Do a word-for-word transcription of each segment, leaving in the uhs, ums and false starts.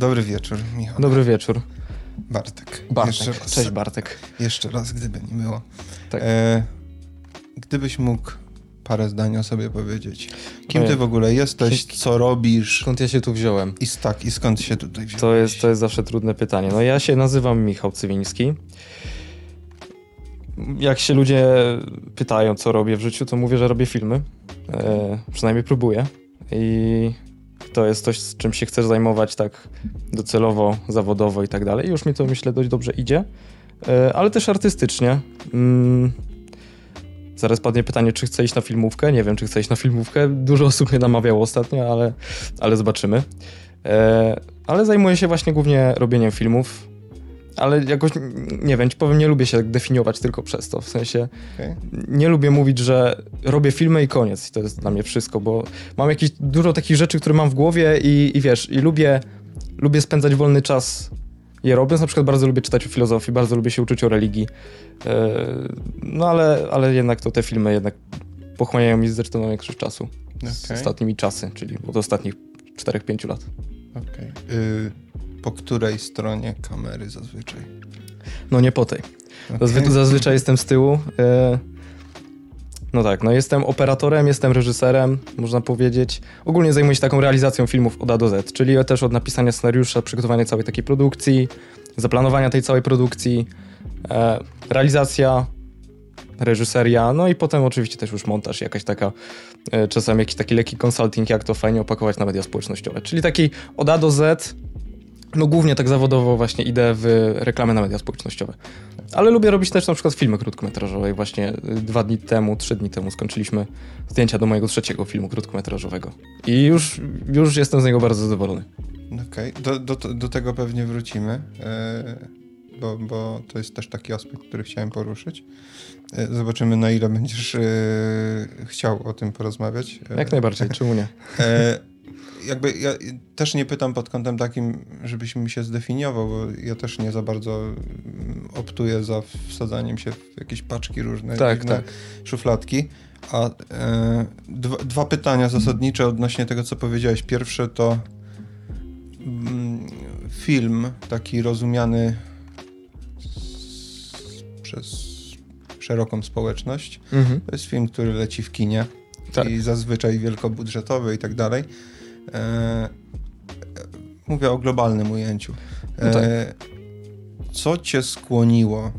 Dobry wieczór, Michał. Dobry wieczór. Bartek. Bartek. Jeszcze raz. Cześć, Bartek. Jeszcze raz, gdyby nie było. Tak. E, gdybyś mógł parę zdań o sobie powiedzieć. Kim Ojej. ty w ogóle jesteś, co robisz? Skąd ja się tu wziąłem? I tak, i skąd się tutaj wziąłeś? To jest, to jest zawsze trudne pytanie. No ja się nazywam Michał Cywiński. Jak się ludzie pytają, co robię w życiu, to mówię, że robię filmy. E, przynajmniej próbuję. I to jest coś, z czym się chcesz zajmować tak docelowo, zawodowo i tak dalej. Już mi to, myślę, dość dobrze idzie. E, ale też artystycznie. Mm. Zaraz padnie pytanie, czy chcę iść na filmówkę. Nie wiem, czy chcę iść na filmówkę. Dużo osób mnie namawiało ostatnio, ale, ale zobaczymy. E, ale zajmuję się właśnie głównie robieniem filmów. Ale jakoś, nie wiem, ci powiem, nie lubię się definiować tylko przez to. W sensie Okay. nie lubię mówić, że robię filmy i koniec. I to jest dla mnie wszystko, bo mam jakieś dużo takich rzeczy, które mam w głowie i, i wiesz, i lubię, lubię spędzać wolny czas je robiąc. Na przykład bardzo lubię czytać o filozofii, bardzo lubię się uczyć o religii. Yy, no ale, ale jednak to te filmy jednak pochłaniają mi zdecydowaną większość czasu. Okay. Z ostatnimi czasy, czyli od ostatnich czterech pięciu lat. Okay. Yy, po której stronie kamery zazwyczaj? No nie po tej. Okay. Zazwy- zazwyczaj jestem z tyłu. Yy, no tak, no jestem operatorem, jestem reżyserem, można powiedzieć. Ogólnie zajmuję się taką realizacją filmów od A do Z, czyli też od napisania scenariusza, przygotowania całej takiej produkcji, zaplanowania tej całej produkcji, e, realizacja, reżyseria, no i potem oczywiście też już montaż, jakaś taka, e, czasami jakiś taki lekki consulting, jak to fajnie opakować na media społecznościowe. Czyli taki od A do Z, no głównie tak zawodowo właśnie idę w reklamy na media społecznościowe. Ale lubię robić też na przykład filmy krótkometrażowe. Właśnie dwa dni temu, trzy dni temu skończyliśmy zdjęcia do mojego trzeciego filmu krótkometrażowego. I już, już jestem z niego bardzo zadowolony. Okej, okay. do, do, do tego pewnie wrócimy, yy, bo, bo to jest też taki aspekt, który chciałem poruszyć. Yy, zobaczymy, na ile będziesz yy, chciał o tym porozmawiać. Yy. Jak najbardziej, czemu nie? Yy, jakby ja też nie pytam pod kątem takim, żebyś mi się zdefiniował, bo ja też nie za bardzo optuję za wsadzaniem się w jakieś paczki różne, tak, różne tak. szufladki. A e, dwa, dwa pytania zasadnicze odnośnie tego, co powiedziałeś. Pierwsze to mm, film taki rozumiany z, przez szeroką społeczność. Mhm. To jest film, który leci w kinie tak. i zazwyczaj wielkobudżetowy i tak dalej. E, mówię o globalnym ujęciu. E, no tak. Co cię skłoniło?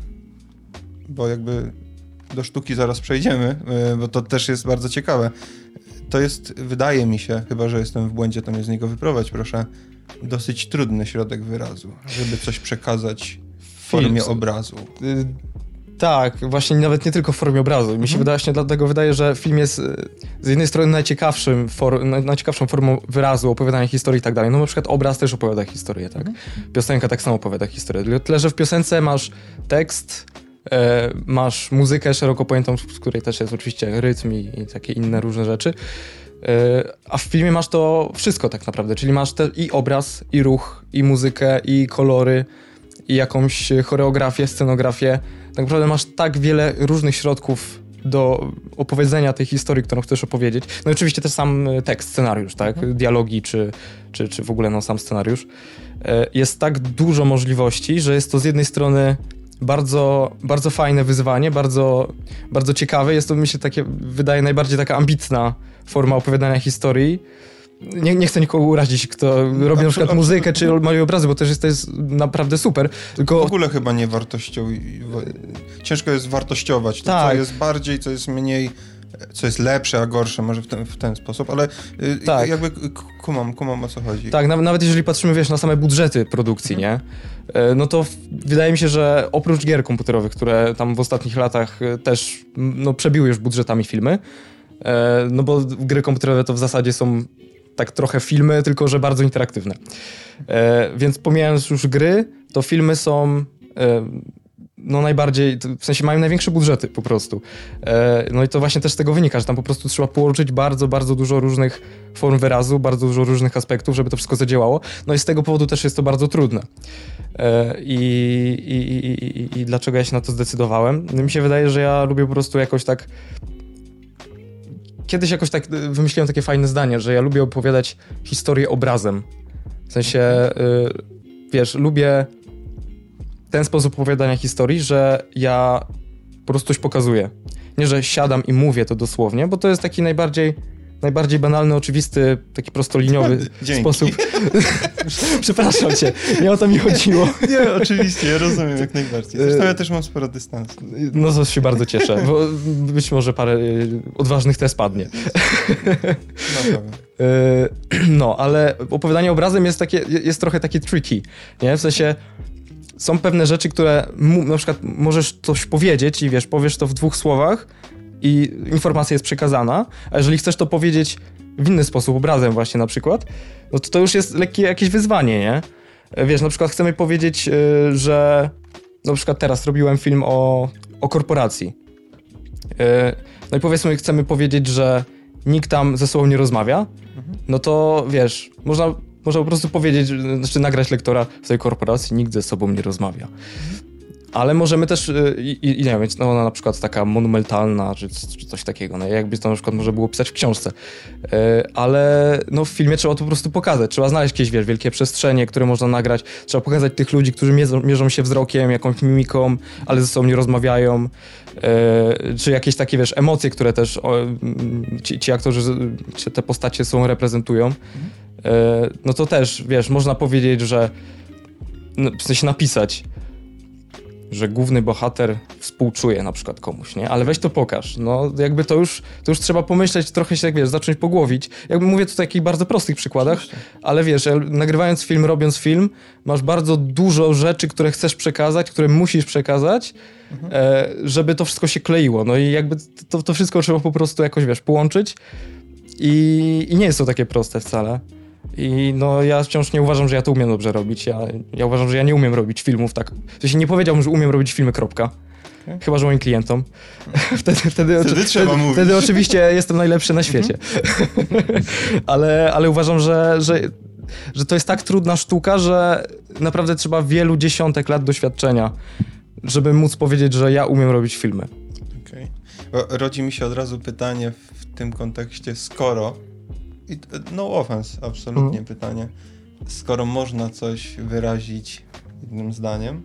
Bo jakby do sztuki zaraz przejdziemy, e, bo to też jest bardzo ciekawe. To jest, wydaje mi się, chyba że jestem w błędzie, to mnie z niego wyprowadź, proszę, dosyć trudny środek wyrazu, żeby coś przekazać w formie Film. obrazu. Y- Tak, właśnie nawet nie tylko w formie obrazu. Mi się Mhm. wydaje, właśnie dlatego wydaje, że film jest z jednej strony najciekawszym for, najciekawszą formą wyrazu, opowiadania historii i tak dalej. No na przykład obraz też opowiada historię, tak? Mhm. Piosenka tak samo opowiada historię. Tyle, że w piosence masz tekst, e, masz muzykę szeroko pojętą, w której też jest oczywiście rytm i, i takie inne różne rzeczy. E, a w filmie masz to wszystko tak naprawdę, czyli masz te, i obraz, i ruch, i muzykę, i kolory, i jakąś choreografię, scenografię. Tak naprawdę masz tak wiele różnych środków do opowiedzenia tej historii, którą chcesz opowiedzieć. No i oczywiście też sam tekst, scenariusz, tak? Mhm. Dialogi, czy, czy, czy w ogóle no, sam scenariusz. Jest tak dużo możliwości, że jest to z jednej strony bardzo, bardzo fajne wyzwanie, bardzo, bardzo ciekawe. Jest to, mi się takie, wydaje, najbardziej taka ambitna forma opowiadania historii. Nie, nie chcę nikogo urazić, kto robi na przykład muzykę czy maluje obrazy, bo też jest, to jest naprawdę super. Tylko... W ogóle chyba nie wartością. Ciężko jest wartościować to, tak. co jest bardziej, co jest mniej, co jest lepsze, a gorsze, może w ten, w ten sposób, ale tak. jakby kumam, kumam o co chodzi. Tak, nawet, nawet jeżeli patrzymy, wiesz, na same budżety produkcji, nie? No to w, wydaje mi się, że oprócz gier komputerowych, które tam w ostatnich latach też no, przebiły już budżetami filmy, no bo gry komputerowe to w zasadzie są tak trochę filmy, tylko że bardzo interaktywne. E, więc pomijając już gry, to filmy są e, no najbardziej, w sensie mają największe budżety po prostu. E, no i to właśnie też z tego wynika, że tam po prostu trzeba połączyć bardzo, bardzo dużo różnych form wyrazu, bardzo dużo różnych aspektów, żeby to wszystko zadziałało. No i z tego powodu też jest to bardzo trudne. E, i, i, i, I dlaczego ja się na to zdecydowałem? No mi się wydaje, że ja lubię po prostu jakoś tak Kiedyś jakoś tak wymyśliłem takie fajne zdanie, że ja lubię opowiadać historię obrazem. W W sensie, y, wiesz, lubię ten sposób opowiadania historii, że ja po prostu coś pokazuję. Nie, że siadam i mówię to dosłownie, bo to jest taki najbardziej, najbardziej banalny, oczywisty, taki prostoliniowy Dzięki. sposób. Przepraszam cię, nie o to mi chodziło. Nie, oczywiście, ja rozumiem jak najbardziej. Zresztą ja też mam sporo dystansu. No to się bardzo cieszę, bo być może parę y, odważnych też padnie. No, y, no, ale opowiadanie obrazem jest takie, jest trochę takie tricky, nie? W sensie są pewne rzeczy, które mu, na przykład możesz coś powiedzieć i wiesz, powiesz to w dwóch słowach i informacja jest przekazana, a jeżeli chcesz to powiedzieć w inny sposób, obrazem właśnie na przykład, no to to już jest lekkie jakieś wyzwanie, nie? Wiesz, na przykład chcemy powiedzieć, yy, że na przykład teraz robiłem film o, o korporacji. Yy, no i powiedzmy, chcemy powiedzieć, że nikt tam ze sobą nie rozmawia, no to wiesz, można, można po prostu powiedzieć, znaczy nagrać lektora w tej korporacji, nikt ze sobą nie rozmawia. Ale możemy też, i, i nie wiem, no ona na przykład taka monumentalna, czy, czy coś takiego, no jakby to na przykład może było pisać w książce. Yy, ale no w filmie trzeba to po prostu pokazać, trzeba znaleźć jakieś, wiesz, wielkie przestrzenie, które można nagrać, trzeba pokazać tych ludzi, którzy mierzą, mierzą się wzrokiem, jakąś mimiką, ale ze sobą nie rozmawiają, yy, czy jakieś takie, wiesz, emocje, które też o, ci, ci aktorzy, czy te postacie są, reprezentują. Yy, no to też, wiesz, można powiedzieć, że no, w sensie napisać, że główny bohater współczuje na przykład komuś, nie? Ale weź to pokaż. No jakby to już, to już trzeba pomyśleć, trochę się, jak wiesz, zacząć pogłowić. Jakby mówię tu o takich bardzo prostych przykładach, ale wiesz, nagrywając film, robiąc film, masz bardzo dużo rzeczy, które chcesz przekazać, które musisz przekazać, mhm. e, żeby to wszystko się kleiło. No i jakby to, to wszystko trzeba po prostu jakoś, wiesz, połączyć i, i nie jest to takie proste wcale. I no ja wciąż nie uważam, że ja to umiem dobrze robić. Ja, ja uważam, że ja nie umiem robić filmów tak. W sensie nie powiedziałbym, że umiem robić filmy, kropka. Okay. Chyba, że moim klientom. Wtedy, wtedy, wtedy, oczy, trzeba wtedy, mówić. wtedy oczywiście jestem najlepszy na świecie. ale, ale uważam, że, że, że to jest tak trudna sztuka, że naprawdę trzeba wielu dziesiątek lat doświadczenia, żeby móc powiedzieć, że ja umiem robić filmy. Okej. Okay. Rodzi mi się od razu pytanie w tym kontekście, skoro I no offense, absolutnie mm. pytanie. Skoro można coś wyrazić jednym zdaniem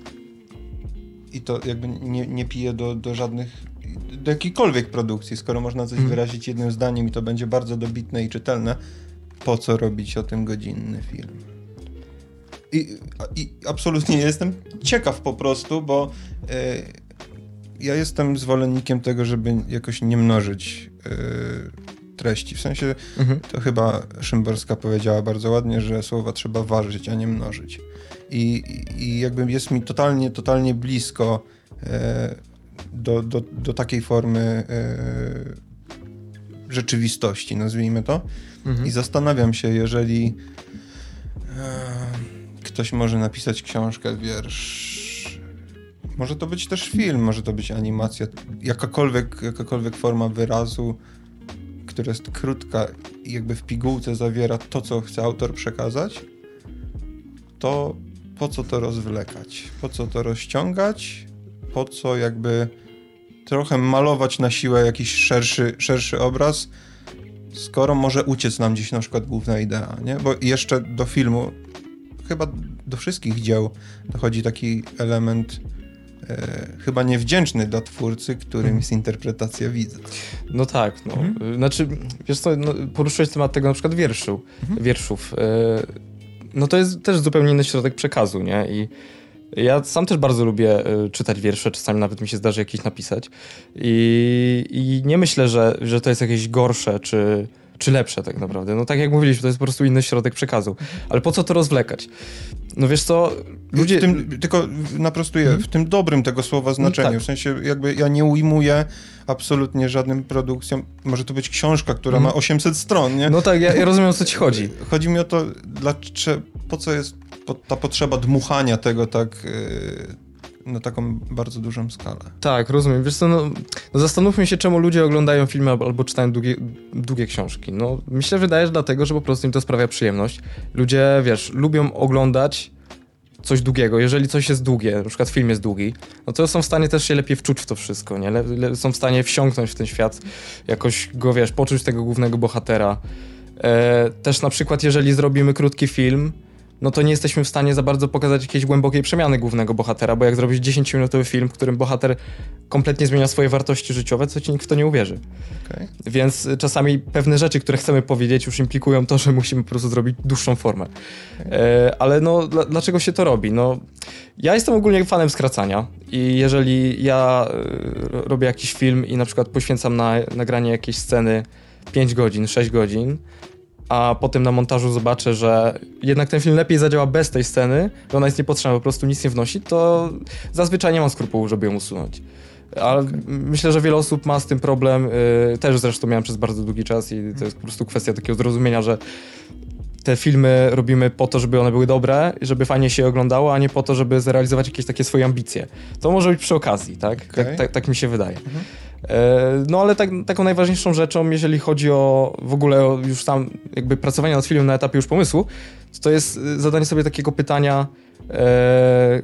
i to jakby nie, nie pije do, do żadnych, do jakiejkolwiek produkcji, skoro można coś mm. wyrazić jednym zdaniem i to będzie bardzo dobitne i czytelne, po co robić o tym godzinny film? I, i absolutnie jestem ciekaw po prostu, bo yy, ja jestem zwolennikiem tego, żeby jakoś nie mnożyć yy, treści. W sensie mhm. to chyba Szymborska powiedziała bardzo ładnie, że słowa trzeba ważyć, a nie mnożyć. I, i jakby jest mi totalnie, totalnie blisko e, do, do, do takiej formy e, rzeczywistości, nazwijmy to. Mhm. I zastanawiam się, jeżeli e, ktoś może napisać książkę, wiersz, może to być też film, może to być animacja, jakakolwiek, jakakolwiek forma wyrazu, która jest krótka i jakby w pigułce zawiera to, co chce autor przekazać, to po co to rozwlekać? Po co to rozciągać? Po co jakby trochę malować na siłę jakiś szerszy, szerszy obraz, skoro może uciec nam gdzieś na przykład główna idea, nie? Bo jeszcze do filmu, chyba do wszystkich dzieł dochodzi taki element E, chyba niewdzięczny dla twórcy, którym mhm. jest interpretacja widza. No tak, no. Mhm. Znaczy, wiesz co, no, poruszyłeś temat tego na przykład wierszu, mhm. wierszów. E, no to jest też zupełnie inny środek przekazu, nie? I ja sam też bardzo lubię e, czytać wiersze, czasami nawet mi się zdarzy jakieś napisać. I, i nie myślę, że, że to jest jakieś gorsze, czy czy lepsze tak naprawdę. No tak jak mówiliśmy, to jest po prostu inny środek przekazu. Ale po co to rozwlekać? No wiesz co, ludzie... W tym, tylko naprostuję, hmm? w tym dobrym tego słowa znaczeniu. No tak. W sensie jakby ja nie ujmuję absolutnie żadnym produkcjom. Może to być książka, która hmm. ma osiemset stron, nie? No tak, ja, ja rozumiem, o co ci chodzi. Chodzi mi o to, dlaczego, po co jest ta potrzeba dmuchania tego tak... Yy, na taką bardzo dużą skalę. Tak, rozumiem. Wiesz co, no, no zastanówmy się, czemu ludzie oglądają filmy albo, albo czytają długie, długie książki. No myślę, że wydaje, że dlatego, że po prostu im to sprawia przyjemność. Ludzie, wiesz, lubią oglądać coś długiego. Jeżeli coś jest długie, na przykład film jest długi, no to są w stanie też się lepiej wczuć w to wszystko, nie? Le, le, są w stanie wsiąknąć w ten świat, jakoś go, wiesz, poczuć tego głównego bohatera. E, też na przykład, jeżeli zrobimy krótki film, no to nie jesteśmy w stanie za bardzo pokazać jakiejś głębokiej przemiany głównego bohatera, bo jak zrobisz dziesięciominutowy film, w którym bohater kompletnie zmienia swoje wartości życiowe, to ci nikt w to nie uwierzy. Okay. Więc czasami pewne rzeczy, które chcemy powiedzieć, już implikują to, że musimy po prostu zrobić dłuższą formę. Okay. E, ale no, dla, dlaczego się to robi? No, ja jestem ogólnie fanem skracania i jeżeli ja e, robię jakiś film i na przykład poświęcam na nagranie jakiejś sceny pięć godzin, sześć godzin, a potem na montażu zobaczę, że jednak ten film lepiej zadziała bez tej sceny, że ona jest niepotrzebna, po prostu nic nie wnosi, to zazwyczaj nie mam skrupułu, żeby ją usunąć. Ale okay. myślę, że wiele osób ma z tym problem, yy, też zresztą miałem przez bardzo długi czas i to jest po prostu kwestia takiego zrozumienia, że te filmy robimy po to, żeby one były dobre, żeby fajnie się je oglądało, a nie po to, żeby zrealizować jakieś takie swoje ambicje. To może być przy okazji, tak? Okay. Tak, tak, tak mi się wydaje. Mhm. No ale tak, taką najważniejszą rzeczą, jeżeli chodzi o w ogóle o już tam jakby pracowanie nad filmem na etapie już pomysłu, to, to jest zadanie sobie takiego pytania, e,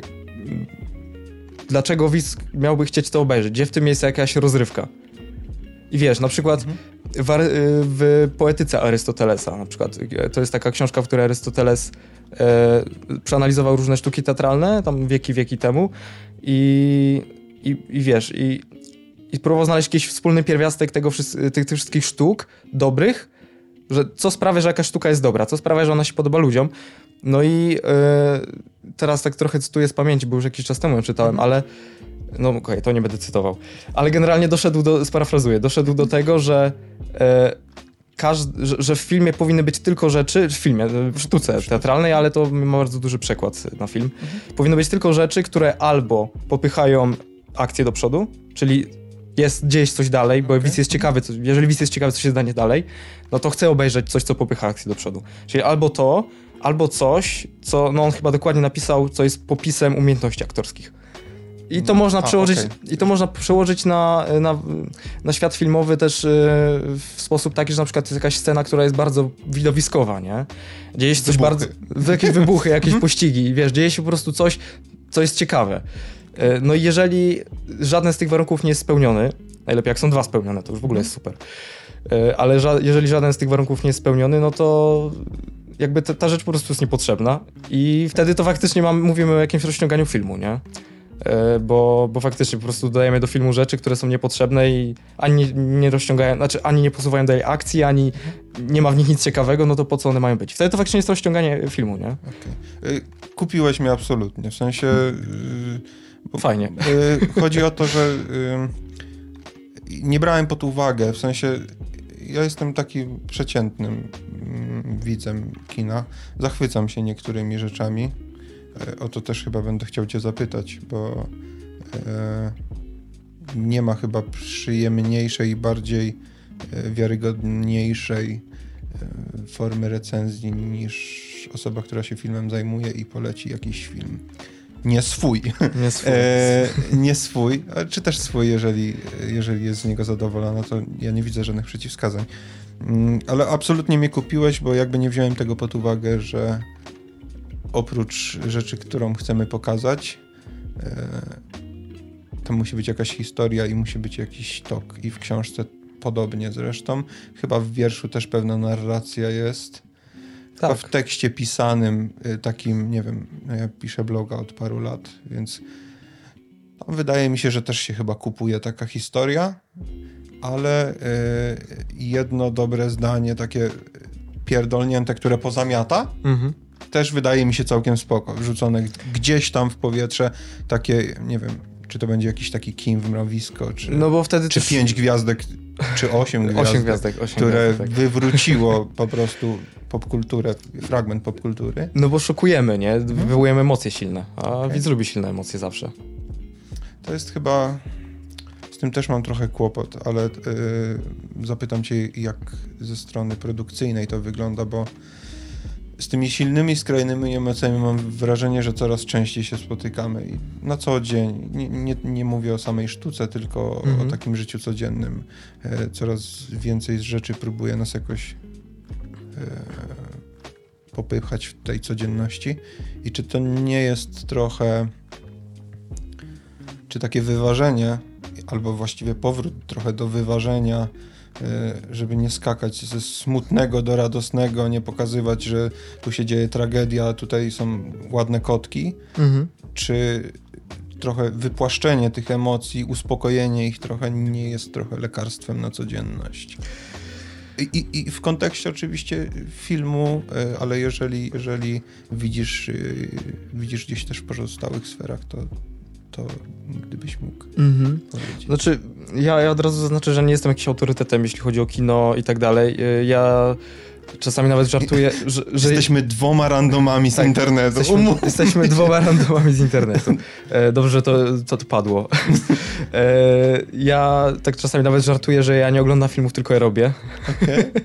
dlaczego widz miałby chcieć to obejrzeć? Gdzie w tym jest jakaś rozrywka? I wiesz, na przykład mhm. w, w Poetyce Arystotelesa, na przykład, to jest taka książka, w której Arystoteles e, przeanalizował różne sztuki teatralne, tam wieki, wieki temu i, i, i wiesz, i I próbował znaleźć jakiś wspólny pierwiastek tego, tych, tych wszystkich sztuk dobrych, że co sprawia, że jakaś sztuka jest dobra, co sprawia, że ona się podoba ludziom. No i yy, teraz tak trochę cytuję z pamięci, bo już jakiś czas temu ją czytałem, ale no okej, okay, to nie będę cytował. Ale generalnie doszedł do, sparafrazuję, doszedł do tego, że yy, każdy, że, że w filmie powinny być tylko rzeczy, w filmie, w sztuce teatralnej, ale to ma bardzo duży przekład na film. Mhm. Powinny być tylko rzeczy, które albo popychają akcję do przodu, czyli jest gdzieś coś dalej, bo okay. widz jest ciekawy, co, jeżeli widz jest ciekawy, co się stanie dalej, no to chce obejrzeć coś, co popycha akcję do przodu. Czyli albo to, albo coś, co, no on chyba dokładnie napisał, co jest popisem umiejętności aktorskich. I to można A, przełożyć, okay. i to można przełożyć na, na, na świat filmowy też yy, w sposób taki, że na przykład jest jakaś scena, która jest bardzo widowiskowa, nie? Dzieje się coś wybuchy. bardzo... Jakieś wybuchy, jakieś pościgi, wiesz, dzieje się po prostu coś, co jest ciekawe. No i jeżeli żaden z tych warunków nie jest spełniony, najlepiej jak są dwa spełnione, to już w ogóle jest super, ale ża- jeżeli żaden z tych warunków nie jest spełniony, no to jakby ta, ta rzecz po prostu jest niepotrzebna i wtedy to faktycznie mam, mówimy o jakimś rozciąganiu filmu, nie? Bo, bo faktycznie po prostu dodajemy do filmu rzeczy, które są niepotrzebne i ani nie, nie rozciągają, znaczy ani nie posuwają dalej akcji, ani nie ma w nich nic ciekawego, no to po co one mają być? Wtedy to faktycznie jest rozciąganie filmu, nie? Okay. Kupiłeś mnie absolutnie, w sensie... Yy... Bo, Fajnie. Y, chodzi o to, że y, nie brałem pod uwagę, w sensie ja jestem takim przeciętnym y, widzem kina. Zachwycam się niektórymi rzeczami. Y, o to też chyba będę chciał cię zapytać, bo y, nie ma chyba przyjemniejszej i bardziej y, wiarygodniejszej y, formy recenzji niż osoba, która się filmem zajmuje i poleci jakiś film. Nie swój. Nie swój. E, nie swój, czy też swój, jeżeli, jeżeli jest z niego zadowolona, to ja nie widzę żadnych przeciwwskazań. Ale absolutnie mnie kupiłeś, bo jakby nie wziąłem tego pod uwagę, że oprócz rzeczy, którą chcemy pokazać, e, to musi być jakaś historia i musi być jakiś tok. I w książce podobnie zresztą. Chyba w wierszu też pewna narracja jest. Tak. W tekście pisanym, takim, nie wiem, ja piszę bloga od paru lat, więc no, wydaje mi się, że też się chyba kupuje taka historia, ale y, jedno dobre zdanie, takie pierdolnięte, które pozamiata, mhm. też wydaje mi się całkiem spoko, wrzucone gdzieś tam w powietrze, takie, nie wiem, czy to będzie jakiś taki kim w mrowisko, czy, no bo wtedy czy też... pięć gwiazdek, czy osiem gwiazdek, osiem gwiazdek osiem które gwiazdek, tak. wywróciło po prostu popkulturę, fragment popkultury. No bo szokujemy, nie? Wywołujemy emocje silne, a okay. widz lubi silne emocje zawsze. To jest chyba... Z tym też mam trochę kłopot, ale yy, zapytam cię, jak ze strony produkcyjnej to wygląda, bo z tymi silnymi, skrajnymi emocjami mam wrażenie, że coraz częściej się spotykamy i na co dzień. Nie, nie, nie mówię o samej sztuce, tylko mhm. o takim życiu codziennym. Yy, coraz więcej rzeczy próbuje nas jakoś yy, popychać w tej codzienności. I czy to nie jest trochę... Czy takie wyważenie, albo właściwie powrót trochę do wyważenia żeby nie skakać ze smutnego do radosnego, nie pokazywać, że tu się dzieje tragedia, a tutaj są ładne kotki, mhm. czy trochę wypłaszczenie tych emocji, uspokojenie ich trochę nie jest trochę lekarstwem na codzienność. I, i w kontekście oczywiście filmu, ale jeżeli, jeżeli widzisz, widzisz gdzieś też w pozostałych sferach, to, to gdybyś mógł mhm. powiedzieć. Znaczy, ja, ja od razu zaznaczę, że nie jestem jakimś autorytetem, jeśli chodzi o kino i tak dalej. Ja czasami nawet żartuję, że... że... Jesteśmy dwoma randomami z tak, internetu. Jesteśmy, jesteśmy dwoma randomami z internetu. E, dobrze, że to, to, to padło. E, ja tak czasami nawet żartuję, że ja nie oglądam filmów, tylko je robię. Okay. e,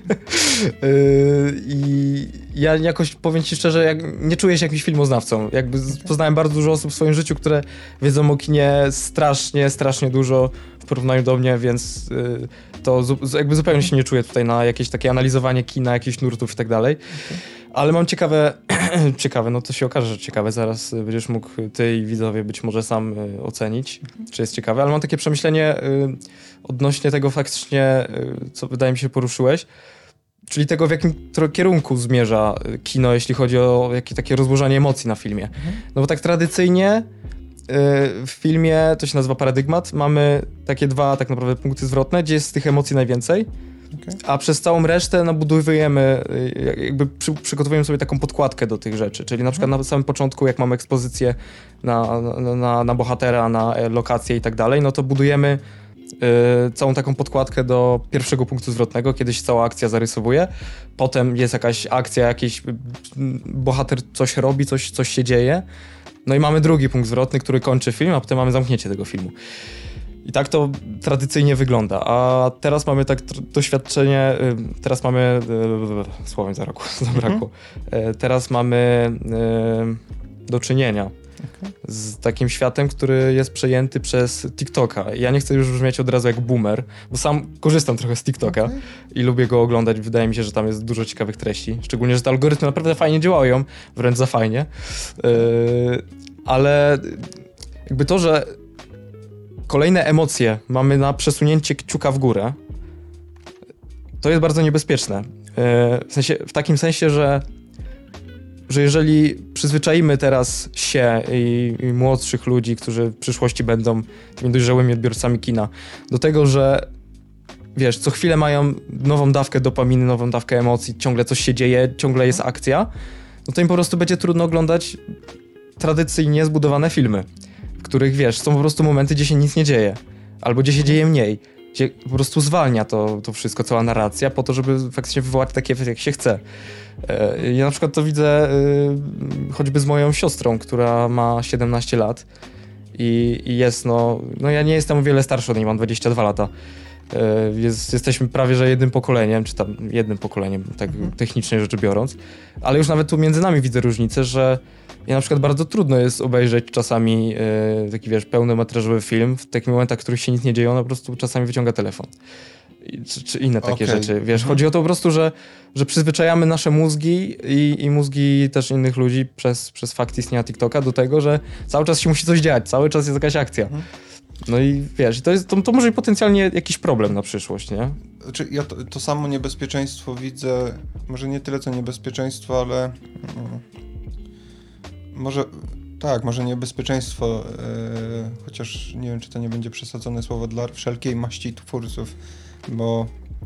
I ja jakoś, powiem ci szczerze, jak, nie czuję się jakimś filmoznawcą. Jakby okay. Poznałem bardzo dużo osób w swoim życiu, które wiedzą o kinie strasznie, strasznie dużo w porównaniu do mnie, więc y, to zu, jakby zupełnie się nie czuję tutaj na jakieś takie analizowanie kina, jakichś nurtów i tak dalej. Okay. Ale mam ciekawe, ciekawe, no to się okaże, że ciekawe, zaraz będziesz mógł ty i widzowie być może sam y, ocenić, okay. czy jest ciekawe, ale mam takie przemyślenie y, odnośnie tego faktycznie, y, co wydaje mi się poruszyłeś, czyli tego, w jakim kierunku zmierza kino, jeśli chodzi o jakie takie rozłożenie emocji na filmie. Mhm. No bo tak tradycyjnie w filmie, to się nazywa paradygmat, mamy takie dwa tak naprawdę punkty zwrotne, gdzie jest tych emocji najwięcej, okay. a przez całą resztę nabudowujemy, jakby przy, przygotowujemy sobie taką podkładkę do tych rzeczy, czyli na przykład na samym początku, jak mamy ekspozycję na, na, na, na bohatera, na lokację i tak dalej, no to budujemy y, całą taką podkładkę do pierwszego punktu zwrotnego, kiedy się cała akcja zarysowuje, potem jest jakaś akcja, jakiś bohater coś robi, coś, coś się dzieje. No i mamy drugi punkt zwrotny, który kończy film, a potem mamy zamknięcie tego filmu. I tak to tradycyjnie wygląda. A teraz mamy tak doświadczenie, teraz mamy... Słowo mi za roku zabrakło. Mhm. Teraz mamy do czynienia okay. z takim światem, który jest przejęty przez TikToka. Ja nie chcę już brzmieć od razu jak boomer, bo sam korzystam trochę z TikToka okay. i lubię go oglądać. Wydaje mi się, że tam jest dużo ciekawych treści. Szczególnie, że te algorytmy naprawdę fajnie działają, wręcz za fajnie. Yy, ale jakby to, że kolejne emocje mamy na przesunięcie kciuka w górę, to jest bardzo niebezpieczne. Yy, w sensie, w takim sensie, że że jeżeli przyzwyczaimy teraz się i, i młodszych ludzi, którzy w przyszłości będą tymi dojrzałymi odbiorcami kina, do tego, że wiesz, co chwilę mają nową dawkę dopaminy, nową dawkę emocji, ciągle coś się dzieje, ciągle jest akcja, no to im po prostu będzie trudno oglądać tradycyjnie zbudowane filmy, w których, wiesz, są po prostu momenty, gdzie się nic nie dzieje, albo gdzie się dzieje mniej, gdzie po prostu zwalnia to, to wszystko, cała narracja, po to, żeby faktycznie wywołać taki efekt, jak się chce. Ja na przykład to widzę y, choćby z moją siostrą, która ma siedemnaście lat i, i jest, no, no ja nie jestem o wiele starszy od niej, mam dwadzieścia dwa lata. Y, jest, jesteśmy prawie, że jednym pokoleniem, czy tam jednym pokoleniem, tak mhm. technicznie rzecz biorąc, ale już nawet tu między nami widzę różnicę, że ja na przykład bardzo trudno jest obejrzeć czasami y, taki, wiesz, pełnometrażowy film, w takich momentach, w których się nic nie dzieje, ona po prostu czasami wyciąga telefon. Czy, czy inne takie okay. rzeczy. Wiesz, chodzi o to po prostu, że, że przyzwyczajamy nasze mózgi i, i mózgi też innych ludzi przez, przez fakt istnienia TikToka do tego, że cały czas się musi coś dziać, cały czas jest jakaś akcja. No i wiesz, to, jest, to, to może być potencjalnie jakiś problem na przyszłość, nie? Znaczy, ja to, to samo niebezpieczeństwo widzę, może nie tyle co niebezpieczeństwo, ale no, może... Tak, może niebezpieczeństwo, yy, chociaż nie wiem, czy to nie będzie przesadzone słowo dla wszelkiej maści twórców, bo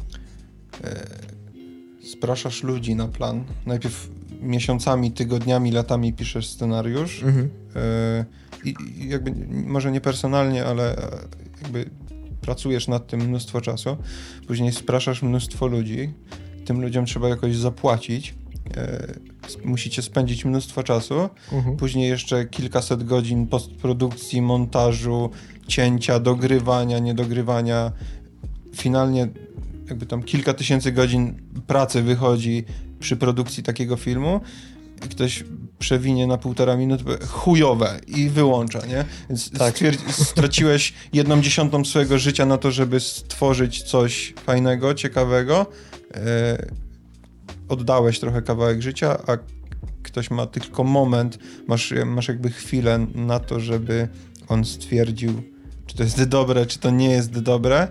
yy, spraszasz ludzi na plan. Najpierw miesiącami, tygodniami, latami piszesz scenariusz mhm. yy, i jakby może nie personalnie, ale jakby pracujesz nad tym mnóstwo czasu. Później spraszasz mnóstwo ludzi, tym ludziom trzeba jakoś zapłacić. Musicie spędzić mnóstwo czasu, uh-huh. później jeszcze kilkaset godzin postprodukcji, montażu, cięcia, dogrywania, niedogrywania. Finalnie jakby tam kilka tysięcy godzin pracy wychodzi przy produkcji takiego filmu i ktoś przewinie na półtora minuty chujowe i wyłącza, nie? Więc tak. stwierdzi- straciłeś jedną dziesiątą swojego życia na to, żeby stworzyć coś fajnego, ciekawego. Oddałeś trochę kawałek życia, a ktoś ma tylko moment, masz, masz jakby chwilę na to, żeby on stwierdził, czy to jest dobre, czy to nie jest dobre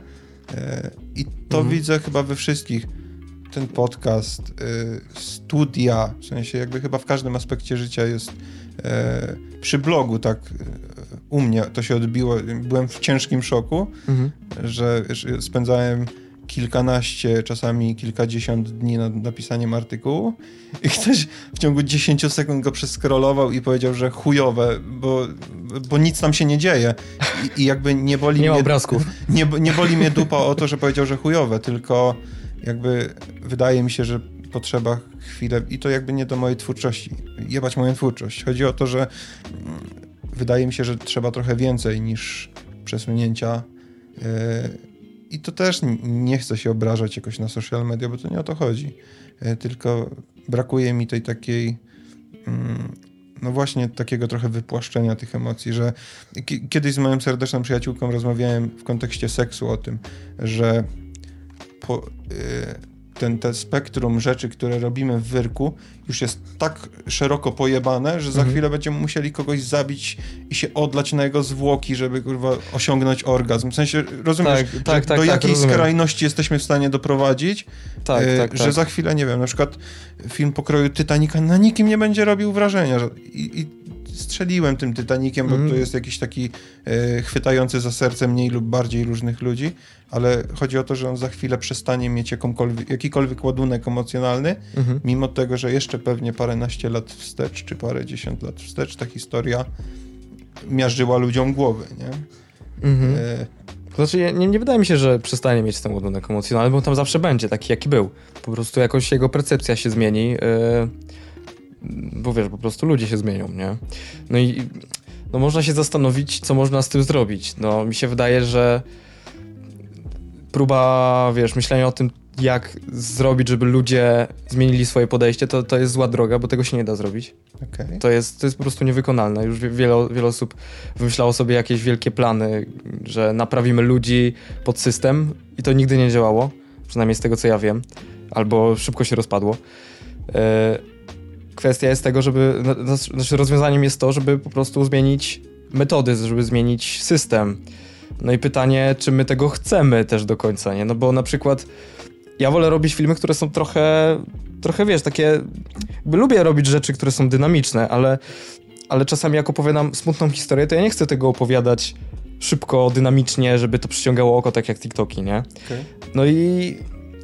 I to mhm. widzę chyba we wszystkich. Ten podcast, studia, w sensie jakby chyba w każdym aspekcie życia jest przy blogu, tak u mnie to się odbiło. Byłem w ciężkim szoku, mhm. że spędzałem kilkanaście, czasami kilkadziesiąt dni nad napisaniem artykułu i ktoś w ciągu dziesięć sekund go przeskrolował i powiedział, że chujowe, bo, bo nic tam się nie dzieje. I, i jakby nie boli nie mnie... ma obrazków. Nie, nie boli mnie dupa o to, że powiedział, że chujowe, tylko jakby wydaje mi się, że potrzeba chwilę i to jakby nie do mojej twórczości. Jebać moją twórczość. Chodzi o to, że wydaje mi się, że trzeba trochę więcej niż przesunięcia. Yy, I to też nie chcę się obrażać jakoś na social media, bo to nie o to chodzi. Yy, tylko brakuje mi tej takiej yy, no właśnie takiego trochę wypłaszczenia tych emocji, że k- kiedyś z moją serdeczną przyjaciółką rozmawiałem w kontekście seksu o tym, że po, yy, ten, ten spektrum rzeczy, które robimy w wyrku już jest tak szeroko pojebane, że za mhm. chwilę będziemy musieli kogoś zabić i się odlać na jego zwłoki, żeby kurwa osiągnąć orgazm. W sensie, rozumiesz, tak, tak, tak, do tak, jakiej rozumiem. skrajności jesteśmy w stanie doprowadzić, tak, yy, tak, że tak. za chwilę, nie wiem, na przykład film pokroju Titanica na nikim nie będzie robił wrażenia. Że, i, i strzeliłem tym Titanikiem, bo mm. to jest jakiś taki e, chwytający za serce mniej lub bardziej różnych ludzi, ale chodzi o to, że on za chwilę przestanie mieć jakąkolwiek, jakikolwiek ładunek emocjonalny, mm-hmm. mimo tego, że jeszcze pewnie paręnaście lat wstecz, czy parę dziesiąt lat wstecz ta historia miażdżyła ludziom głowy, nie? Mm-hmm. E... Znaczy, nie, nie wydaje mi się, że przestanie mieć ten ładunek emocjonalny, bo tam zawsze będzie taki, jaki był. Po prostu jakoś jego percepcja się zmieni. Yy... Bo wiesz, po prostu ludzie się zmienią, nie? No i no można się zastanowić, co można z tym zrobić. No mi się wydaje, że próba, wiesz, myślenia o tym, jak zrobić, żeby ludzie zmienili swoje podejście, to, to jest zła droga, bo tego się nie da zrobić. Okay. To jest, to jest po prostu niewykonalne. Już wiele, wiele osób wymyślało sobie jakieś wielkie plany, że naprawimy ludzi pod system i to nigdy nie działało, przynajmniej z tego, co ja wiem, albo szybko się rozpadło. Yy, Kwestia jest tego, żeby, znaczy rozwiązaniem jest to, żeby po prostu zmienić metody, żeby zmienić system. No i pytanie, czy my tego chcemy też do końca, nie? No bo na przykład ja wolę robić filmy, które są trochę, trochę wiesz, takie, jakby lubię robić rzeczy, które są dynamiczne, ale, ale czasami jak opowiadam smutną historię, to ja nie chcę tego opowiadać szybko, dynamicznie, żeby to przyciągało oko, tak jak TikToki, nie? Okay. No i...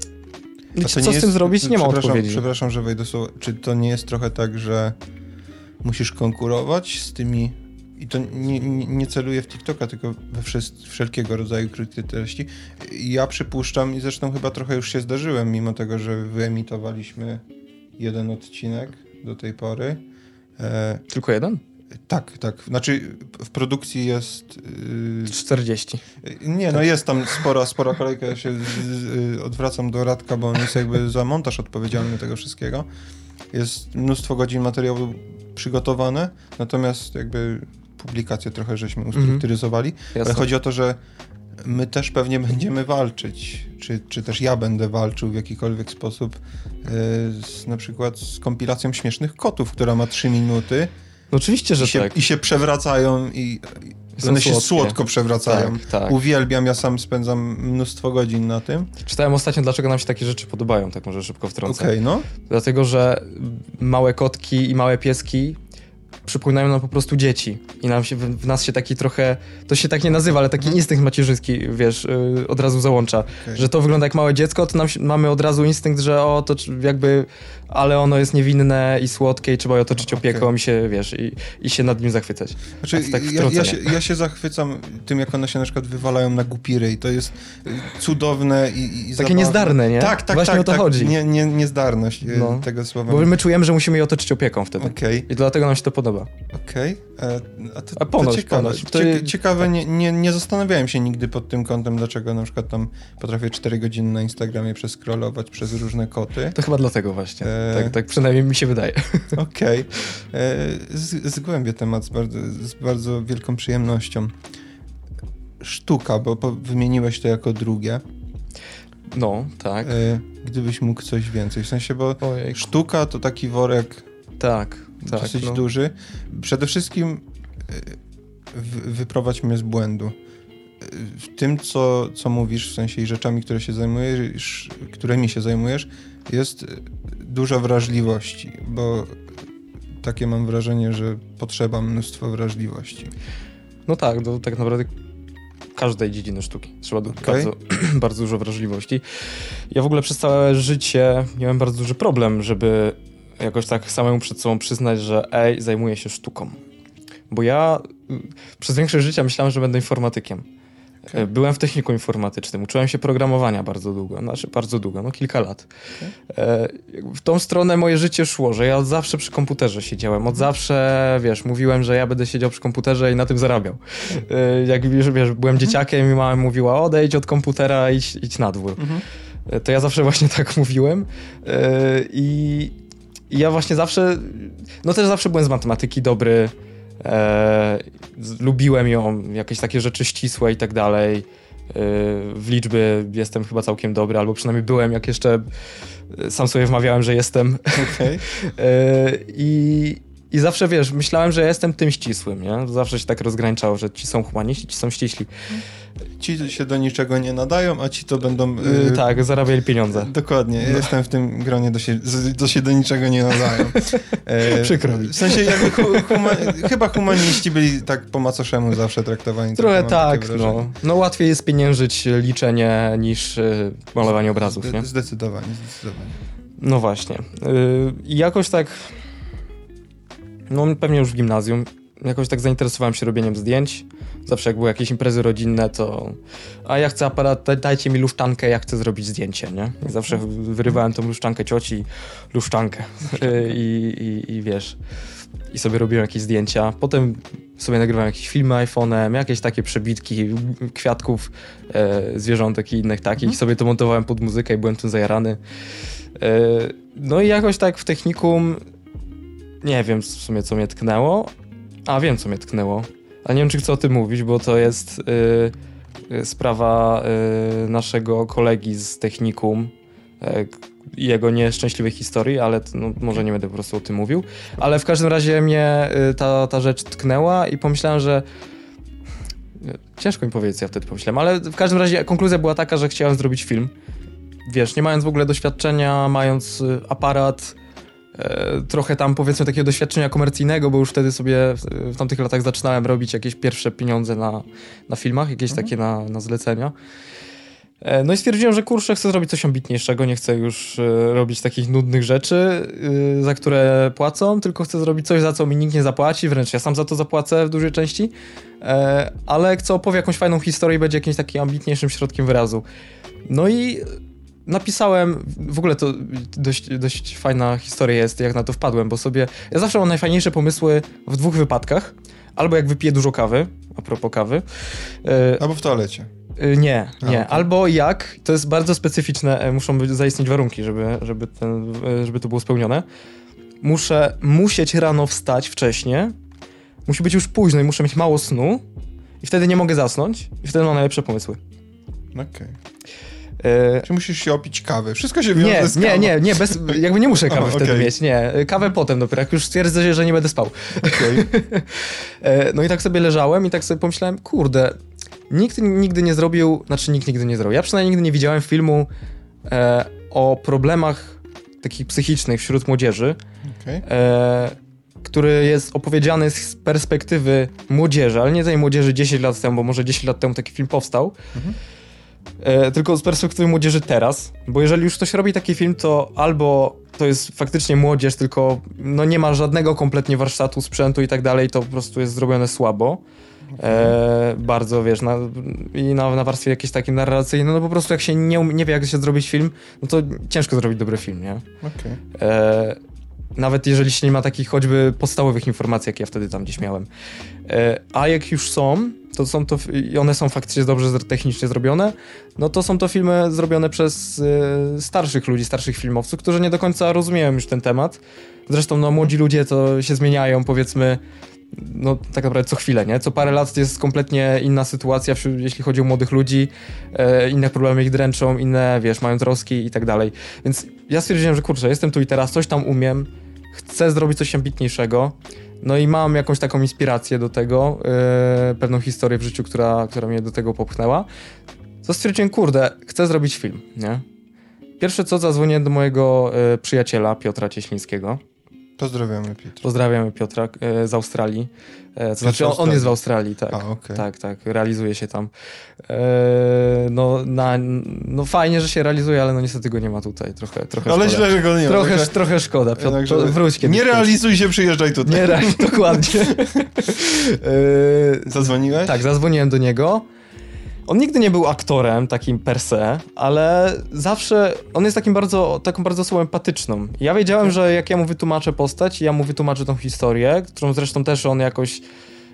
I co z jest, tym zrobić? Nie ma odpowiedzi. Przepraszam, że wejdę słowo. Czy to nie jest trochę tak, że musisz konkurować z tymi... I to nie, nie, nie celuję w TikToka, tylko we wszys- wszelkiego rodzaju krótkie treści. Ja przypuszczam i zresztą chyba trochę już się zdarzyłem, mimo tego, że wyemitowaliśmy jeden odcinek do tej pory. E... Tylko jeden? Tak, tak. Znaczy w produkcji jest... Yy... czterdzieści. Nie, no jest tam spora, spora kolejka. Ja się z, z, odwracam do Radka, bo on jest jakby za montaż odpowiedzialny tego wszystkiego. Jest mnóstwo godzin materiału przygotowane, natomiast jakby publikację trochę żeśmy ustrukturyzowali. Mm-hmm. Ale chodzi o to, że my też pewnie będziemy walczyć, czy, czy też ja będę walczył w jakikolwiek sposób yy, z, na przykład z kompilacją śmiesznych kotów, która ma trzy minuty. No oczywiście, że I się, tak. I się przewracają i, i one się słodko przewracają. Tak, tak. Uwielbiam, ja sam spędzam mnóstwo godzin na tym. Czytałem ostatnio, dlaczego nam się takie rzeczy podobają, tak może szybko wtrącę. Okej, okay, no. Dlatego, że małe kotki i małe pieski przypominają nam po prostu dzieci. I nam się, w nas się taki trochę, to się tak nie nazywa, ale taki instynkt macierzyński, wiesz, yy, od razu załącza. Okay. Że to wygląda jak małe dziecko, to nam się, mamy od razu instynkt, że o, to jakby, ale ono jest niewinne i słodkie i trzeba je otoczyć opieką okay. i się, wiesz, i, i się nad nim zachwycać. Znaczy, tak ja, ja, się, ja się zachwycam tym, jak one się na przykład wywalają na głupiry i to jest cudowne i, i Takie zabawne. Niezdarne, nie? Tak, tak, Właśnie tak. o to tak. chodzi. Nie, nie, niezdarność no. tego słowa. Bo my czujemy, że musimy je otoczyć opieką wtedy. Okay. I dlatego nam się to podoba. Okej. Okay. A, to, A ponoć, to ciekawe. ponoć. To Cie, ciekawe, nie, nie, nie zastanawiałem się nigdy pod tym kątem, dlaczego na przykład tam potrafię cztery godziny na Instagramie przeskrolować przez różne koty. To chyba dlatego właśnie. E... Tak, tak przynajmniej mi się wydaje. Okej. Okay. Zgłębię temat z bardzo, z bardzo wielką przyjemnością. Sztuka, bo wymieniłeś to jako drugie. No, tak. E, gdybyś mógł coś więcej. W sensie, bo Ojejku. Sztuka to taki worek tak, tak, dosyć no. duży. Przede wszystkim w, wyprowadź mnie z błędu. w tym, co, co mówisz, w sensie i rzeczami, które się zajmujesz, którymi się zajmujesz, jest dużo wrażliwości, bo takie mam wrażenie, że potrzeba mnóstwo wrażliwości. No tak, to tak naprawdę każdej dziedziny sztuki. Trzeba do, Okay. bardzo, bardzo dużo wrażliwości. Ja w ogóle przez całe życie miałem bardzo duży problem, żeby jakoś tak samemu przed sobą przyznać, że ej, zajmuję się sztuką. Bo ja przez większość życia myślałem, że będę informatykiem. Okay. Byłem w technikum informatycznym, uczyłem się programowania bardzo długo, znaczy bardzo długo, no kilka lat. Okay. W tą stronę moje życie szło, że ja od zawsze przy komputerze siedziałem, od zawsze, wiesz, mówiłem, że ja będę siedział przy komputerze i na tym zarabiał. Okay. Jak wiesz, wiesz, byłem dzieciakiem i mama mówiła, odejdź od komputera, idź, idź na dwór. Mm-hmm. To ja zawsze właśnie tak mówiłem i, i ja właśnie zawsze, no też zawsze byłem z matematyki dobry. E, z, lubiłem ją, jakieś takie rzeczy ścisłe i tak dalej. E, w liczby jestem chyba całkiem dobry, albo przynajmniej byłem, jak jeszcze sam sobie wmawiałem, że jestem. Okay. e, i, I zawsze, wiesz, myślałem, że ja jestem tym ścisłym, nie? Zawsze się tak rozgraniczało, że ci są humaniści, ci są ściśli. Ci się do niczego nie nadają, a ci to będą... Yy, tak, zarabiali pieniądze. Dokładnie, no. Jestem w tym gronie, do się, do się do niczego nie nadają. E, Przykro mi. W sensie jakby hu, huma, chyba humaniści byli tak po macoszemu zawsze traktowani. Trochę tak, no. No łatwiej jest pieniężyć liczenie niż y, malowanie obrazów, Zde- nie? Zdecydowanie, zdecydowanie. No właśnie. I yy, jakoś tak... No pewnie już w gimnazjum. Jakoś tak zainteresowałem się robieniem zdjęć. Zawsze jak były jakieś imprezy rodzinne, to a ja chcę aparat, dajcie mi luszczankę, ja chcę zrobić zdjęcie, nie? I zawsze wyrywałem tą luszczankę cioci, luszczankę I, i, i wiesz, i sobie robiłem jakieś zdjęcia. Potem sobie nagrywałem jakieś filmy iPhone'em, jakieś takie przebitki kwiatków, e, zwierzątek i innych takich. Mhm. Sobie to montowałem pod muzykę i byłem tym zajarany. E, no i jakoś tak w technikum nie wiem w sumie, co mnie tknęło. A, wiem, co mnie tknęło. Ale nie wiem, czy chcę o tym mówić, bo to jest y, sprawa y, naszego kolegi z technikum i y, jego nieszczęśliwej historii, ale no, może nie będę po prostu o tym mówił. Ale w każdym razie mnie y, ta, ta rzecz tknęła i pomyślałem, że ciężko mi powiedzieć, co ja wtedy pomyślałem, ale w każdym razie konkluzja była taka, że chciałem zrobić film. Wiesz, nie mając w ogóle doświadczenia, mając y, aparat, trochę tam powiedzmy takiego doświadczenia komercyjnego, bo już wtedy sobie w tamtych latach zaczynałem robić jakieś pierwsze pieniądze na, na filmach, jakieś mhm. takie na, na zlecenia. No i stwierdziłem, że kurczę, chcę zrobić coś ambitniejszego, nie chcę już robić takich nudnych rzeczy, za które płacą, tylko chcę zrobić coś, za co mi nikt nie zapłaci, wręcz ja sam za to zapłacę w dużej części, ale co opowie jakąś fajną historię i będzie jakimś takim ambitniejszym środkiem wyrazu. No i napisałem, w ogóle to dość, dość fajna historia jest, jak na to wpadłem, bo sobie, ja zawsze mam najfajniejsze pomysły w dwóch wypadkach, albo jak wypiję dużo kawy, a propos kawy. Albo w toalecie. Nie, nie, a, okay. Albo jak, to jest bardzo specyficzne, muszą zaistnieć warunki, żeby, żeby, ten, żeby to było spełnione. Muszę musieć rano wstać wcześnie, musi być już późno i muszę mieć mało snu i wtedy nie mogę zasnąć i wtedy mam najlepsze pomysły. Okej. Okay. E... Czy musisz się opić kawy? Wszystko się wiąże nie, z kawą. Nie, nie, nie, bez, jakby nie muszę kawy o, wtedy okay. mieć, nie. Kawę potem dopiero, jak już stwierdzę, że nie będę spał. Okay. e, no i tak sobie leżałem i tak sobie pomyślałem, kurde, nikt nigdy nie zrobił, znaczy nikt nigdy nie zrobił, ja przynajmniej nigdy nie widziałem filmu e, o problemach takich psychicznych wśród młodzieży, okay. e, który jest opowiedziany z perspektywy młodzieży, ale nie tej młodzieży dziesięć lat temu, bo może dziesięć lat temu taki film powstał, mhm. E, tylko z perspektywy młodzieży teraz, bo jeżeli już ktoś robi taki film, to albo to jest faktycznie młodzież, tylko no nie ma żadnego kompletnie warsztatu, sprzętu i tak dalej, to po prostu jest zrobione słabo. Okay. E, bardzo, wiesz, na, i na, na warstwie jakiejś takiej narracyjnej, no po prostu jak się nie, nie wie, jak się zrobić film, no to ciężko zrobić dobry film, nie? Okay. E, nawet jeżeli się nie ma takich choćby podstawowych informacji, jak ja wtedy tam gdzieś miałem. E, a jak już są, to są to, i one są faktycznie dobrze technicznie zrobione, no to są to filmy zrobione przez y, starszych ludzi, starszych filmowców, którzy nie do końca rozumieją już ten temat. Zresztą no młodzi ludzie to się zmieniają, powiedzmy, no tak naprawdę co chwilę, nie? Co parę lat jest kompletnie inna sytuacja, jeśli chodzi o młodych ludzi, e, inne problemy ich dręczą, inne, wiesz, mają troski i tak dalej. Więc ja stwierdziłem, że kurczę, jestem tu i teraz, coś tam umiem chcę zrobić coś ambitniejszego, no i mam jakąś taką inspirację do tego, yy, pewną historię w życiu, która, która mnie do tego popchnęła, to stwierdziłem, kurde, chcę zrobić film, nie? Pierwsze co, zadzwoniłem do mojego yy, przyjaciela Piotra Cieślińskiego. Pozdrawiamy, Piotr. Pozdrawiamy Piotra yy, z Australii. Yy, to znaczy on, on jest w Australii, tak. A, okay. Tak, tak, realizuje się tam. Yy, no, na, no fajnie, że się realizuje, ale no niestety go nie ma tutaj. Trochę, trochę ale szkoda. źle, że go nie ma. Trochę, Także... trochę szkoda. Piotr, Także... wróć kiedyś. Nie realizuj się, przyjeżdżaj tutaj. Nie realizuj, dokładnie. yy, Zadzwoniłeś? Tak, zadzwoniłem do niego. On nigdy nie był aktorem takim per se, ale zawsze on jest takim bardzo, taką bardzo osobą empatyczną. Ja wiedziałem, tak. że jak ja mu wytłumaczę postać, ja mu wytłumaczę tą historię, którą zresztą też on jakoś yy,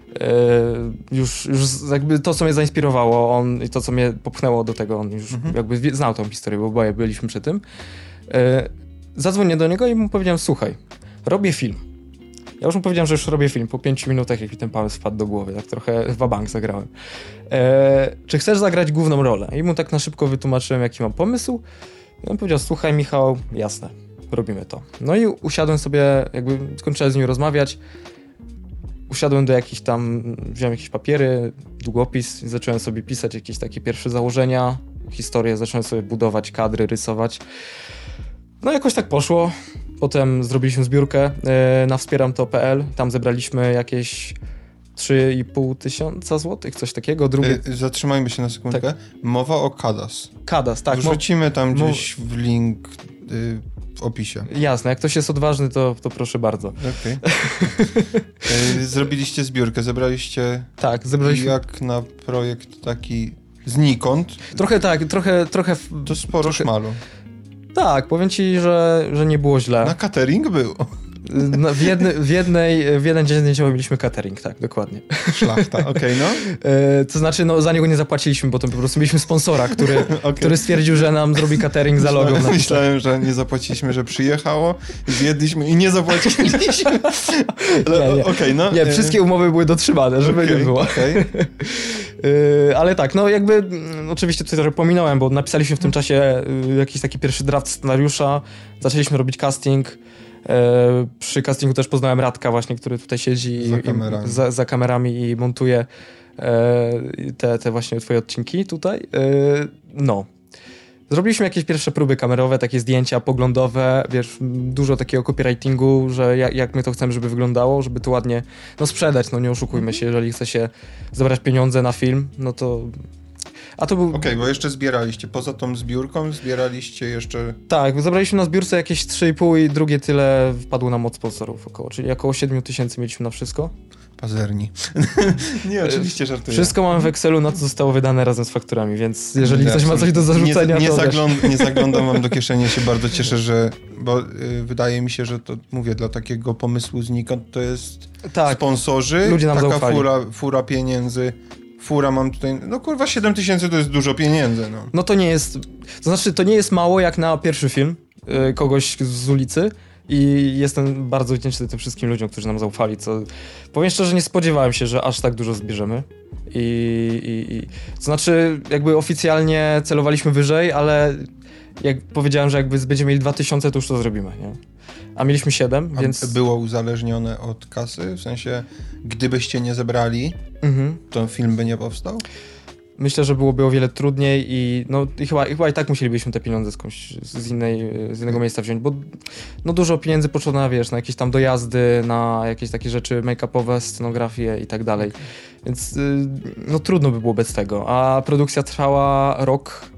już, już jakby to, co mnie zainspirowało, on i to, co mnie popchnęło do tego, on już mhm. jakby znał tą historię, bo oboje byliśmy przy tym. Yy, zadzwonię do niego i mu powiedziałem, słuchaj, robię film. Ja już mu powiedziałem, że już robię film po pięciu minutach, jak mi ten pomysł wpadł do głowy, tak trochę wabank zagrałem. Eee, czy chcesz zagrać główną rolę? I mu tak na szybko wytłumaczyłem, jaki mam pomysł. I on powiedział, słuchaj Michał, jasne, robimy to. No i usiadłem sobie, jakby skończyłem z nim rozmawiać, usiadłem do jakichś tam, wziąłem jakieś papiery, długopis i zacząłem sobie pisać jakieś takie pierwsze założenia, historię, zacząłem sobie budować kadry, rysować. No jakoś tak poszło. Potem zrobiliśmy zbiórkę yy, na wspieram to kropka p l. Tam zebraliśmy jakieś trzy i pół tysiąca złotych, coś takiego. Drugi... Yy, zatrzymajmy się na sekundkę. Tak. Mowa o Kadas. Kadas, tak. Wrzucimy tam gdzieś w link yy, w opisie. Jasne, jak ktoś jest odważny, to, to proszę bardzo. Okej. Okay. yy, zrobiliście zbiórkę, zebraliście... Tak, zebraliśmy. Jak na projekt taki znikąd. Trochę tak, trochę... trochę to sporo trochę... szmalu. Tak, powiem ci, że, że nie było źle. Na catering było. No, w, jedny, w, jednej, w jeden dzień zdjęciowy mieliśmy catering, tak, dokładnie. Szlachta, okej, okay, no. E, to znaczy, no za niego nie zapłaciliśmy, bo to po prostu mieliśmy sponsora, który, okay. który stwierdził, że nam zrobi catering za logo. Myślałem, myślałem, że nie zapłaciliśmy, że przyjechało, zjedliśmy i nie zapłaciliśmy. Okej, okay, no. Nie, wszystkie umowy były dotrzymane, żeby okay, nie było. Okay. e, ale tak, no jakby, m, oczywiście tutaj trochę pominąłem, bo napisaliśmy w tym czasie y, jakiś taki pierwszy draft scenariusza, zaczęliśmy robić casting. E, przy castingu też poznałem Radka właśnie, który tutaj siedzi za i, kamerami, i, za, za kamerami i montuje e, te, te właśnie twoje odcinki tutaj. E, no. Zrobiliśmy jakieś pierwsze próby kamerowe, takie zdjęcia poglądowe, wiesz, dużo takiego copywritingu, że jak, jak my to chcemy, żeby wyglądało, żeby to ładnie, no sprzedać, no nie oszukujmy się, jeżeli chce się zebrać pieniądze na film, no to... A to był... Okej, okay, bo jeszcze zbieraliście, poza tą zbiórką zbieraliście jeszcze... Tak, zebraliśmy na zbiórce jakieś trzy i pół i drugie tyle wpadło nam od sponsorów około, czyli około siedem tysięcy mieliśmy na wszystko. Pazerni. Nie, oczywiście żartuję. Wszystko mamy w Excelu, na co zostało wydane razem z fakturami, więc jeżeli ja, ktoś ma coś do zarzucenia, nie, nie to zagląd, nie zaglądam wam do kieszeni, ja się bardzo cieszę, że, bo y, wydaje mi się, że to, mówię, dla takiego pomysłu znikąd to jest tak, sponsorzy, ludzie nam taka zaufali. fura, fura pieniędzy, fura mam tutaj, no kurwa siedem tysięcy to jest dużo pieniędzy, no. No to nie jest, to znaczy to nie jest mało jak na pierwszy film y, kogoś z ulicy. I jestem bardzo wdzięczny tym wszystkim ludziom, którzy nam zaufali, co powiem szczerze, nie spodziewałem się, że aż tak dużo zbierzemy. I, i, i to znaczy jakby oficjalnie celowaliśmy wyżej, ale jak powiedziałem, że jakby będziemy mieli dwa tysiące, to już to zrobimy, nie? A mieliśmy siedem, A więc... było uzależnione od kasy? W sensie, gdybyście nie zebrali, mhm. to film by nie powstał? Myślę, że byłoby o wiele trudniej i no i chyba, chyba i tak musielibyśmy te pieniądze skądś z, innej, z innego miejsca wziąć, bo no dużo pieniędzy poszło na, wiesz, na jakieś tam dojazdy, na jakieś takie rzeczy make-upowe, scenografię i tak dalej, więc no trudno by było bez tego, a produkcja trwała rok,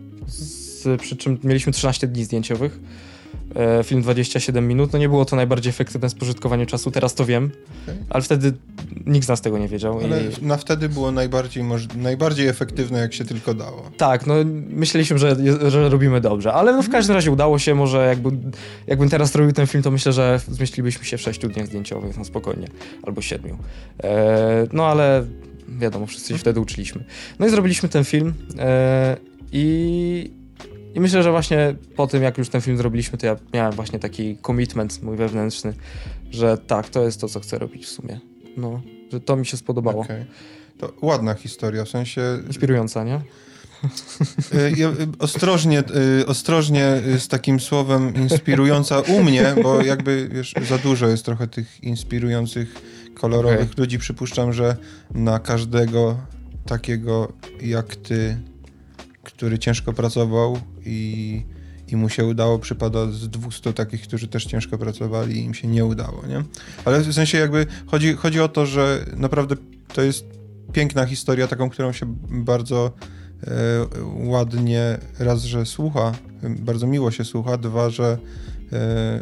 z, przy czym mieliśmy trzynaście dni zdjęciowych. Film dwadzieścia siedem minut, no nie było to najbardziej efektywne spożytkowanie czasu, teraz to wiem, okay. ale wtedy nikt z nas tego nie wiedział. Ale i... na wtedy było najbardziej, moż... najbardziej efektywne, jak się tylko dało. Tak, no myśleliśmy, że, że robimy dobrze, ale no w każdym razie udało się, może jakby, jakbym teraz robił ten film, to myślę, że zmieścilibyśmy się w sześciu dniach zdjęciowych, no spokojnie, albo siedmiu. E, no ale wiadomo, wszyscy się wtedy uczyliśmy. No i zrobiliśmy ten film e, i... I myślę, że właśnie po tym, jak już ten film zrobiliśmy, to ja miałem właśnie taki commitment mój wewnętrzny, że tak, to jest to, co chcę robić w sumie. No, że to mi się spodobało. Okay. To ładna historia, w sensie... Inspirująca, nie? Ja, ostrożnie, ostrożnie z takim słowem inspirująca u mnie, bo jakby wiesz, za dużo jest trochę tych inspirujących, kolorowych okay. ludzi. Przypuszczam, że na każdego takiego jak ty, który ciężko pracował i, i mu się udało, przypada z dwustu takich, którzy też ciężko pracowali i im się nie udało, nie? Ale w sensie jakby chodzi, chodzi o to, że naprawdę to jest piękna historia, taką, którą się bardzo e, ładnie, raz, że słucha, bardzo miło się słucha, dwa, że e,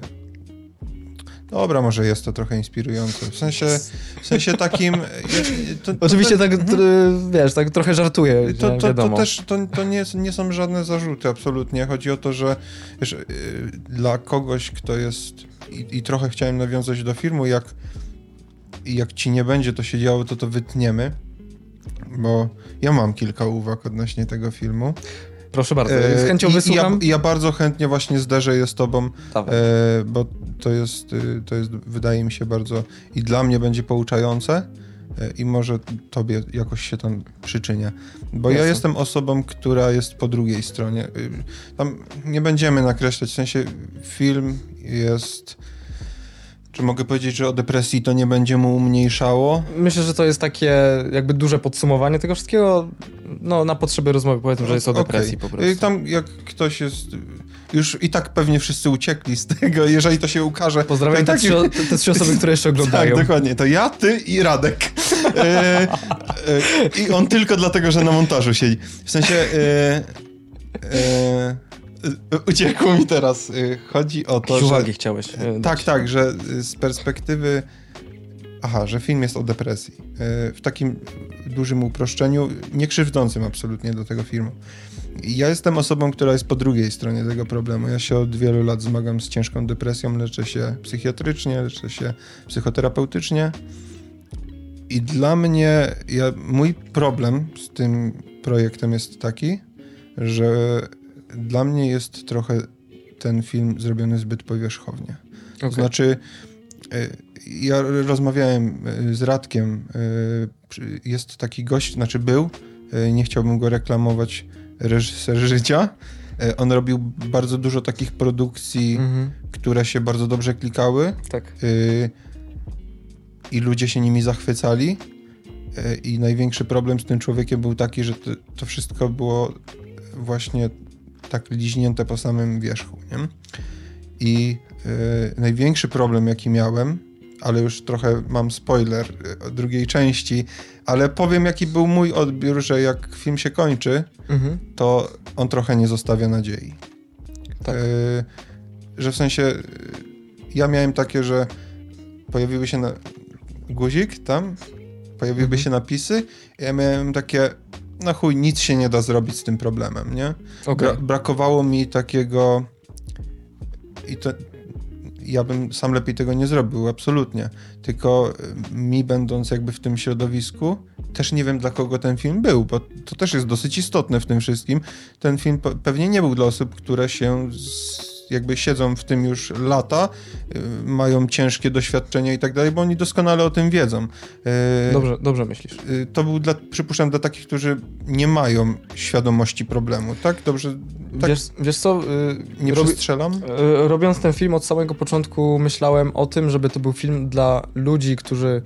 dobra, może jest to trochę inspirujące. W sensie, w sensie takim... To, to, Oczywiście to, tak, to, wiesz, tak trochę żartuję, to, to, wiadomo. To też to, to nie, nie są żadne zarzuty, absolutnie. Chodzi o to, że wiesz, yy, dla kogoś, kto jest... I, I trochę chciałem nawiązać do filmu, jak, jak ci nie będzie to się działo, to to wytniemy. Bo ja mam kilka uwag odnośnie tego filmu. Proszę bardzo, z chęcią wysłucham. I ja, ja bardzo chętnie właśnie zderzę je z tobą, e, bo to jest, to jest, wydaje mi się, bardzo i dla mnie będzie pouczające e, i może tobie jakoś się tam przyczynia. Bo Jasne. Ja jestem osobą, która jest po drugiej stronie. Tam nie będziemy nakreślać, w sensie film jest... Czy mogę powiedzieć, że o depresji to nie będzie mu umniejszało? Myślę, że to jest takie jakby duże podsumowanie tego wszystkiego. No, na potrzeby rozmowy powiedzmy, że jest o depresji okay. po prostu. Tam jak ktoś jest... Już i tak pewnie wszyscy uciekli z tego, jeżeli to się ukaże. Pozdrawiam te, trzy, te trzy osoby, które jeszcze oglądają. Tak, dokładnie. To ja, ty i Radek. E, e, I on tylko dlatego, że na montażu siedzi. W sensie... E, e, uciekło mi teraz. Chodzi o to, że... uwagi że... chciałeś. Tak, tak, że z perspektywy... Aha, że film jest o depresji. W takim dużym uproszczeniu, nie krzywdzącym absolutnie do tego filmu. Ja jestem osobą, która jest po drugiej stronie tego problemu. Ja się od wielu lat zmagam z ciężką depresją, leczę się psychiatrycznie, leczę się psychoterapeutycznie. I dla mnie, ja, mój problem z tym projektem jest taki, że dla mnie jest trochę ten film zrobiony zbyt powierzchownie. Okay. To znaczy, ja rozmawiałem z Radkiem, jest taki gość, znaczy był, nie chciałbym go reklamować, reżyser życia. On robił bardzo dużo takich produkcji, mm-hmm. które się bardzo dobrze klikały. Tak. I ludzie się nimi zachwycali. I największy problem z tym człowiekiem był taki, że to, to wszystko było właśnie tak liźnięte po samym wierzchu, nie? I y, największy problem, jaki miałem, ale już trochę mam spoiler y, drugiej części, ale powiem, jaki był mój odbiór, że jak film się kończy, mhm. to on trochę nie zostawia nadziei. Tak. Y, że w sensie y, ja miałem takie, że pojawiły się na... guzik tam, pojawiły mhm. się napisy i ja miałem takie... no chuj, nic się nie da zrobić z tym problemem, nie? Okay. Bra- brakowało mi takiego... I to... ja bym sam lepiej tego nie zrobił, absolutnie. Tylko mi, będąc jakby w tym środowisku, też nie wiem, dla kogo ten film był, bo to też jest dosyć istotne w tym wszystkim. Ten film pe- pewnie nie był dla osób, które się z... jakby siedzą w tym już lata, y, mają ciężkie doświadczenia i tak dalej, bo oni doskonale o tym wiedzą. Y, dobrze, dobrze myślisz. Y, to był, dla, przypuszczam, dla takich, którzy nie mają świadomości problemu, tak? Dobrze? Tak? Wiesz, wiesz co? Y, nie robi, przestrzelam? Y, robiąc ten film od samego początku myślałem o tym, żeby to był film dla ludzi, którzy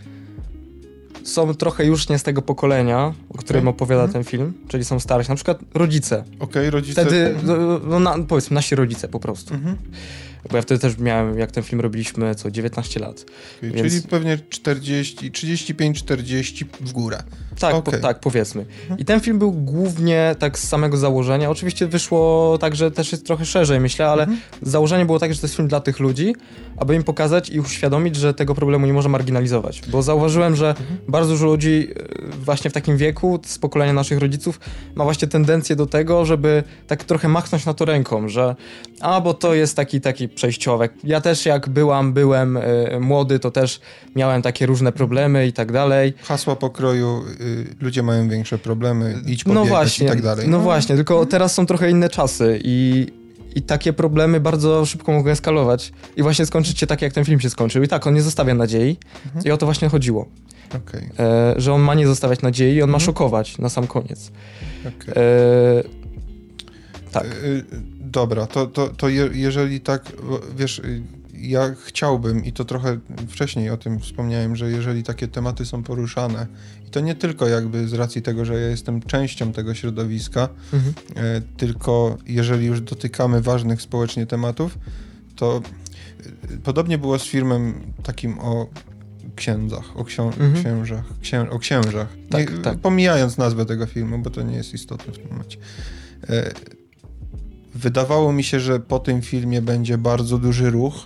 są trochę już nie z tego pokolenia, o którym okay. opowiada mm. ten film, czyli są starsi, na przykład rodzice. Okej, okay, rodzice. Wtedy, no, no na, powiedzmy, nasi rodzice po prostu. Mm-hmm. Bo ja wtedy też miałem, jak ten film robiliśmy, co, dziewiętnaście lat. Okay, więc... Czyli pewnie czterdzieści, trzydzieści pięć czterdzieści w górę. Tak, okay. po, tak powiedzmy. Mhm. I ten film był głównie tak z samego założenia. Oczywiście wyszło tak, że też jest trochę szerzej, myślę, ale mhm. założenie było takie, że to jest film dla tych ludzi, aby im pokazać i uświadomić, że tego problemu nie można marginalizować. Bo zauważyłem, że mhm. bardzo dużo ludzi właśnie w takim wieku, z pokolenia naszych rodziców, ma właśnie tendencję do tego, żeby tak trochę machnąć na to ręką, że a, bo to jest taki, taki przejściowek. Ja też jak byłam, byłem y, młody, to też miałem takie różne problemy i tak dalej. Hasła pokroju, y, ludzie mają większe problemy, idź pobiegać no właśnie, i tak dalej. No, no właśnie, tylko mhm. teraz są trochę inne czasy i, i takie problemy bardzo szybko mogą eskalować i właśnie skończyć się tak, jak ten film się skończył. I tak, on nie zostawia nadziei mhm. i o to właśnie chodziło. Okay. E, że on ma nie zostawiać nadziei, on mhm. ma szokować na sam koniec. Okay. E, tak. E, dobra, to, to, to je, jeżeli tak, wiesz, ja chciałbym i to trochę wcześniej o tym wspomniałem, że jeżeli takie tematy są poruszane i to nie tylko jakby z racji tego, że ja jestem częścią tego środowiska, mhm. e, tylko jeżeli już dotykamy ważnych społecznie tematów, to podobnie było z filmem takim o księdzach, o ksią- mhm. księżach, księ- o księżach. Tak, nie, tak. Pomijając nazwę tego filmu, bo to nie jest istotne w tym momencie. E, wydawało mi się, że po tym filmie będzie bardzo duży ruch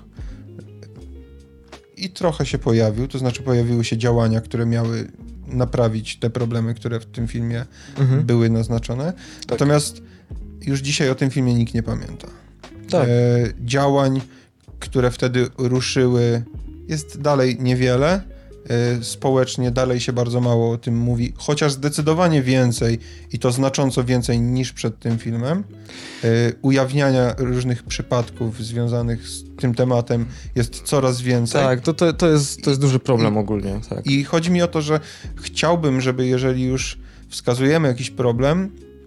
i trochę się pojawił, to znaczy pojawiły się działania, które miały naprawić te problemy, które w tym filmie mhm. były naznaczone. Tak. Natomiast już dzisiaj o tym filmie nikt nie pamięta. Tak. E, działań, które wtedy ruszyły, jest dalej niewiele. E, społecznie dalej się bardzo mało o tym mówi, chociaż zdecydowanie więcej i to znacząco więcej niż przed tym filmem. E, ujawniania różnych przypadków związanych z tym tematem jest coraz więcej. Tak, to, to, to, jest, to jest duży problem I, ogólnie. Tak. I chodzi mi o to, że chciałbym, żeby jeżeli już wskazujemy jakiś problem,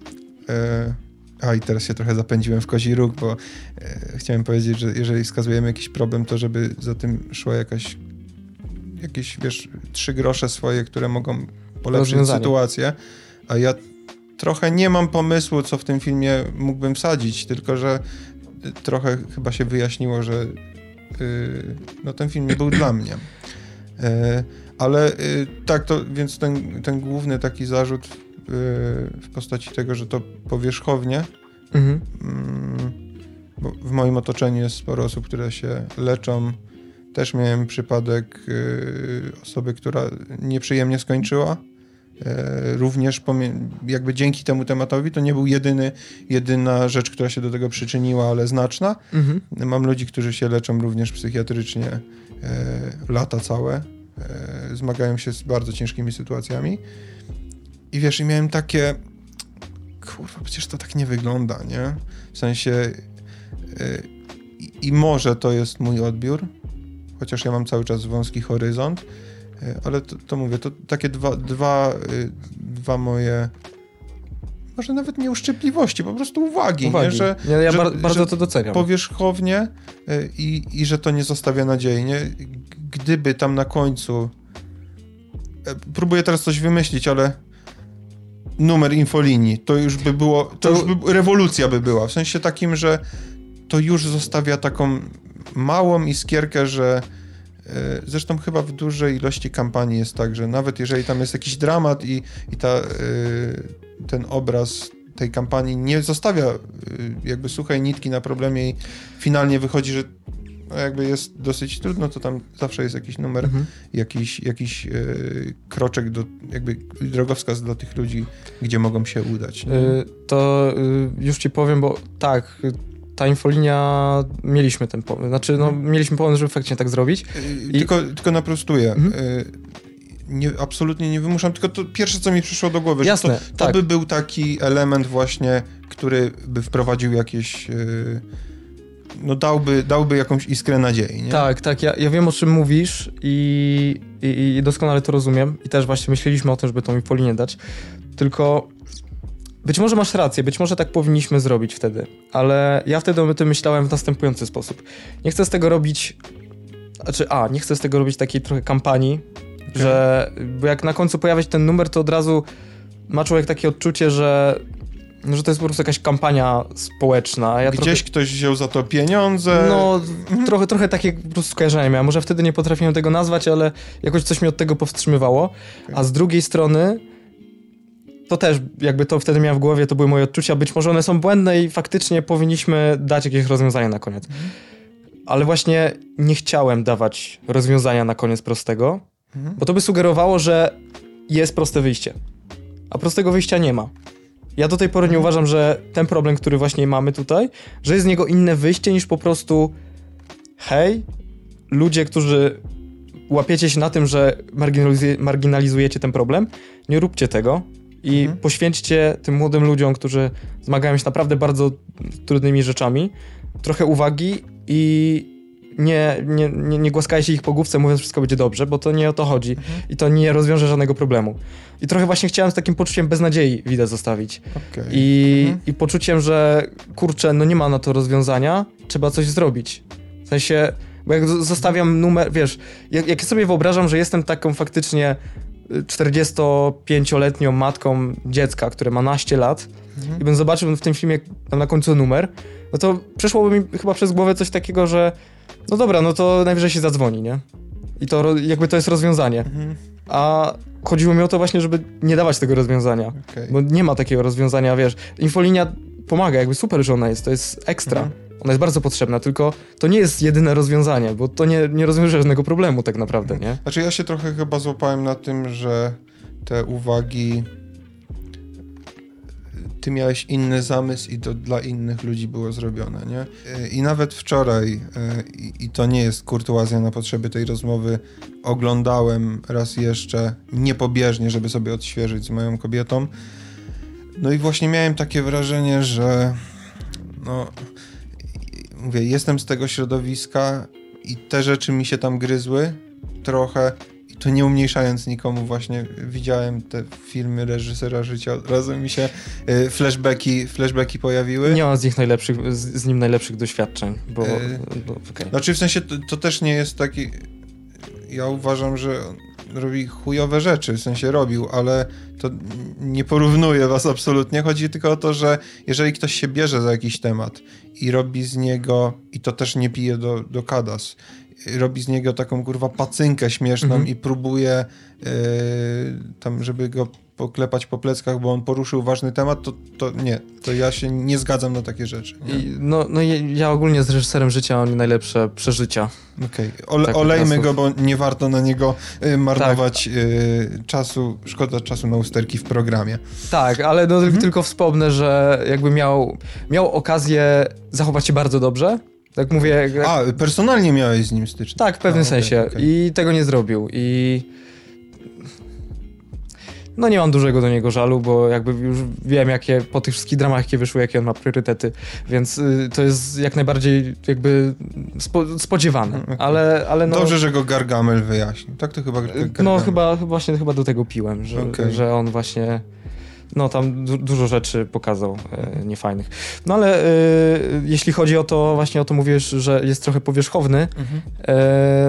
e, a i teraz się trochę zapędziłem w kozi róg, bo e, chciałem powiedzieć, że jeżeli wskazujemy jakiś problem, to żeby za tym szła jakaś jakieś, wiesz, trzy grosze swoje, które mogą polepszyć sytuację, a ja trochę nie mam pomysłu, co w tym filmie mógłbym wsadzić, tylko że trochę chyba się wyjaśniło, że yy, no ten film nie był dla mnie. Yy, ale yy, tak, to więc ten, ten główny taki zarzut yy, w postaci tego, że to powierzchownie, mhm. yy, bo w moim otoczeniu jest sporo osób, które się leczą. Też miałem przypadek yy, osoby, która nieprzyjemnie skończyła. Yy, również pomie- jakby dzięki temu tematowi to nie był jedyny, jedyna rzecz, która się do tego przyczyniła, ale znaczna. Mhm. Mam ludzi, którzy się leczą również psychiatrycznie yy, lata całe. Yy, zmagają się z bardzo ciężkimi sytuacjami. I wiesz, i miałem takie kurwa, przecież to tak nie wygląda, nie? W sensie yy, i może to jest mój odbiór, chociaż ja mam cały czas wąski horyzont, ale to, to mówię, to takie dwa, dwa, dwa moje, może nawet nie uszczypliwości, po prostu uwagi, uwagi. Nie? Że, ja ja że, bar- bardzo że to doceniam. Powierzchownie i, i że to nie zostawia nadziei, nie? Gdyby tam na końcu, próbuję teraz coś wymyślić, ale numer infolinii, to już by było, to, to... już by, rewolucja by była, w sensie takim, że to już zostawia taką małą iskierkę, że yy, zresztą chyba w dużej ilości kampanii jest tak, że nawet jeżeli tam jest jakiś dramat i, i ta, yy, ten obraz tej kampanii nie zostawia yy, jakby suchej nitki na problemie i finalnie wychodzi, że no jakby jest dosyć trudno, to tam zawsze jest jakiś numer, mhm. jakiś, jakiś yy, kroczek, do, jakby drogowskaz dla tych ludzi, gdzie mogą się udać. Yy, to yy, już ci powiem, bo tak, ta infolinia, mieliśmy ten pomysł, znaczy no, hmm. mieliśmy pomysł, żeby faktycznie tak zrobić. Yy, I... tylko, tylko naprostuję. Hmm. Yy, nie, absolutnie nie wymuszam, tylko to pierwsze, co mi przyszło do głowy, Jasne, że to, to tak. by był taki element właśnie, który by wprowadził jakieś... Yy, no dałby, dałby jakąś iskrę nadziei, nie? Tak, tak, ja, ja wiem, o czym mówisz i, i, i doskonale to rozumiem i też właśnie myśleliśmy o tym, żeby tą infolinię dać, tylko być może masz rację, być może tak powinniśmy zrobić wtedy, ale ja wtedy o tym myślałem w następujący sposób. Nie chcę z tego robić, znaczy a, nie chcę z tego robić takiej trochę kampanii, okay. że, bo jak na końcu pojawia się ten numer, to od razu ma człowiek takie odczucie, że No, że to jest po prostu jakaś kampania społeczna. Ja Gdzieś trochę... ktoś wziął za to pieniądze. No, trochę, trochę takie po prostu skojarzenia miałem. Może wtedy nie potrafiłem tego nazwać, ale jakoś coś mnie od tego powstrzymywało. Okay. A z drugiej strony to też jakby to wtedy miałem w głowie, to były moje odczucia. Być może one są błędne i faktycznie powinniśmy dać jakieś rozwiązanie na koniec. Mhm. Ale właśnie nie chciałem dawać rozwiązania na koniec prostego, mhm. bo to by sugerowało, że jest proste wyjście. A prostego wyjścia nie ma. Ja do tej pory nie uważam, że ten problem, który właśnie mamy tutaj, że jest z niego inne wyjście niż po prostu hej, ludzie, którzy łapiecie się na tym, że marginalizu- marginalizujecie ten problem, nie róbcie tego i mhm. poświęćcie tym młodym ludziom, którzy zmagają się naprawdę bardzo trudnymi rzeczami, trochę uwagi i nie, nie, nie, nie głaskajcie ich po główce, mówiąc, że wszystko będzie dobrze, bo to nie o to chodzi mhm. i to nie rozwiąże żadnego problemu. I trochę właśnie chciałem z takim poczuciem beznadziei widać zostawić. Okay. I, mhm. I poczuciem, że kurczę, no nie ma na to rozwiązania, trzeba coś zrobić. W sensie, bo jak zostawiam numer, wiesz, jak, jak sobie wyobrażam, że jestem taką faktycznie czterdziestopięcioletnią matką dziecka, które ma naście lat mhm. i bym zobaczył w tym filmie tam na końcu numer, no to przeszłoby mi chyba przez głowę coś takiego, że no dobra, no to najwyżej się zadzwoni, nie? I to jakby to jest rozwiązanie. Mhm. A chodziło mi o to właśnie, żeby nie dawać tego rozwiązania. Okay. Bo nie ma takiego rozwiązania, wiesz. Infolinia pomaga, jakby super, że ona jest, to jest ekstra. Mhm. Ona jest bardzo potrzebna, tylko to nie jest jedyne rozwiązanie, bo to nie, nie rozwiąże żadnego problemu tak naprawdę, nie? Znaczy ja się trochę chyba złapałem na tym, że te uwagi... Ty miałeś inny zamysł i to dla innych ludzi było zrobione, nie? I nawet wczoraj, i, i to nie jest kurtuazja na potrzeby tej rozmowy, oglądałem raz jeszcze niepobieżnie, żeby sobie odświeżyć z moją kobietą. No i właśnie miałem takie wrażenie, że no... Mówię, jestem z tego środowiska i te rzeczy mi się tam gryzły trochę i to nie umniejszając nikomu, właśnie widziałem te filmy reżysera życia, od razu mi się y, flashbacki, flashbacki pojawiły. Nie mam z nich najlepszych, z, z nim najlepszych doświadczeń, bo... Y, bo okay. Znaczy w sensie to, to też nie jest taki... Ja uważam, że robi chujowe rzeczy, w sensie robił, ale to nie porównuję was absolutnie. Chodzi tylko o to, że jeżeli ktoś się bierze za jakiś temat i robi z niego, i to też nie pije do, do kadas, robi z niego taką kurwa pacynkę śmieszną mhm. i próbuje yy, tam, żeby go poklepać po pleckach, bo on poruszył ważny temat, to, to nie, to ja się nie zgadzam na takie rzeczy. I, no, no ja ogólnie z reżyserem życia mam najlepsze przeżycia. Okej, okay. Ole, tak, olejmy go, bo nie warto na niego y, marnować tak. y, czasu, szkoda czasu na usterki w programie. Tak, ale no, mhm. tylko wspomnę, że jakby miał, miał okazję zachować się bardzo dobrze. Tak mówię... Jak... A, personalnie miałeś z nim styczność. Tak, w pewnym A, okay, sensie. Okay. I tego nie zrobił. I... No nie mam dużego do niego żalu, bo jakby już wiem, jakie po tych wszystkich dramach, jakie wyszły, jakie on ma priorytety, więc y, to jest jak najbardziej jakby spo, spodziewane, okay. ale, ale no... Dobrze, że go Gargamel wyjaśnił. Tak to chyba Gargamel. No chyba, właśnie chyba do tego piłem, że, okay. że on właśnie... No tam du- dużo rzeczy pokazał e, niefajnych. No ale e, jeśli chodzi o to, właśnie o to mówisz, że jest trochę powierzchowny, mhm. e,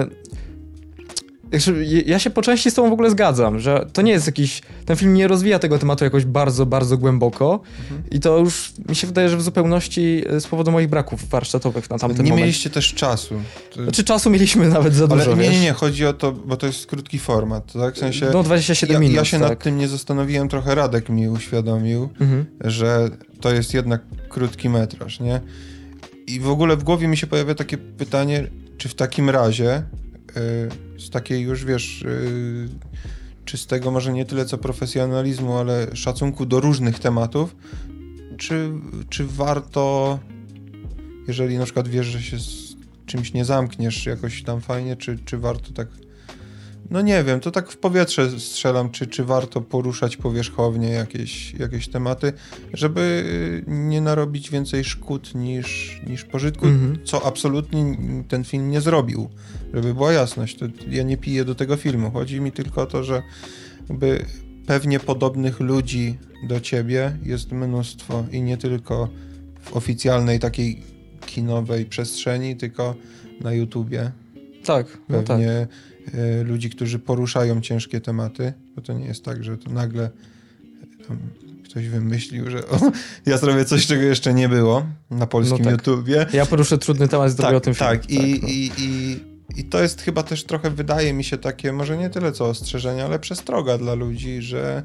ja się po części z tobą w ogóle zgadzam, że to nie jest jakiś... Ten film nie rozwija tego tematu jakoś bardzo, bardzo głęboko mhm. i to już mi się wydaje, że w zupełności z powodu moich braków warsztatowych na tamten nie moment. Nie mieliście też czasu. To... Znaczy czasu mieliśmy nawet za dużo, Ale nie, wiesz? nie, nie, chodzi o to, bo to jest krótki format, tak? W sensie... No dwadzieścia siedem ja, minut, Ja się tak. nad tym nie zastanowiłem, trochę Radek mi uświadomił, mhm. że to jest jednak krótki metraż, nie? I w ogóle w głowie mi się pojawia takie pytanie, czy w takim razie... Yy, z takiej już, wiesz, yy, czystego, może nie tyle co profesjonalizmu, ale szacunku do różnych tematów, czy, czy warto, jeżeli na przykład wiesz, że się z czymś nie zamkniesz jakoś tam fajnie, czy, czy warto tak, no nie wiem, to tak w powietrze strzelam, czy, czy warto poruszać powierzchownie jakieś, jakieś tematy, żeby nie narobić więcej szkód niż, niż pożytku, mhm. co absolutnie ten film nie zrobił. Żeby była jasność, to ja nie piję do tego filmu. Chodzi mi tylko o to, że jakby pewnie podobnych ludzi do ciebie jest mnóstwo i nie tylko w oficjalnej takiej kinowej przestrzeni, tylko na YouTubie. Tak, no pewnie tak. y, ludzi, którzy poruszają ciężkie tematy, bo to nie jest tak, że to nagle tam ktoś wymyślił, że o, ja zrobię coś, czego jeszcze nie było na polskim no tak. YouTubie. Ja poruszę trudny temat i zrobię tak, o tym film. Tak, i, tak no. i, i, i to jest chyba też trochę, wydaje mi się, takie, może nie tyle co ostrzeżenie, ale przestroga dla ludzi, że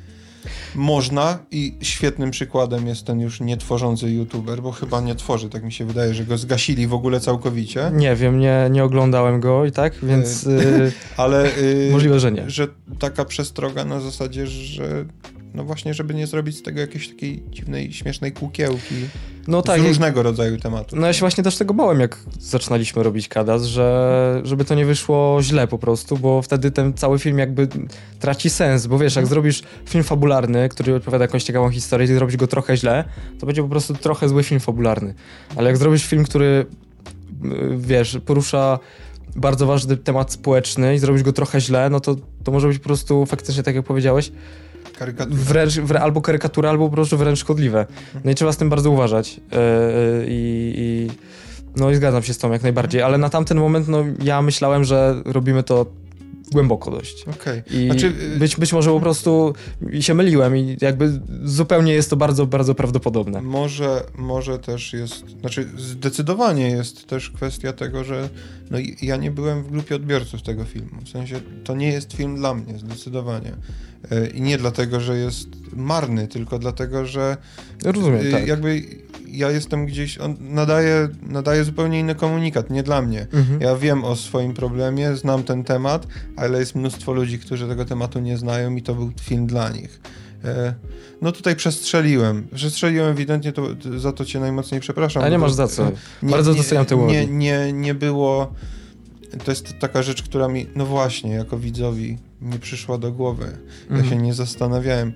można i świetnym przykładem jest ten już nietworzący youtuber, bo chyba nie tworzy, tak mi się wydaje, że go zgasili w ogóle całkowicie. Nie wiem, nie, nie oglądałem go i tak, więc yy, ale yy, możliwe, że nie. Że taka przestroga na zasadzie, że no właśnie, żeby nie zrobić z tego jakiejś takiej dziwnej, śmiesznej kukiełki no tak, z różnego rodzaju tematów. No ja się właśnie też tego bałem, jak zaczynaliśmy robić Kadas, że żeby to nie wyszło źle po prostu, bo wtedy ten cały film jakby traci sens, bo wiesz, jak hmm. zrobisz film fabularny, który opowiada jakąś ciekawą historię i zrobisz go trochę źle, to będzie po prostu trochę zły film fabularny. Ale jak zrobisz film, który wiesz, porusza bardzo ważny temat społeczny i zrobić go trochę źle, no to, to może być po prostu faktycznie, tak jak powiedziałeś, Karykatura. Wręcz, wrę, albo karykatura, albo po prostu wręcz szkodliwe. No i trzeba z tym bardzo uważać. Yy, i, i, no i zgadzam się z tą jak najbardziej, ale na tamten moment no, ja myślałem, że robimy to głęboko dość. Okay. I znaczy, być, być może po prostu się myliłem i jakby zupełnie jest to bardzo, bardzo prawdopodobne. Może, może też jest, znaczy zdecydowanie jest też kwestia tego, że no ja nie byłem w grupie odbiorców tego filmu. W sensie to nie jest film dla mnie, zdecydowanie. I nie dlatego, że jest marny, tylko dlatego, że rozumiem, tak. jakby ja jestem gdzieś, on nadaje, nadaje zupełnie inny komunikat, nie dla mnie. Mhm. Ja wiem o swoim problemie, znam ten temat, ale jest mnóstwo ludzi, którzy tego tematu nie znają i to był film dla nich. No tutaj przestrzeliłem. Przestrzeliłem ewidentnie, to, za to cię najmocniej przepraszam. A nie masz za co. Nie, Bardzo doceniam te uwagi. Nie, nie, nie było... To jest taka rzecz, która mi, no właśnie, jako widzowi nie przyszła do głowy. Ja mhm. się nie zastanawiałem.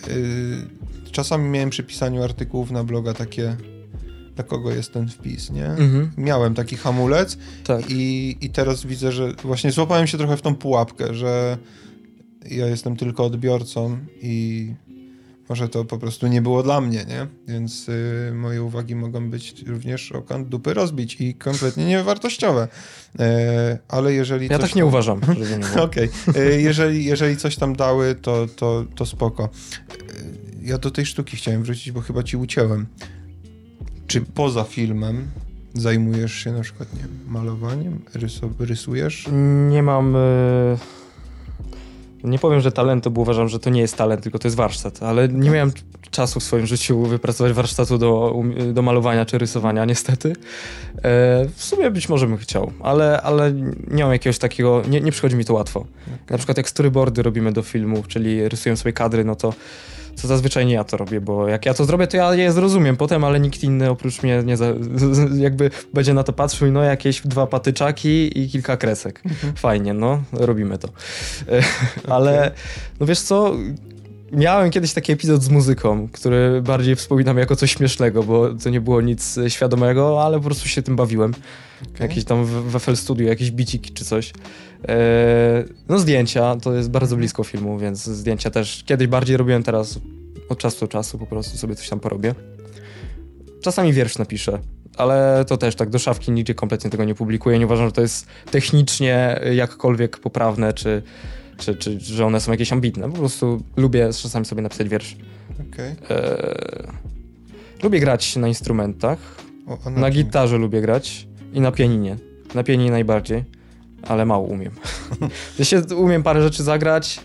Czasami miałem przy pisaniu artykułów na bloga takie, dla kogo jest ten wpis, nie? Mhm. Miałem taki hamulec tak. i, i teraz widzę, że właśnie złapałem się trochę w tą pułapkę, że ja jestem tylko odbiorcą i może to po prostu nie było dla mnie, nie? Więc y, moje uwagi mogą być również o kant dupy rozbić i kompletnie niewartościowe. E, ale jeżeli Ja coś tak nie tam... uważam. Okej. Okay. E, jeżeli, jeżeli coś tam dały, to, to, to spoko. E, ja do tej sztuki chciałem wrócić, bo chyba ci ucięłem. Czy poza filmem zajmujesz się na przykład, nie wiem, malowaniem? Rysu, rysujesz? Nie mam... Y... Nie powiem, że talentu, bo uważam, że to nie jest talent, tylko to jest warsztat, ale nie miałem czasu w swoim życiu wypracować warsztatu do, do malowania czy rysowania, niestety. E, w sumie być może bym chciał, ale, ale nie mam jakiegoś takiego, nie, nie przychodzi mi to łatwo. Okay. Na przykład jak storyboardy robimy do filmów, czyli rysujemy sobie kadry, no to to zazwyczaj nie ja to robię, bo jak ja to zrobię, to ja je zrozumiem potem, ale nikt inny oprócz mnie nie za, jakby będzie na to patrzył i no jakieś dwa patyczaki i kilka kresek. Mhm. Fajnie, no, robimy to. Ale okay. no wiesz co, miałem kiedyś taki epizod z muzyką, który bardziej wspominam jako coś śmiesznego, bo to nie było nic świadomego, ale po prostu się tym bawiłem. Okay. Jakieś tam w F L Studio, jakieś biciki czy coś. No zdjęcia, to jest bardzo blisko filmu, więc zdjęcia też kiedyś bardziej robiłem, teraz od czasu do czasu po prostu sobie coś tam porobię. Czasami wiersz napiszę, ale to też tak do szafki nigdzie kompletnie tego nie publikuję. Nie uważam, że to jest technicznie jakkolwiek poprawne, czy, czy, czy że one są jakieś ambitne. Po prostu lubię czasami sobie napisać wiersz. Okay. E... Lubię grać na instrumentach, o, na, na gitarze lubię grać i na pianinie. Na pianinie najbardziej. Ale mało umiem. Ja się umiem parę rzeczy zagrać.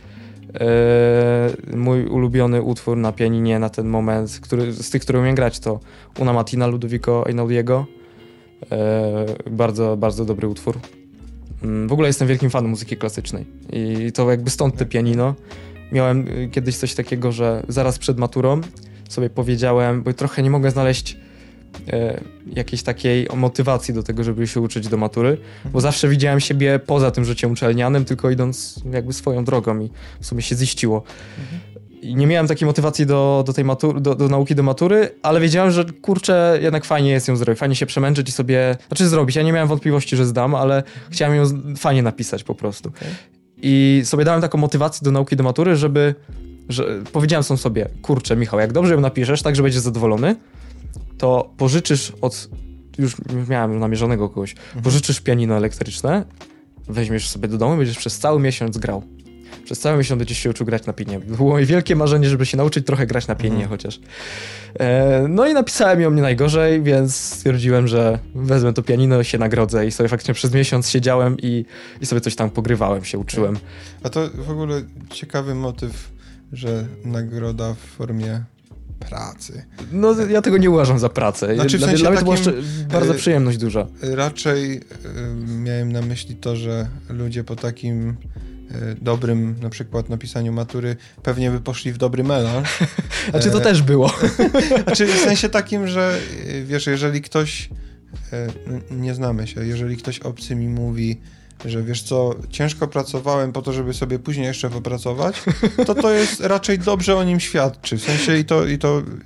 Eee, mój ulubiony utwór na pianinie na ten moment, który, z tych, które umiem grać, to Una Mattina Ludovico Einaudiego. Eee, bardzo, bardzo dobry utwór. W ogóle jestem wielkim fanem muzyki klasycznej. I to jakby stąd te pianino. Miałem kiedyś coś takiego, że zaraz przed maturą sobie powiedziałem, bo trochę nie mogę znaleźć E, jakiejś takiej motywacji do tego, żeby się uczyć do matury, mhm. bo zawsze widziałem siebie poza tym życiem uczelnianym, tylko idąc jakby swoją drogą i w sumie się ziściło. Mhm. I nie miałem takiej motywacji do, do tej matury, do, do nauki do matury, ale wiedziałem, że kurczę, jednak fajnie jest ją zrobić, fajnie się przemęczyć i sobie, znaczy zrobić. Ja nie miałem wątpliwości, że zdam, ale mhm. chciałem ją fajnie napisać po prostu. Okay. I sobie dałem taką motywację do nauki do matury, żeby, że powiedziałem sam sobie, kurczę Michał, jak dobrze ją napiszesz, tak, że będziesz zadowolony, to pożyczysz od, już miałem namierzonego kogoś, mhm. pożyczysz pianino elektryczne, weźmiesz sobie do domu, będziesz przez cały miesiąc grał. Przez cały miesiąc będziesz się uczył grać na pianinie. Było moje wielkie marzenie, żeby się nauczyć trochę grać na pianinie mhm. chociaż. E, no i napisałem ją nie najgorzej, więc stwierdziłem, że wezmę to pianino, się nagrodzę i sobie faktycznie przez miesiąc siedziałem i, i sobie coś tam pogrywałem, się uczyłem. A to w ogóle ciekawy motyw, że nagroda w formie pracy. No ja tego nie uważam za pracę. Znaczy, w sensie dla mnie takim, to była bardzo przyjemność duża. Raczej y, miałem na myśli to, że ludzie po takim y, dobrym na przykład napisaniu matury pewnie by poszli w dobry melanż. Znaczy to też było. Znaczy w sensie takim, że y, wiesz, jeżeli ktoś y, nie znamy się, jeżeli ktoś obcy mi mówi, że wiesz co, ciężko pracowałem po to, żeby sobie później jeszcze popracować, to to jest raczej dobrze o nim świadczy. W sensie i to, i to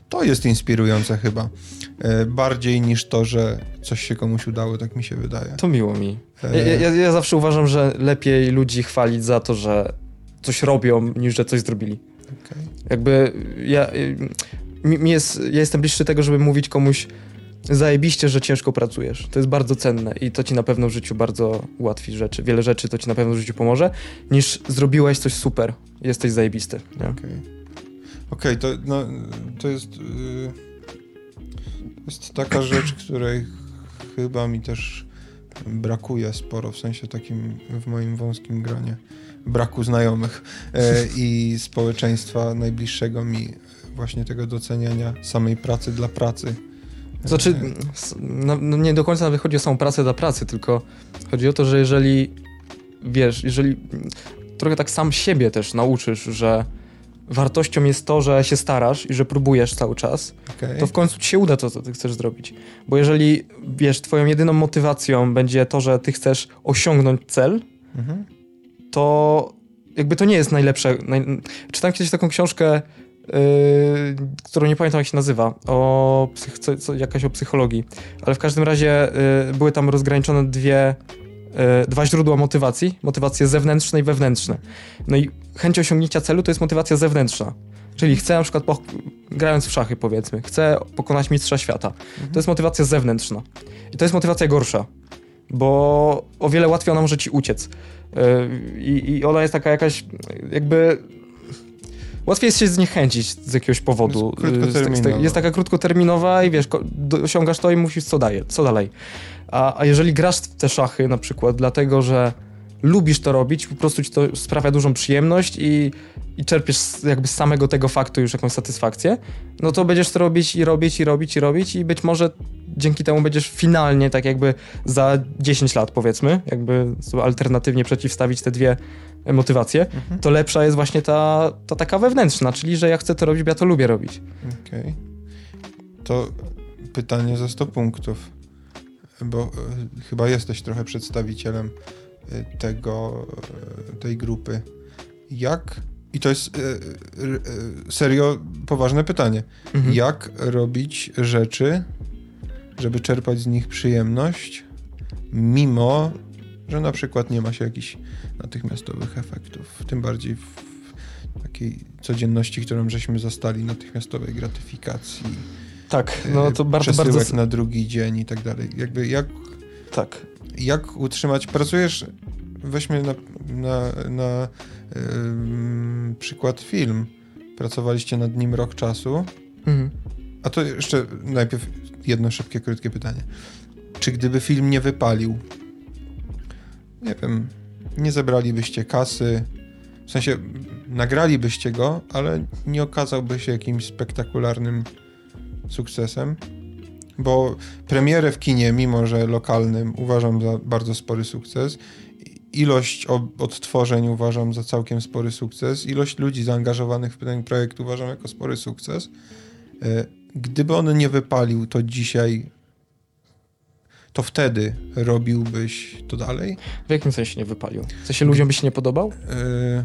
To jest inspirujące chyba. E, bardziej niż to, że coś się komuś udało, tak mi się wydaje. To miło mi. E... Ja, ja, ja zawsze uważam, że lepiej ludzi chwalić za to, że coś robią, niż że coś zrobili. Okay. Jakby ja, mi, mi jest, ja jestem bliższy tego, żeby mówić komuś zajebiście, że ciężko pracujesz. To jest bardzo cenne i to ci na pewno w życiu bardzo ułatwi rzeczy. Wiele rzeczy to ci na pewno w życiu pomoże, niż zrobiłeś coś super. Jesteś zajebisty. Okej, okay. okay, to, no, to jest yy, to jest taka rzecz, której chyba mi też brakuje sporo, w sensie takim w moim wąskim gronie. Braku znajomych yy, i społeczeństwa najbliższego mi właśnie tego doceniania samej pracy dla pracy. Znaczy, no, no nie do końca nawet chodzi o samą pracę dla pracy, tylko chodzi o to, że jeżeli, wiesz, jeżeli trochę tak sam siebie też nauczysz, że wartością jest to, że się starasz i że próbujesz cały czas, okay. to w końcu ci się uda to, co ty chcesz zrobić. Bo jeżeli, wiesz, twoją jedyną motywacją będzie to, że ty chcesz osiągnąć cel, mhm. to jakby to nie jest najlepsze. Naj... Czytałem kiedyś taką książkę, Yy, którą nie pamiętam jak się nazywa, o psych- co, co, jakaś o psychologii, ale w każdym razie yy, były tam rozgraniczone dwie, yy, dwa źródła motywacji, motywacje zewnętrzne i wewnętrzne. No i chęć osiągnięcia celu to jest motywacja zewnętrzna, czyli chcę na przykład, po, grając w szachy powiedzmy, chcę pokonać mistrza świata. Mhm. To jest motywacja zewnętrzna i to jest motywacja gorsza, bo o wiele łatwiej ona może ci uciec yy, i ona jest taka jakaś jakby... Łatwiej jest się zniechęcić z jakiegoś powodu. Jest, jest taka krótkoterminowa i wiesz, osiągasz to i musisz co, daje, co dalej. A, a jeżeli grasz w te szachy na przykład dlatego, że lubisz to robić, po prostu ci to sprawia dużą przyjemność i, i czerpiesz jakby z samego tego faktu już jakąś satysfakcję, no to będziesz to robić i robić i robić i robić i być może dzięki temu będziesz finalnie tak jakby za dziesięć lat powiedzmy, jakby alternatywnie przeciwstawić te dwie motywacje, mhm. to lepsza jest właśnie ta, ta taka wewnętrzna, czyli że ja chcę to robić, bo ja to lubię robić. Okej. Okay. To pytanie za sto punktów, bo y, chyba jesteś trochę przedstawicielem y, tego, y, tej grupy. Jak, i to jest y, y, y, serio poważne pytanie, mhm. jak robić rzeczy, żeby czerpać z nich przyjemność, mimo że na przykład nie ma się jakichś natychmiastowych efektów, tym bardziej w takiej codzienności, którą żeśmy zastali, natychmiastowej gratyfikacji. Tak, no to bardzo, przesyłek bardzo... na drugi dzień i tak dalej. Jakby jak... Tak. Jak utrzymać... Pracujesz... Weźmy na, na, na yy, przykład film. Pracowaliście nad nim rok czasu. Mhm. A to jeszcze najpierw jedno szybkie, krótkie pytanie. Czy gdyby film nie wypalił, nie wiem, nie zebralibyście kasy, w sensie nagralibyście go, ale nie okazałby się jakimś spektakularnym sukcesem? Bo premierę w kinie, mimo że lokalnym, uważam za bardzo spory sukces. Ilość odtworzeń uważam za całkiem spory sukces. Ilość ludzi zaangażowanych w ten projekt uważam jako spory sukces. Gdyby on nie wypalił, to dzisiaj, to wtedy robiłbyś to dalej? W jakim sensie nie wypalił? W sensie ludziom by się nie podobał? Yy...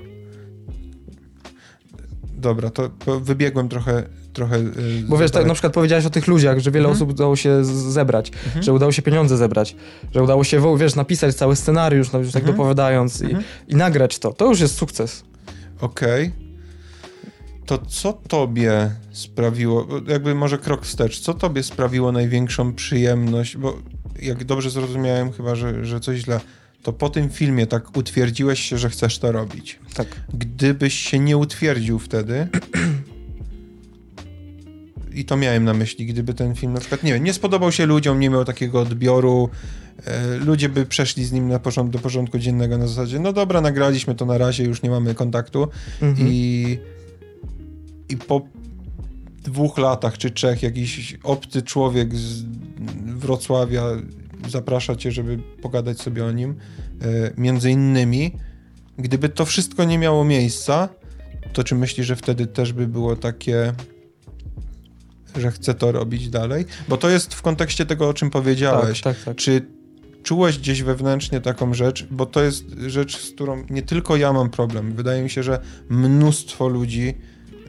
Dobra, to, to wybiegłem trochę trochę... Yy, Bo wiesz, tak, na przykład powiedziałeś o tych ludziach, że wiele mhm. osób udało się zebrać, mhm. że udało się pieniądze zebrać, że udało się, wiesz, napisać cały scenariusz, no, już tak mhm. dopowiadając i, mhm. i nagrać to. To już jest sukces. Okej. Okay. To co tobie sprawiło, jakby może krok wstecz, co tobie sprawiło największą przyjemność, bo jak dobrze zrozumiałem chyba, że, że coś źle, to po tym filmie tak utwierdziłeś się, że chcesz to robić. Tak. Gdybyś się nie utwierdził wtedy i to miałem na myśli, gdyby ten film na przykład, nie wiem, nie spodobał się ludziom, nie miał takiego odbioru, e, ludzie by przeszli z nim na porząd- do porządku dziennego na zasadzie, no dobra, nagraliśmy to na razie, już nie mamy kontaktu mhm. i i po dwóch latach czy trzech jakiś obcy człowiek z Wrocławia zaprasza cię, żeby pogadać sobie o nim. E, między innymi, gdyby to wszystko nie miało miejsca, to czy myślisz, że wtedy też by było takie, że chcę to robić dalej? Bo to jest w kontekście tego, o czym powiedziałeś. Tak, tak, tak. Czy czułeś gdzieś wewnętrznie taką rzecz? Bo to jest rzecz, z którą nie tylko ja mam problem. Wydaje mi się, że mnóstwo ludzi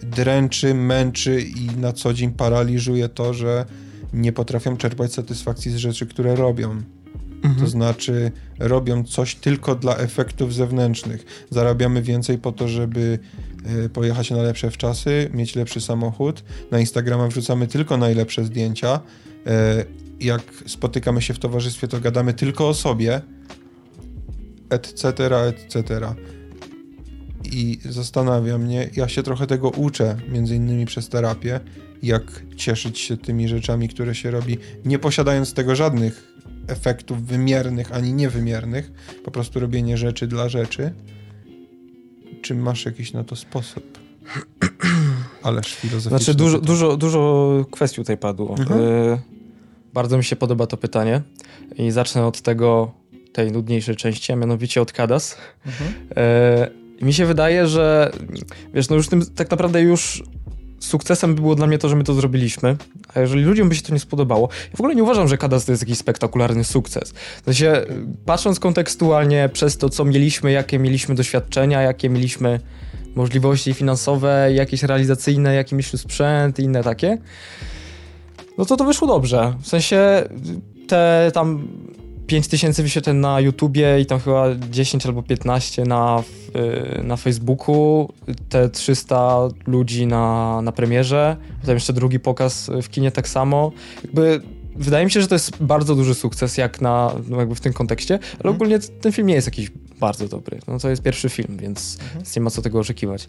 dręczy, męczy i na co dzień paraliżuje to, że nie potrafią czerpać satysfakcji z rzeczy, które robią. Mhm. To znaczy robią coś tylko dla efektów zewnętrznych. Zarabiamy więcej po to, żeby y, pojechać na lepsze wczasy, mieć lepszy samochód. Na Instagrama wrzucamy tylko najlepsze zdjęcia. Y, jak spotykamy się w towarzystwie, to gadamy tylko o sobie, et cetera, et cetera. I zastanawia mnie, ja się trochę tego uczę, między innymi przez terapię, jak cieszyć się tymi rzeczami, które się robi, nie posiadając tego żadnych efektów wymiernych ani niewymiernych, po prostu robienie rzeczy dla rzeczy. Czy masz jakiś na to sposób? Ależ filozoficznie. Znaczy dużo, dużo, dużo kwestii tutaj padło. Mhm. Y- bardzo mi się podoba to pytanie i zacznę od tego, tej nudniejszej części, a mianowicie od Kadas. Mhm. Y- mi się wydaje, że wiesz, no już tym tak naprawdę już sukcesem by było dla mnie to, że my to zrobiliśmy, a jeżeli ludziom by się to nie spodobało, ja w ogóle nie uważam, że Kadas to jest jakiś spektakularny sukces. W sensie, patrząc kontekstualnie przez to, co mieliśmy, jakie mieliśmy doświadczenia, jakie mieliśmy możliwości finansowe, jakieś realizacyjne, jaki mieliśmy sprzęt i inne takie, no to to wyszło dobrze. W sensie te tam pięć tysięcy wyświetleń na YouTubie i tam chyba dziesięć albo piętnaście na, na Facebooku, te trzysta ludzi na, na premierze, potem jeszcze drugi pokaz w kinie tak samo. Jakby wydaje mi się, że to jest bardzo duży sukces jak na, no jakby w tym kontekście, ale mhm. ogólnie ten film nie jest jakiś bardzo dobry. No to jest pierwszy film, więc, mhm. więc nie ma co tego oczekiwać.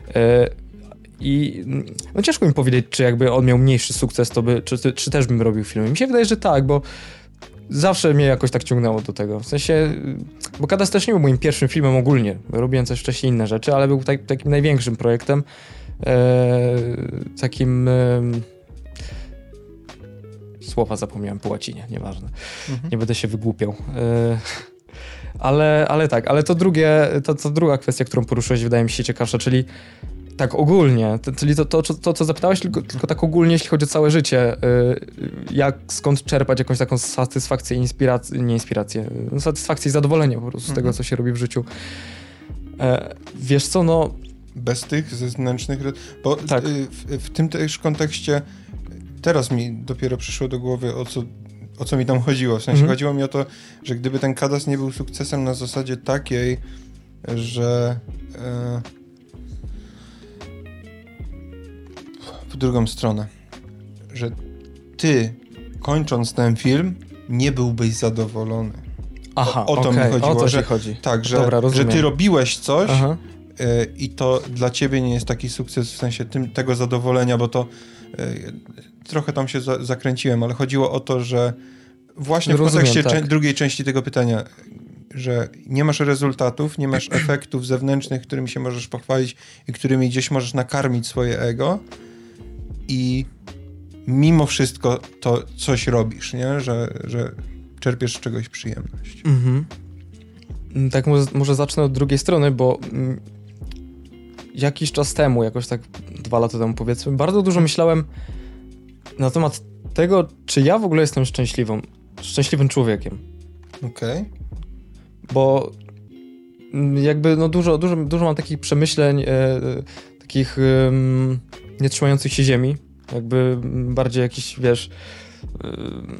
I no ciężko mi powiedzieć, czy jakby on miał mniejszy sukces, to by, czy, czy też bym robił film. Mi się wydaje, że tak, bo zawsze mnie jakoś tak ciągnęło do tego. W sensie, bo Kadas też nie był moim pierwszym filmem ogólnie. Robiłem też wcześniej inne rzeczy, ale był tak, takim największym projektem. E, takim... E, słowa zapomniałem po łacinie, nieważne. Mhm. Nie będę się wygłupiał. E, ale, ale tak, ale to drugie, to, to druga kwestia, którą poruszyłeś, wydaje mi się ciekawsza, czyli tak ogólnie, to, czyli to, to, to, co zapytałeś, tylko, tylko tak ogólnie, jeśli chodzi o całe życie, yy, jak, skąd czerpać jakąś taką satysfakcję, inspirację, nie inspirację, no, satysfakcję i zadowolenie po prostu z tego, co się robi w życiu. E, wiesz co, no... Bez tych zewnętrznych... Bo tak. w, w tym też kontekście teraz mi dopiero przyszło do głowy, o co, o co mi tam chodziło. W sensie mhm. chodziło mi o to, że gdyby ten Kadas nie był sukcesem na zasadzie takiej, że... E, w drugą stronę, że ty, kończąc ten film, nie byłbyś zadowolony. Aha, o, o to okay. mi chodziło, o to że, chodzi. Tak, że, Dobra, że ty robiłeś coś y, i to dla ciebie nie jest taki sukces w sensie tym, tego zadowolenia, bo to y, trochę tam się za, zakręciłem, ale chodziło o to, że właśnie rozumiem, w kontekście tak. cze- drugiej części tego pytania, że nie masz rezultatów, nie masz efektów zewnętrznych, którymi się możesz pochwalić i którymi gdzieś możesz nakarmić swoje ego, i mimo wszystko to coś robisz, nie? Że, że czerpiesz z czegoś przyjemność. Mhm. Tak może, może zacznę od drugiej strony, bo mm, jakiś czas temu, jakoś tak dwa lata temu powiedzmy, bardzo dużo myślałem na temat tego, czy ja w ogóle jestem szczęśliwą, szczęśliwym człowiekiem. Okej. Okay. Bo jakby no dużo, dużo, dużo mam takich przemyśleń, e, takich e, nie trzymających się ziemi, jakby bardziej jakichś, wiesz, e,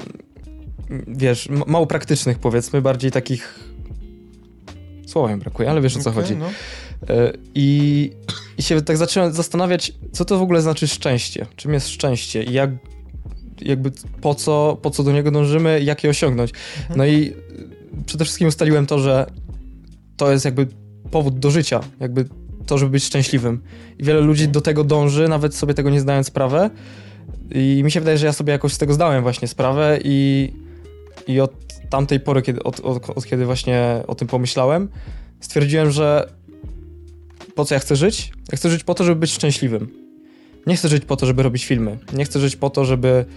wiesz, mało praktycznych powiedzmy, bardziej takich, słowa mi brakuje, ale wiesz o co okay, chodzi. No. E, i, I się tak zacząłem zastanawiać, co to w ogóle znaczy szczęście, czym jest szczęście i jak, jakby po co, po co do niego dążymy, jak je osiągnąć. Mhm. No i przede wszystkim ustaliłem to, że to jest jakby powód do życia, jakby to, żeby być szczęśliwym. I wiele ludzi do tego dąży, nawet sobie tego nie zdając sprawę. I mi się wydaje, że ja sobie jakoś z tego zdałem właśnie sprawę i, i od tamtej pory, kiedy, od, od, od kiedy właśnie o tym pomyślałem, stwierdziłem, że po co ja chcę żyć? Ja chcę żyć po to, żeby być szczęśliwym. Nie chcę żyć po to, żeby robić filmy. Nie chcę żyć po to, żeby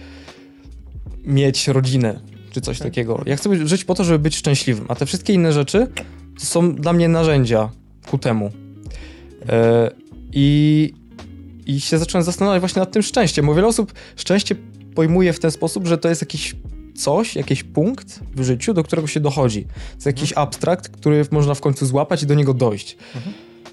mieć rodzinę, czy coś takiego. Ja chcę żyć po to, żeby być szczęśliwym, a te wszystkie inne rzeczy to są dla mnie narzędzia ku temu. Yy, i, I się zacząłem zastanawiać właśnie nad tym szczęściem, bo wiele osób szczęście pojmuje w ten sposób, że to jest jakiś coś, jakiś punkt w życiu, do którego się dochodzi. To jest jakiś mhm. abstrakt, który można w końcu złapać i do niego dojść. Mhm.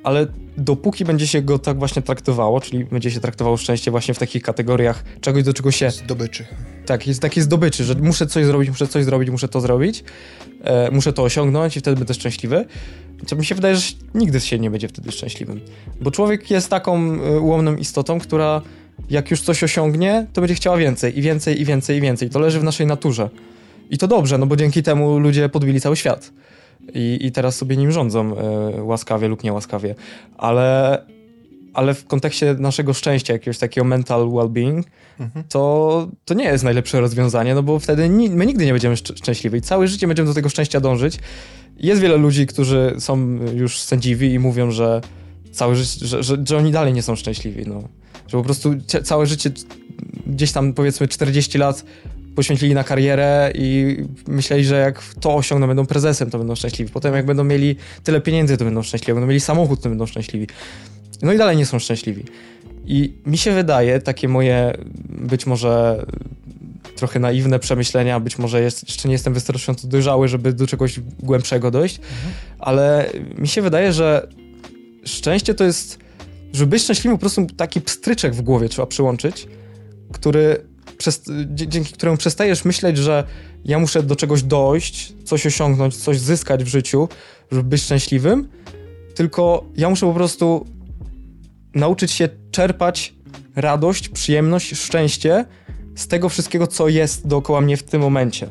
ale dopóki będzie się go tak właśnie traktowało, czyli będzie się traktowało szczęście właśnie w takich kategoriach czegoś, do czego się... Zdobyczy. Tak, jest takie zdobyczy, że muszę coś zrobić, muszę coś zrobić, muszę to zrobić, e, muszę to osiągnąć i wtedy będę szczęśliwy. To mi się wydaje, że nigdy się nie będzie wtedy szczęśliwym. Bo człowiek jest taką y, ułomną istotą, która jak już coś osiągnie, to będzie chciała więcej i więcej i więcej i więcej. To leży w naszej naturze. I to dobrze, no bo dzięki temu ludzie podbili cały świat. I, i teraz sobie nim rządzą y, łaskawie lub niełaskawie. Ale, ale w kontekście naszego szczęścia, jakiegoś takiego mental well-being, mhm. to, to nie jest najlepsze rozwiązanie, no bo wtedy ni- my nigdy nie będziemy szcz- szczęśliwi. Całe życie będziemy do tego szczęścia dążyć. Jest wiele ludzi, którzy są już sędziwi i mówią, że całe życie, że, że, że oni dalej nie są szczęśliwi, no. Że po prostu cie, całe życie, gdzieś tam powiedzmy czterdzieści lat poświęcili na karierę i myśleli, że jak to osiągną, będą prezesem, to będą szczęśliwi. Potem jak będą mieli tyle pieniędzy, to będą szczęśliwi. Jak będą mieli samochód, to będą szczęśliwi. No i dalej nie są szczęśliwi. I mi się wydaje, takie moje być może trochę naiwne przemyślenia, być może jest, jeszcze nie jestem wystarczająco dojrzały, żeby do czegoś głębszego dojść, mhm. ale mi się wydaje, że szczęście to jest, żeby być szczęśliwym, po prostu taki pstryczek w głowie trzeba przyłączyć, który, przez, dzięki któremu przestajesz myśleć, że ja muszę do czegoś dojść, coś osiągnąć, coś zyskać w życiu, żeby być szczęśliwym, tylko ja muszę po prostu nauczyć się czerpać radość, przyjemność, szczęście z tego wszystkiego, co jest dookoła mnie w tym momencie.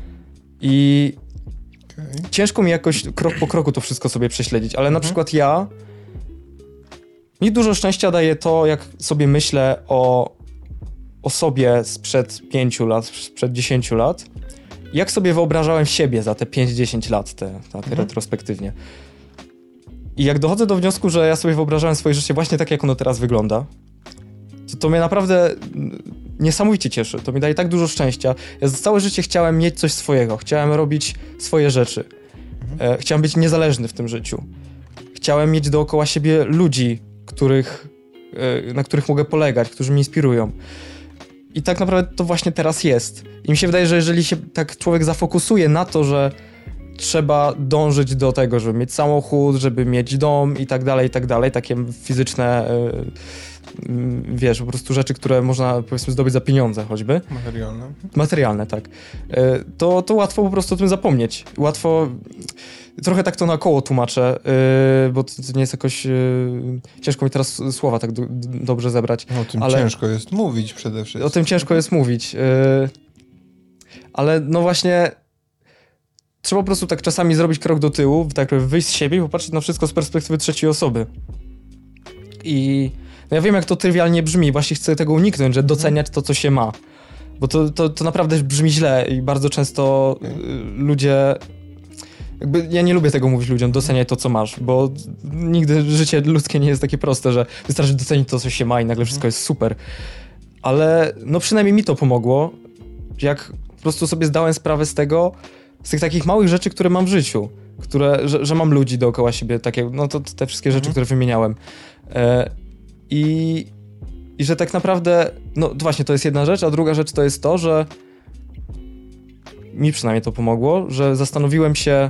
I okay. ciężko mi jakoś krok po kroku to wszystko sobie prześledzić, ale mhm. na przykład ja mi dużo szczęścia daje to, jak sobie myślę o, o sobie sprzed pięciu lat, sprzed dziesięciu lat, jak sobie wyobrażałem siebie za te pięć dziesięć lat, te, tak mhm. retrospektywnie. I jak dochodzę do wniosku, że ja sobie wyobrażałem swoje życie właśnie tak, jak ono teraz wygląda, to, to mnie naprawdę niesamowicie cieszy. To mi daje tak dużo szczęścia. Ja całe życie chciałem mieć coś swojego. Chciałem robić swoje rzeczy. Mhm. E, chciałem być niezależny w tym życiu. Chciałem mieć dookoła siebie ludzi, których, e, na których mogę polegać, którzy mnie inspirują. I tak naprawdę to właśnie teraz jest. I mi się wydaje, że jeżeli się tak człowiek zafokusuje na to, że trzeba dążyć do tego, żeby mieć samochód, żeby mieć dom i tak dalej, i tak dalej, takie fizyczne, yy, yy, wiesz, po prostu rzeczy, które można, powiedzmy, zdobyć za pieniądze choćby. Materialne. Materialne, tak. Yy, to, to łatwo po prostu o tym zapomnieć. Łatwo, trochę tak to naokoło tłumaczę, yy, bo to nie jest jakoś, yy, ciężko mi teraz słowa tak do, dobrze zebrać. O tym ale ciężko jest mówić przede wszystkim. O tym ciężko jest mówić, yy, ale no właśnie trzeba po prostu tak czasami zrobić krok do tyłu, tak wyjść z siebie i popatrzeć na wszystko z perspektywy trzeciej osoby. I no ja wiem, jak to trywialnie brzmi, właśnie chcę tego uniknąć, że doceniać to, co się ma. Bo to, to, to naprawdę brzmi źle i bardzo często y, ludzie... Jakby ja nie lubię tego mówić ludziom, doceniaj to, co masz, bo nigdy życie ludzkie nie jest takie proste, że wystarczy docenić to, co się ma i nagle wszystko jest super. Ale no przynajmniej mi to pomogło, jak po prostu sobie zdałem sprawę z tego, z tych takich małych rzeczy, które mam w życiu, które, że, że mam ludzi dookoła siebie, takie, no to, to te wszystkie rzeczy, mhm. które wymieniałem. E, i, I że tak naprawdę, no to właśnie to jest jedna rzecz, a druga rzecz to jest to, że mi przynajmniej to pomogło, że zastanowiłem się,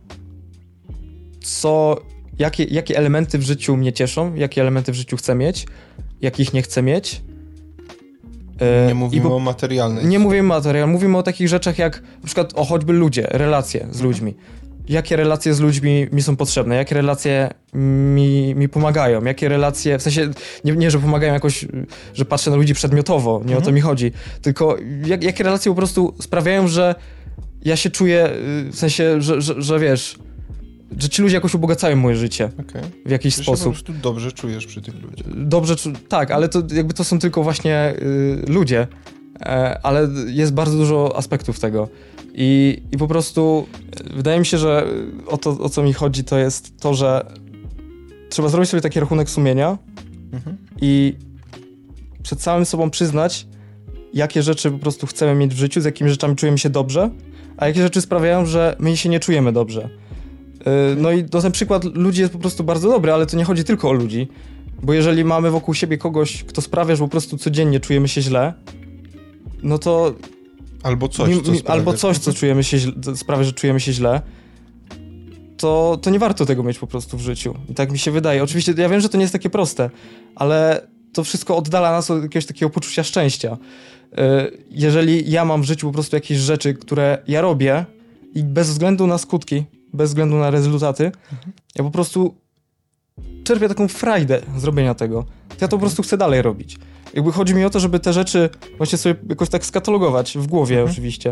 co, jakie, jakie elementy w życiu mnie cieszą, jakie elementy w życiu chcę mieć, jakich nie chcę mieć. Nie mówimy bo, o materialnej. Nie mówimy o materiale, mówimy o takich rzeczach jak na przykład o choćby ludzie, relacje z ludźmi. Jakie relacje z ludźmi mi są potrzebne, jakie relacje mi, mi pomagają, jakie relacje, w sensie nie, nie, że pomagają jakoś, że patrzę na ludzi przedmiotowo, nie mhm. o to mi chodzi, tylko jak, jakie relacje po prostu sprawiają, że ja się czuję, w sensie, że, że, że wiesz, że ci ludzie jakoś ubogacają moje życie okay. w jakiś Ty sposób. Się po prostu dobrze czujesz przy tych ludziach. Dobrze, tak, ale to jakby to są tylko właśnie y, ludzie, e, ale jest bardzo dużo aspektów tego. I, I po prostu wydaje mi się, że o to, o co mi chodzi, to jest to, że trzeba zrobić sobie taki rachunek sumienia mhm. i przed samym sobą przyznać, jakie rzeczy po prostu chcemy mieć w życiu, z jakimi rzeczami czujemy się dobrze, a jakie rzeczy sprawiają, że my się nie czujemy dobrze. No i to ten przykład ludzi jest po prostu bardzo dobry, ale to nie chodzi tylko o ludzi, bo jeżeli mamy wokół siebie kogoś, kto sprawia, że po prostu codziennie czujemy się źle, no to... Albo coś, co sprawia, albo coś, co czujemy się źle, sprawia, że czujemy się źle, to, to nie warto tego mieć po prostu w życiu. I tak mi się wydaje. Oczywiście ja wiem, że to nie jest takie proste, ale to wszystko oddala nas od jakiegoś takiego poczucia szczęścia. Jeżeli ja mam w życiu po prostu jakieś rzeczy, które ja robię i bez względu na skutki, bez względu na rezultaty, mhm. ja po prostu czerpię taką frajdę z robienia tego. To ja to po prostu chcę dalej robić. Jakby chodzi mi o to, żeby te rzeczy właśnie sobie jakoś tak skatalogować w głowie mhm. oczywiście.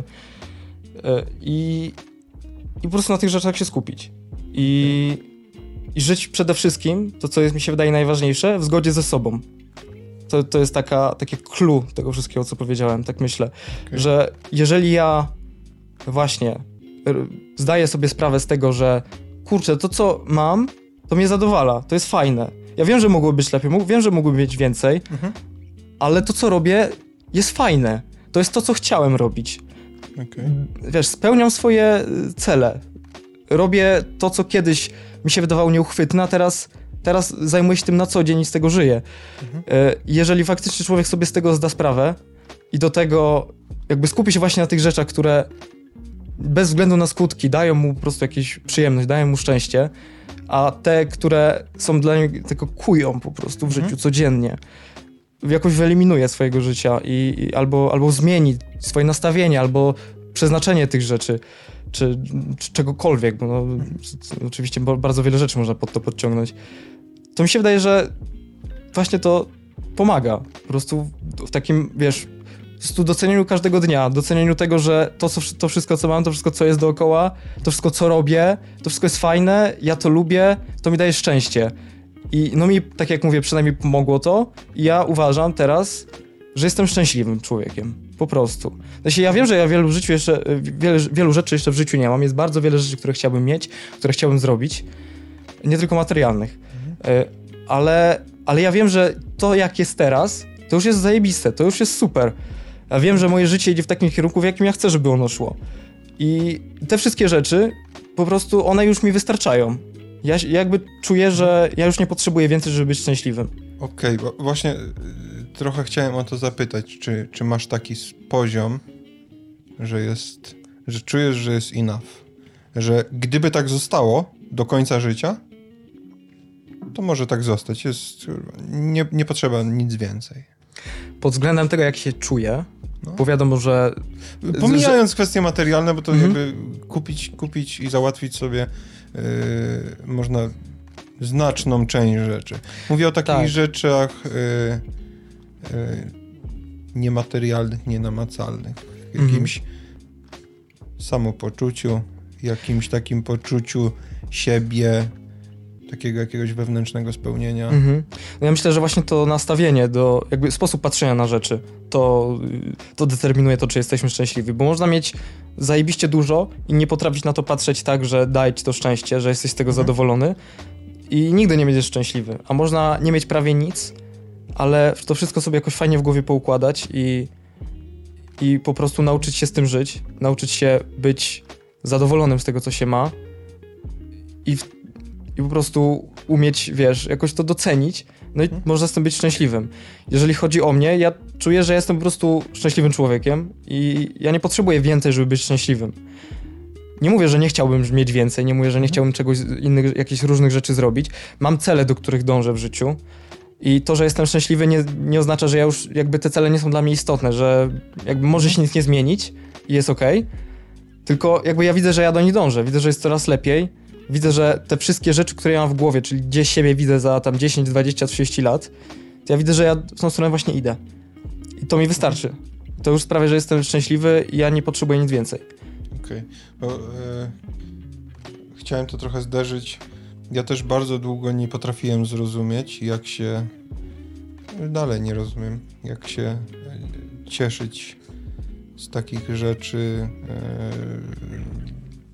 I, I po prostu na tych rzeczach się skupić. I, i żyć przede wszystkim, to co jest mi się wydaje najważniejsze, w zgodzie ze sobą. To, to jest taka, takie clue tego wszystkiego, co powiedziałem, tak myślę, okay. że jeżeli ja właśnie zdaję sobie sprawę z tego, że kurczę, to co mam, to mnie zadowala, to jest fajne. Ja wiem, że mogło być lepiej, wiem, że mógłbym mieć więcej, mhm. ale to, co robię, jest fajne. To jest to, co chciałem robić. Okay. Wiesz, spełniam swoje cele. Robię to, co kiedyś mi się wydawało nieuchwytne, a teraz, teraz zajmuję się tym na co dzień i z tego żyję. Mhm. Jeżeli faktycznie człowiek sobie z tego zda sprawę i do tego jakby skupi się właśnie na tych rzeczach, które bez względu na skutki dają mu po prostu jakąś przyjemność, dają mu szczęście, a te, które są dla niego tylko kują po prostu w mhm. życiu codziennie, jakoś wyeliminuje swojego życia i, i albo, albo zmieni swoje nastawienie, albo przeznaczenie tych rzeczy, czy, czy czegokolwiek, bo no, mhm. oczywiście bardzo wiele rzeczy można pod to podciągnąć. To mi się wydaje, że właśnie to pomaga po prostu w takim, wiesz, po prostu docenieniu każdego dnia, docenieniu tego, że to, co, to wszystko, co mam, to wszystko, co jest dookoła, to wszystko, co robię, to wszystko jest fajne, ja to lubię, to mi daje szczęście. I no mi, tak jak mówię, przynajmniej pomogło to i ja uważam teraz, że jestem szczęśliwym człowiekiem. Po prostu. Znaczy, ja wiem, że ja wielu, w życiu jeszcze, wiele, wielu rzeczy jeszcze w życiu nie mam. Jest bardzo wiele rzeczy, które chciałbym mieć, które chciałbym zrobić. Nie tylko materialnych. Mhm. Ale, ale ja wiem, że to, jak jest teraz, to już jest zajebiste, to już jest super. Ja wiem, że moje życie idzie w takim kierunku, w jakim ja chcę, żeby ono szło. I te wszystkie rzeczy, po prostu one już mi wystarczają. Ja jakby czuję, że ja już nie potrzebuję więcej, żeby być szczęśliwym. Okej, okay, bo właśnie trochę chciałem o to zapytać, czy, czy masz taki poziom, że jest, że czujesz, że jest enough, że gdyby tak zostało do końca życia, to może tak zostać, jest, nie, nie potrzeba nic więcej. Pod względem tego, jak się czuję, no. bo wiadomo, że... Pomijając że... kwestie materialne, bo to mhm. jakby kupić, kupić i załatwić sobie Yy, można znaczną część rzeczy. Mówię o takich tak. rzeczach yy, yy, niematerialnych, nienamacalnych. Jakimś mhm. samopoczuciu, jakimś takim poczuciu siebie, takiego jakiegoś wewnętrznego spełnienia. Mhm. No ja myślę, że właśnie to nastawienie, do, jakby sposób patrzenia na rzeczy, to, to determinuje to, czy jesteśmy szczęśliwi, bo można mieć zajebiście dużo i nie potrafić na to patrzeć tak, że daje ci to szczęście, że jesteś z tego mhm. zadowolony i nigdy nie będziesz szczęśliwy. A można nie mieć prawie nic, ale to wszystko sobie jakoś fajnie w głowie poukładać i, i po prostu nauczyć się z tym żyć, nauczyć się być zadowolonym z tego, co się ma i, w, i po prostu umieć, wiesz, jakoś to docenić, no i hmm. można z tym być szczęśliwym. Jeżeli chodzi o mnie, ja czuję, że jestem po prostu szczęśliwym człowiekiem i ja nie potrzebuję więcej, żeby być szczęśliwym. Nie mówię, że nie chciałbym mieć więcej, nie mówię, że nie chciałbym czegoś innych, jakichś różnych rzeczy zrobić. Mam cele, do których dążę w życiu i to, że jestem szczęśliwy nie, nie oznacza, że ja już jakby te cele nie są dla mnie istotne, że jakby może się nic nie zmienić i jest okej, okay, tylko jakby ja widzę, że ja do nich dążę, widzę, że jest coraz lepiej. Widzę, że te wszystkie rzeczy, które ja mam w głowie, czyli gdzieś siebie widzę za tam dziesięć, dwadzieścia, trzydzieści lat, to ja widzę, że ja w tą stronę właśnie idę. I to mi wystarczy. To już sprawia, że jestem szczęśliwy i ja nie potrzebuję nic więcej. Okej. Okay. E, chciałem to trochę zderzyć. Ja też bardzo długo nie potrafiłem zrozumieć, jak się... Dalej nie rozumiem, jak się cieszyć z takich rzeczy... E,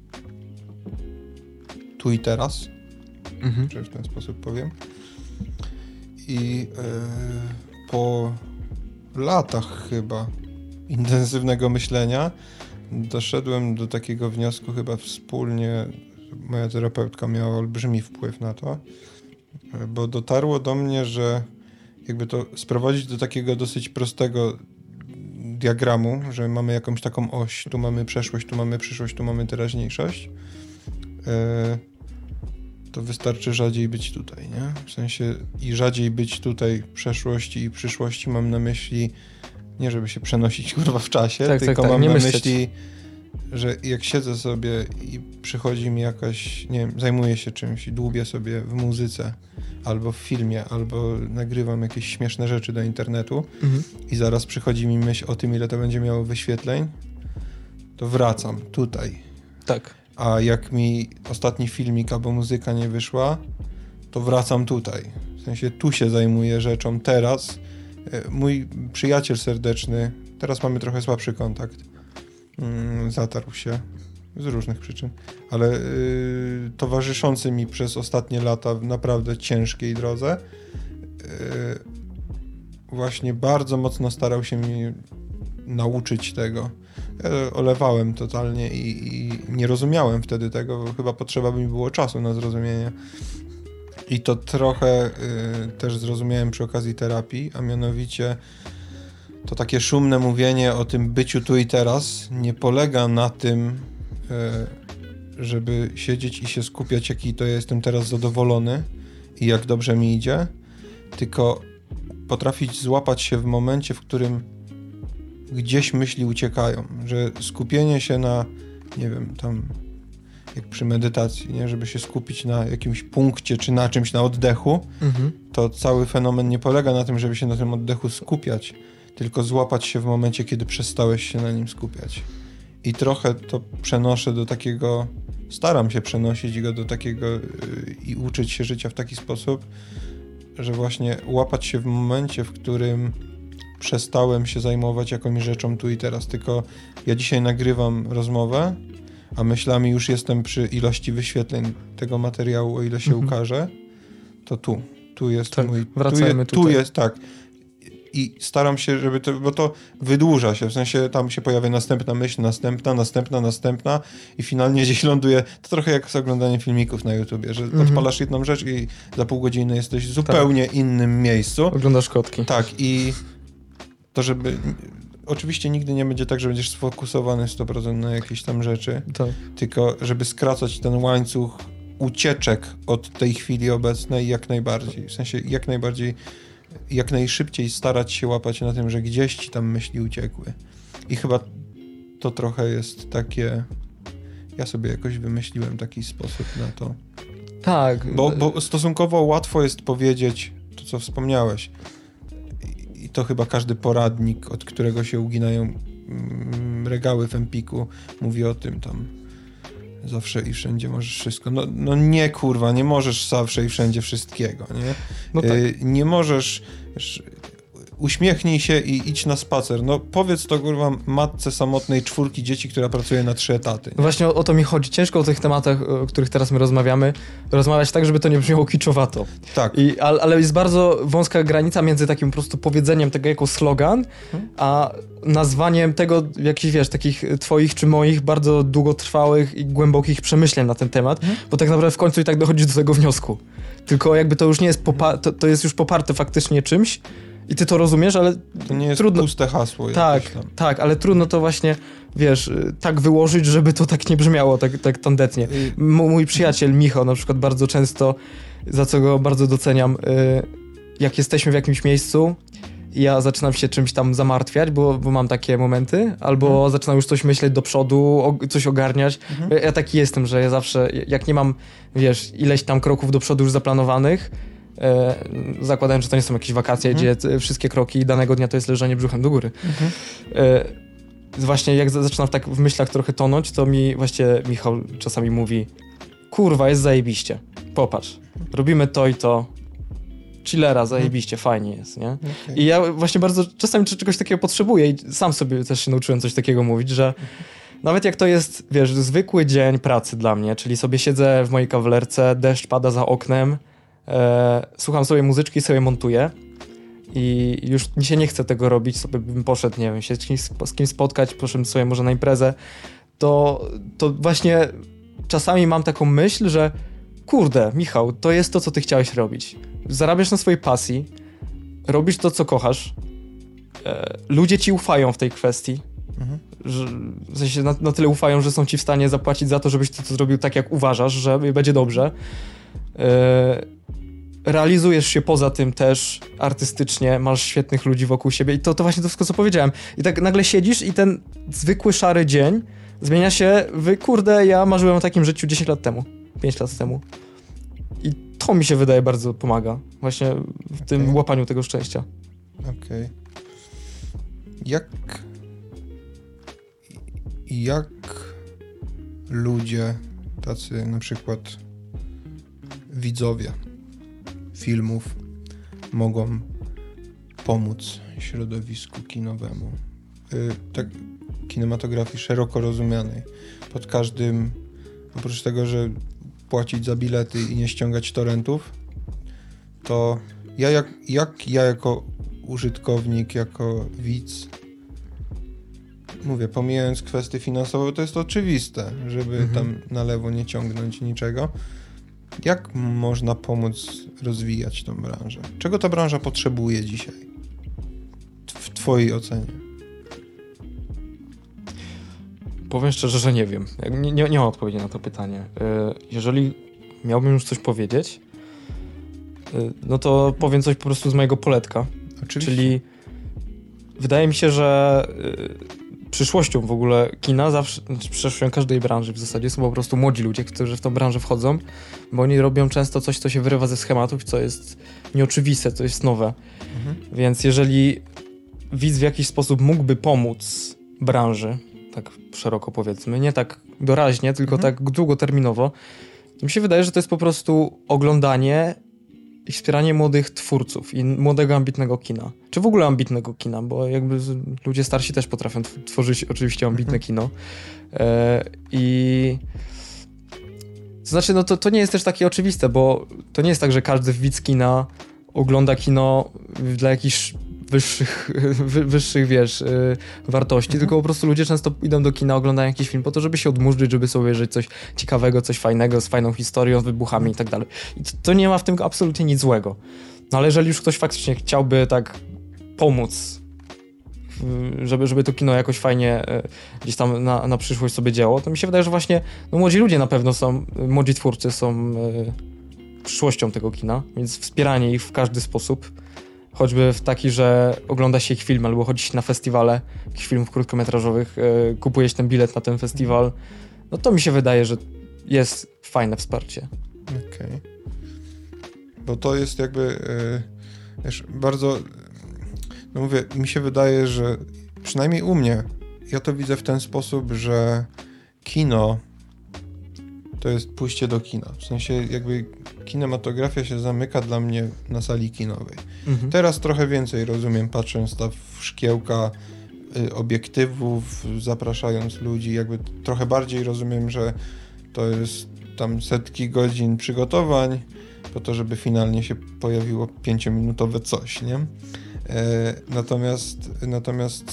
tu i teraz, mhm. że w ten sposób powiem. I yy, po latach chyba intensywnego myślenia doszedłem do takiego wniosku, chyba wspólnie, moja terapeutka miała olbrzymi wpływ na to, bo dotarło do mnie, że jakby to sprowadzić do takiego dosyć prostego diagramu, że mamy jakąś taką oś, tu mamy przeszłość, tu mamy przyszłość, tu mamy teraźniejszość. Yy, to wystarczy rzadziej być tutaj, nie? W sensie i rzadziej być tutaj w przeszłości i przyszłości mam na myśli, nie żeby się przenosić kurwa w czasie, tak, tylko tak, tak. mam nie na myśleć. myśli, że jak siedzę sobie i przychodzi mi jakaś, nie wiem, zajmuję się czymś i dłubię sobie w muzyce albo w filmie, albo nagrywam jakieś śmieszne rzeczy do internetu Mhm. i zaraz przychodzi mi myśl o tym, ile to będzie miało wyświetleń, to wracam tutaj. Tak. A jak mi ostatni filmik albo muzyka nie wyszła, to wracam tutaj. W sensie tu się zajmuję rzeczą teraz. Mój przyjaciel serdeczny, teraz mamy trochę słabszy kontakt, mm, zatarł się z różnych przyczyn, ale yy, towarzyszący mi przez ostatnie lata w naprawdę ciężkiej drodze, yy, właśnie bardzo mocno starał się mi nauczyć tego. Ja olewałem totalnie i, i nie rozumiałem wtedy tego, bo chyba potrzeba by mi było czasu na zrozumienie. I to trochę y, też zrozumiałem przy okazji terapii, a mianowicie to takie szumne mówienie o tym byciu tu i teraz nie polega na tym, y, żeby siedzieć i się skupiać, jaki to ja jestem teraz zadowolony i jak dobrze mi idzie, tylko potrafić złapać się w momencie, w którym gdzieś myśli uciekają, że skupienie się na, nie wiem, tam jak przy medytacji, nie, żeby się skupić na jakimś punkcie czy na czymś, na oddechu, Mhm. to cały fenomen nie polega na tym, żeby się na tym oddechu skupiać, tylko złapać się w momencie, kiedy przestałeś się na nim skupiać. I trochę to przenoszę do takiego, staram się przenosić go do takiego yy, i uczyć się życia w taki sposób, że właśnie łapać się w momencie, w którym przestałem się zajmować jakąś rzeczą tu i teraz, tylko ja dzisiaj nagrywam rozmowę, a myślami już jestem przy ilości wyświetleń tego materiału, o ile się Mhm. ukaże, to tu, tu jest Tak, mój... wracajmy tu, je, tu tutaj. jest, tak. I staram się, żeby to, bo to wydłuża się, w sensie tam się pojawia następna myśl, następna, następna, następna i finalnie gdzieś ląduje, to trochę jak z oglądaniem filmików na YouTubie, że Mhm. odpalasz jedną rzecz i za pół godziny jesteś w zupełnie tak. innym miejscu. Oglądasz kotki. Tak, i to żeby... Oczywiście nigdy nie będzie tak, że będziesz sfokusowany sto procent na jakieś tam rzeczy, Tak. tylko żeby skracać ten łańcuch ucieczek od tej chwili obecnej jak najbardziej. W sensie jak najbardziej, jak najszybciej starać się łapać na tym, że gdzieś ci tam myśli uciekły. I chyba to trochę jest takie... Ja sobie jakoś wymyśliłem taki sposób na to. Tak. Bo, bo stosunkowo łatwo jest powiedzieć to, co wspomniałeś. I to chyba każdy poradnik, od którego się uginają mm, regały w Empiku, mówi o tym tam. Zawsze i wszędzie możesz wszystko. No, no nie, kurwa, nie możesz zawsze i wszędzie wszystkiego, nie? No tak. y, nie możesz... Wiesz, uśmiechnij się i idź na spacer. No powiedz to, kurwa, matce samotnej czwórki dzieci, która pracuje na trzy etaty. No właśnie o, o to mi chodzi. Ciężko o tych tematach, o których teraz my rozmawiamy, rozmawiać tak, żeby to nie brzmiało kiczowato. Tak. I, ale, ale jest bardzo wąska granica między takim po prostu powiedzeniem tego jako slogan, hmm? a nazwaniem tego jakichś, wiesz, takich twoich czy moich bardzo długotrwałych i głębokich przemyśleń na ten temat, hmm? bo tak naprawdę w końcu i tak dochodzisz do tego wniosku. Tylko jakby to już nie jest, popa- to, to jest już poparte faktycznie czymś, i ty to rozumiesz, ale to nie jest trudno... puste hasło. Tak, tam. tak, ale trudno to właśnie, wiesz, tak wyłożyć, żeby to tak nie brzmiało, tak, tak tandetnie. M- mój przyjaciel Michał na przykład bardzo często, za co go bardzo doceniam, jak jesteśmy w jakimś miejscu, ja zaczynam się czymś tam zamartwiać, bo, bo mam takie momenty, albo mhm. zaczynam już coś myśleć do przodu, o, coś ogarniać. Mhm. Ja, ja taki jestem, że ja zawsze, jak nie mam, wiesz, ileś tam kroków do przodu już zaplanowanych, E, zakładając, że to nie są jakieś wakacje, mhm. gdzie t, wszystkie kroki danego dnia to jest leżenie brzuchem do góry. Mhm. E, właśnie jak z, zaczynam tak w myślach trochę tonąć, to mi właśnie Michał czasami mówi: kurwa, jest zajebiście, popatrz, robimy to i to, chillera, zajebiście, mhm. fajnie jest, nie? Okay. I ja właśnie bardzo czasami czegoś takiego potrzebuję i sam sobie też się nauczyłem coś takiego mówić, że mhm. nawet jak to jest, wiesz, zwykły dzień pracy dla mnie, czyli sobie siedzę w mojej kawalerce, deszcz pada za oknem, E, słucham sobie muzyczki i sobie montuję i już mi się nie chce tego robić, sobie bym poszedł, nie wiem, się z kimś, z kimś spotkać, poszedłem sobie może na imprezę, to, to właśnie czasami mam taką myśl, że kurde, Michał, to jest to, co ty chciałeś robić. Zarabiasz na swojej pasji, robisz to, co kochasz, e, ludzie ci ufają w tej kwestii, mhm. że, w sensie na, na tyle ufają, że są ci w stanie zapłacić za to, żebyś ty to zrobił tak, jak uważasz, że będzie dobrze. realizujesz się poza tym też artystycznie, masz świetnych ludzi wokół siebie i to, to właśnie to wszystko, co powiedziałem. I tak nagle siedzisz i ten zwykły szary dzień zmienia się w, kurde, ja marzyłem o takim życiu dziesięć lat temu, pięć lat temu. I to mi się wydaje bardzo pomaga właśnie w tym Okay. łapaniu tego szczęścia. Okej. Okay. Jak... Jak ludzie, tacy na przykład widzowie filmów, mogą pomóc środowisku kinowemu, yy, tak, kinematografii szeroko rozumianej, pod każdym, oprócz tego, że płacić za bilety i nie ściągać torrentów, to ja jak, jak ja jako użytkownik, jako widz, mówię, pomijając kwestie finansowe, to jest oczywiste, żeby mhm. tam na lewo nie ciągnąć niczego. Jak można pomóc rozwijać tą branżę? Czego ta branża potrzebuje dzisiaj? W twojej ocenie. Powiem szczerze, że nie wiem. Nie, nie, nie mam odpowiedzi na to pytanie. Jeżeli miałbym już coś powiedzieć, no to powiem coś po prostu z mojego poletka. Oczywiście. Czyli wydaje mi się, że przyszłością w ogóle kina, zawsze, przyszłością każdej branży w zasadzie są po prostu młodzi ludzie, którzy w tą branżę wchodzą, bo oni robią często coś, co się wyrywa ze schematów, co jest nieoczywiste, co jest nowe. Mhm. Więc jeżeli widz w jakiś sposób mógłby pomóc branży, tak szeroko powiedzmy, nie tak doraźnie, tylko mhm. tak długoterminowo, to mi się wydaje, że to jest po prostu oglądanie i wspieranie młodych twórców i młodego, ambitnego kina. Czy w ogóle ambitnego kina, bo jakby ludzie starsi też potrafią tworzyć oczywiście ambitne mhm. kino. E, I... To znaczy, no to, to nie jest też takie oczywiste, bo to nie jest tak, że każdy widz kina ogląda kino dla jakichś wyższych, wy, wyższych wiesz, yy, wartości, mhm. tylko po prostu ludzie często idą do kina, oglądają jakiś film po to, żeby się odmurzyć, żeby sobie obejrzeć coś ciekawego, coś fajnego, z fajną historią, z wybuchami i tak dalej. I to, to nie ma w tym absolutnie nic złego. No ale jeżeli już ktoś faktycznie chciałby tak pomóc, yy, żeby, żeby to kino jakoś fajnie yy, gdzieś tam na, na przyszłość sobie działo, to mi się wydaje, że właśnie no, młodzi ludzie na pewno są, młodzi twórcy są yy, przyszłością tego kina, więc wspieranie ich w każdy sposób, choćby w taki, że ogląda się ich film albo chodzi się na festiwale jakichś filmów krótkometrażowych, yy, kupuje się ten bilet na ten festiwal, no to mi się wydaje, że jest fajne wsparcie. Okej. Okay. Bo to jest jakby, yy, wiesz, bardzo, no mówię, mi się wydaje, że przynajmniej u mnie, ja to widzę w ten sposób, że kino to jest pójście do kina. W sensie jakby kinematografia się zamyka dla mnie na sali kinowej. Mhm. Teraz trochę więcej rozumiem, patrząc na szkiełka y, obiektywów, zapraszając ludzi, jakby trochę bardziej rozumiem, że to jest tam setki godzin przygotowań po to, żeby finalnie się pojawiło pięciominutowe coś, nie? E, natomiast natomiast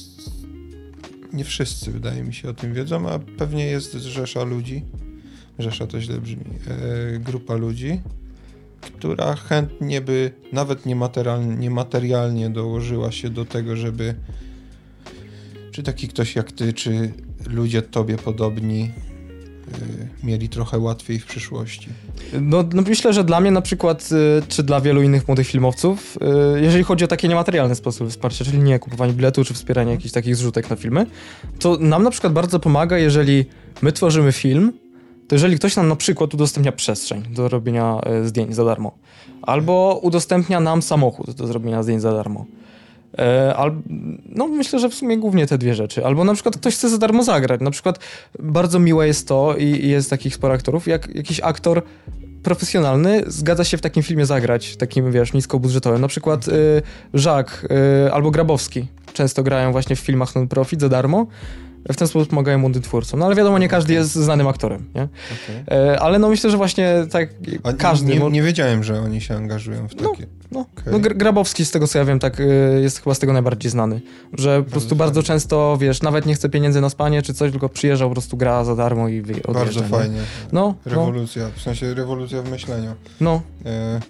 nie wszyscy, wydaje mi się, o tym wiedzą, a pewnie jest rzesza ludzi, rzesza to źle brzmi, e, grupa ludzi, która chętnie by nawet niematerialnie, niematerialnie dołożyła się do tego, żeby czy taki ktoś jak ty, czy ludzie tobie podobni y, mieli trochę łatwiej w przyszłości. No, no myślę, że dla mnie na przykład, y, czy dla wielu innych młodych filmowców, y, jeżeli chodzi o takie niematerialne sposoby wsparcia, czyli nie kupowanie biletu, czy wspieranie jakichś takich zrzutek na filmy, to nam na przykład bardzo pomaga, jeżeli my tworzymy film, to jeżeli ktoś nam na przykład udostępnia przestrzeń do robienia y, zdjęć za darmo, albo udostępnia nam samochód do zrobienia zdjęć za darmo. E, al, no myślę, że w sumie głównie te dwie rzeczy. Albo na przykład ktoś chce za darmo zagrać. Na przykład bardzo miłe jest to i, i jest takich sporo aktorów, jak jakiś aktor profesjonalny zgadza się w takim filmie zagrać, takim wiesz, niskobudżetowym. Na przykład y, Żak y, albo Grabowski często grają właśnie w filmach non-profit za darmo. W ten sposób pomagają młodym twórcom. No ale wiadomo, nie każdy jest znanym aktorem, nie? Okay. E, ale no myślę, że właśnie tak A każdy... Nie, nie wiedziałem, że oni się angażują w takie... No, no. Okay. no Grabowski z tego, co ja wiem, tak jest chyba z tego najbardziej znany. Że po prostu bardzo, bardzo często, wiesz, nawet nie chce pieniędzy na spanie czy coś, tylko przyjeżdża, po prostu gra za darmo i odjeżdża. Bardzo nie? fajnie. No, rewolucja, no. W sensie rewolucja w myśleniu. No. E,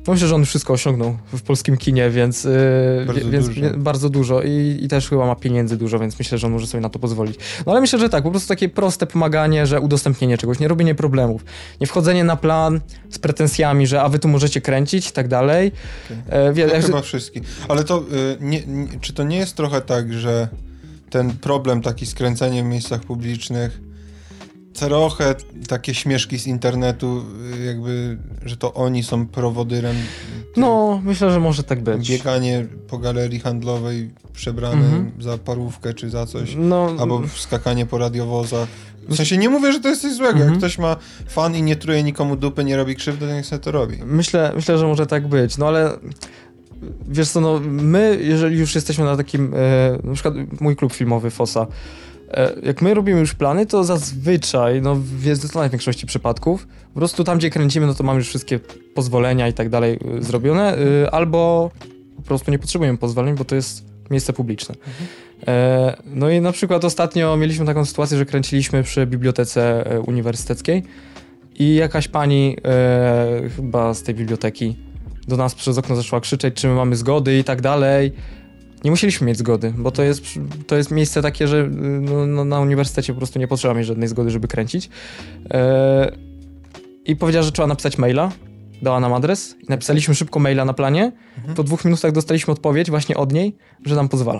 No myślę, że on już wszystko osiągnął w polskim kinie, więc, yy, bardzo, więc dużo. Wie, bardzo dużo I, i też chyba ma pieniędzy dużo, więc myślę, że on może sobie na to pozwolić. No ale myślę, że tak, po prostu takie proste pomaganie, że udostępnienie czegoś, nie robienie problemów, nie wchodzenie na plan z pretensjami, że a wy tu możecie kręcić i tak dalej. Okay. E, wie, to jak, chyba wszystkich. Ale to, y, nie, nie, czy to nie jest trochę tak, że ten problem taki skręcenie w miejscach publicznych, trochę takie śmieszki z internetu, jakby, że to oni są prowodyrem. No, myślę, że może tak być. Bieganie po galerii handlowej przebrany mhm. za parówkę czy za coś, no, albo skakanie po radiowozach. W sensie nie mówię, że to jest coś złego. Mhm. Jak ktoś ma fan i nie truje nikomu dupy, nie robi krzywdy, to niech sobie to robi. Myślę, myślę, że może tak być, no ale wiesz co, no my, jeżeli już jesteśmy na takim, e, na przykład mój klub filmowy Fossa, jak my robimy już plany, to zazwyczaj, no w zdecydowanej większości przypadków, po prostu tam, gdzie kręcimy, no to mamy już wszystkie pozwolenia i tak dalej zrobione, albo po prostu nie potrzebujemy pozwoleń, bo to jest miejsce publiczne. Mhm. No i na przykład ostatnio mieliśmy taką sytuację, że kręciliśmy przy bibliotece uniwersyteckiej i jakaś pani e, chyba z tej biblioteki do nas przez okno zaczęła krzyczeć, czy my mamy zgody i tak dalej. Nie musieliśmy mieć zgody, bo to jest, to jest miejsce takie, że no, no, na uniwersytecie po prostu nie potrzeba mieć żadnej zgody, żeby kręcić. E, I powiedziała, że trzeba napisać maila, dała nam adres i napisaliśmy szybko maila na planie. Mhm. Po dwóch minutach dostaliśmy odpowiedź właśnie od niej, że nam pozwala.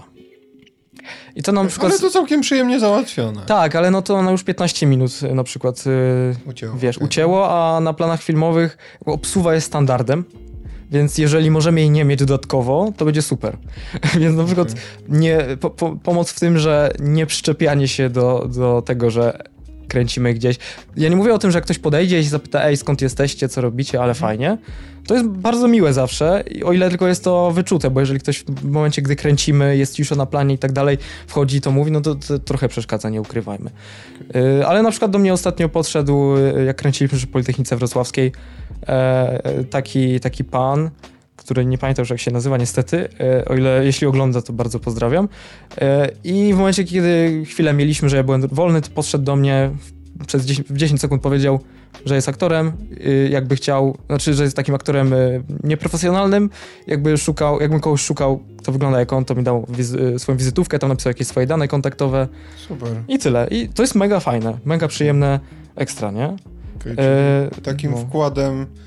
I to nam przykład... Ale to całkiem przyjemnie załatwione. Tak, ale no to na już piętnaście minut na przykład yy, ucięło, wiesz, okay. ucięło, a na planach filmowych obsługa jest standardem. Więc jeżeli możemy jej nie mieć dodatkowo, to będzie super. Więc na przykład okay. nie, po, po, pomoc w tym, że nie przyczepianie się do, do tego, że kręcimy gdzieś. Ja nie mówię o tym, że jak ktoś podejdzie i się zapyta, ej, skąd jesteście, co robicie, ale fajnie. To jest bardzo miłe zawsze, o ile tylko jest to wyczute, bo jeżeli ktoś w momencie, gdy kręcimy, jest cisza na planie i tak dalej, wchodzi i to mówi, no to, to trochę przeszkadza, nie ukrywajmy. Okay. Y, ale na przykład do mnie ostatnio podszedł, jak kręciliśmy przy Politechnice Wrocławskiej, e, taki, taki pan, który nie pamiętam już jak się nazywa niestety, e, o ile jeśli ogląda, to bardzo pozdrawiam. E, I w momencie, kiedy chwilę mieliśmy, że ja byłem wolny, to podszedł do mnie, przez dziesięć, w dziesięć sekund powiedział, że jest aktorem, y, jakby chciał, znaczy, że jest takim aktorem y, nieprofesjonalnym, jakby szukał, jakbym kogoś szukał, kto wygląda jak on, to mi dał wiz- y, swoją wizytówkę, tam napisał jakieś swoje dane kontaktowe. Super. I tyle. I to jest mega fajne, mega przyjemne, ekstra, nie? Okay, e, takim no. wkładem, y,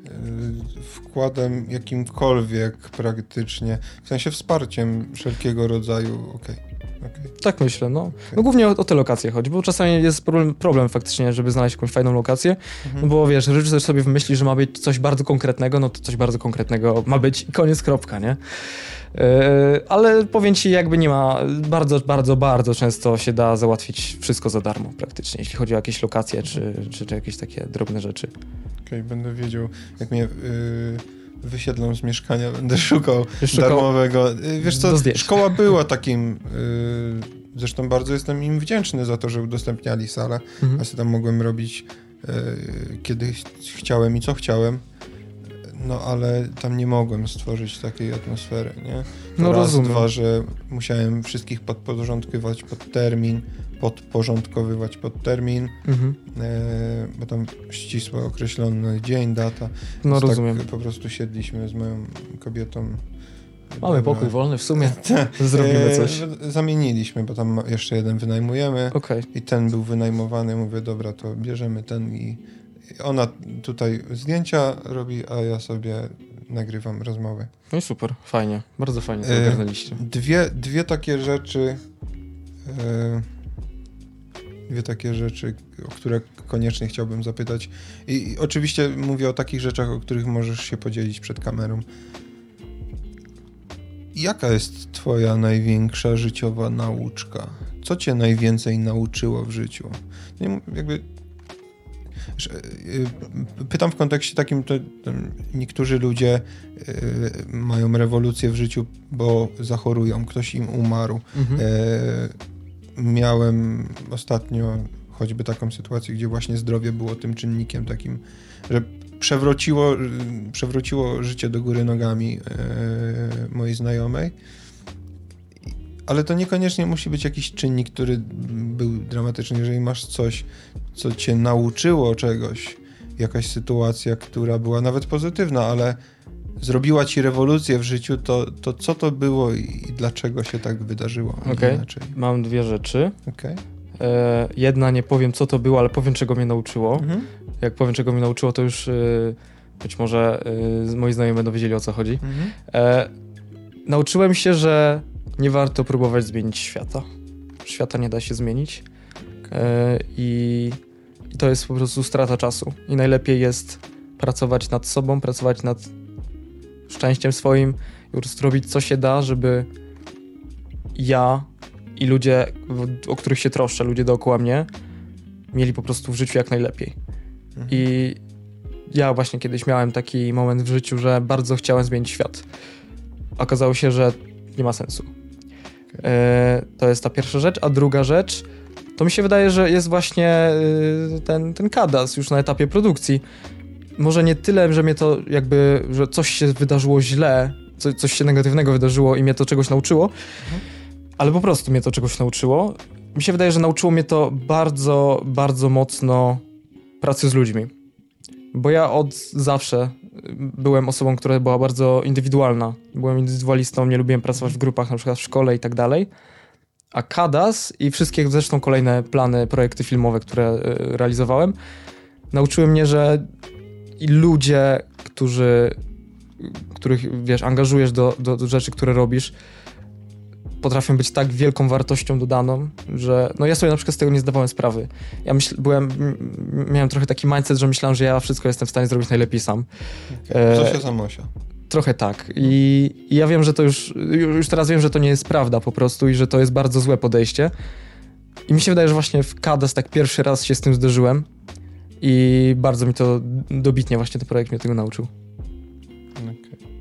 wkładem jakimkolwiek praktycznie, w sensie wsparciem wszelkiego rodzaju, okej. Okay. Okay. Tak myślę, no. Okay. No głównie o, o te lokacje chodzi, bo czasami jest problem, problem faktycznie, żeby znaleźć jakąś fajną lokację, mhm. no bo wiesz, reżyser sobie wymyśli, że ma być coś bardzo konkretnego, no to coś bardzo konkretnego ma być i koniec, kropka, nie? Yy, ale powiem ci, jakby nie ma, bardzo, bardzo, bardzo często się da załatwić wszystko za darmo praktycznie, jeśli chodzi o jakieś lokacje, czy, czy, czy jakieś takie drobne rzeczy. Okej, okay, będę wiedział, jak mnie... Yy... wysiedlą z mieszkania, będę szukał szukał darmowego. Wiesz co, szkoła była takim, yy, zresztą bardzo jestem im wdzięczny za to, że udostępniali salę, mhm. a sobie tam mogłem robić yy, kiedy ch- chciałem i co chciałem, no ale tam nie mogłem stworzyć takiej atmosfery, nie? No raz, rozumiem. Dwa, że musiałem wszystkich podporządkowywać pod termin, podporządkowywać pod termin, mhm. e, bo tam ścisło określony dzień, data. No rozumiem. Tak po prostu siedliśmy z moją kobietą. Mamy dobra. Pokój wolny w sumie, zrobimy coś. E, zamieniliśmy, bo tam jeszcze jeden wynajmujemy okay. i ten był wynajmowany. Mówię, dobra, to bierzemy ten i ona tutaj zdjęcia robi, a ja sobie nagrywam rozmowy. No i super, fajnie, bardzo fajnie to ogarnęliście. Dwie, dwie takie rzeczy, e, dwie takie rzeczy, o które koniecznie chciałbym zapytać. I, I oczywiście mówię o takich rzeczach, o których możesz się podzielić przed kamerą. Jaka jest twoja największa życiowa nauczka? Co cię najwięcej nauczyło w życiu? Nie, jakby... Pytam w kontekście takim, to, to niektórzy ludzie y, mają rewolucję w życiu, bo zachorują, ktoś im umarł. Mhm. Y, miałem ostatnio choćby taką sytuację, gdzie właśnie zdrowie było tym czynnikiem takim, że przewróciło, przewróciło życie do góry nogami y, mojej znajomej. Ale to niekoniecznie musi być jakiś czynnik, który był dramatyczny. Jeżeli masz coś, co cię nauczyło czegoś, jakaś sytuacja, która była nawet pozytywna, ale zrobiła ci rewolucję w życiu, to, to co to było i dlaczego się tak wydarzyło? Okej, inaczej? mam dwie rzeczy. Okay. E, jedna, nie powiem co to było, ale powiem czego mnie nauczyło. Mhm. Jak powiem czego mnie nauczyło, to już y, być może y, moi znajomi będą wiedzieli o co chodzi. Mhm. E, nauczyłem się, że nie warto próbować zmienić świata. Świata nie da się zmienić. E, i, I to jest po prostu strata czasu. I najlepiej jest pracować nad sobą, pracować nad szczęściem swoim i po prostu robić co się da, żeby ja i ludzie, o których się troszczę, ludzie dookoła mnie, mieli po prostu w życiu jak najlepiej. Mhm. I ja właśnie kiedyś miałem taki moment w życiu, że bardzo chciałem zmienić świat. Okazało się, że nie ma sensu. Okay. E, to jest ta pierwsza rzecz, a druga rzecz, to mi się wydaje, że jest właśnie y, ten, ten Kadas już na etapie produkcji. Może nie tyle, że mnie to jakby, że coś się wydarzyło źle, co, coś się negatywnego wydarzyło i mnie to czegoś nauczyło, mhm. ale po prostu mnie to czegoś nauczyło. Mi się wydaje, że nauczyło mnie to bardzo, bardzo mocno pracy z ludźmi. Bo ja od zawsze byłem osobą, która była bardzo indywidualna. Byłem indywidualistą, nie lubiłem pracować w grupach, na przykład w szkole i tak dalej. A Kadas i wszystkie zresztą kolejne plany, projekty filmowe, które y, realizowałem, nauczyły mnie, że i ludzie, którzy, których, wiesz, angażujesz do, do, do rzeczy, które robisz, potrafią być tak wielką wartością dodaną, że no ja sobie na przykład z tego nie zdawałem sprawy. Ja myśl, byłem, miałem trochę taki mindset, że myślałem, że ja wszystko jestem w stanie zrobić najlepiej sam. Okay. Co się samosia. Trochę tak. I, I ja wiem, że to już, już teraz wiem, że to nie jest prawda po prostu i że to jest bardzo złe podejście. I mi się wydaje, że właśnie w Kadas tak pierwszy raz się z tym zderzyłem i bardzo mi to dobitnie właśnie ten projekt mnie tego nauczył. Okay.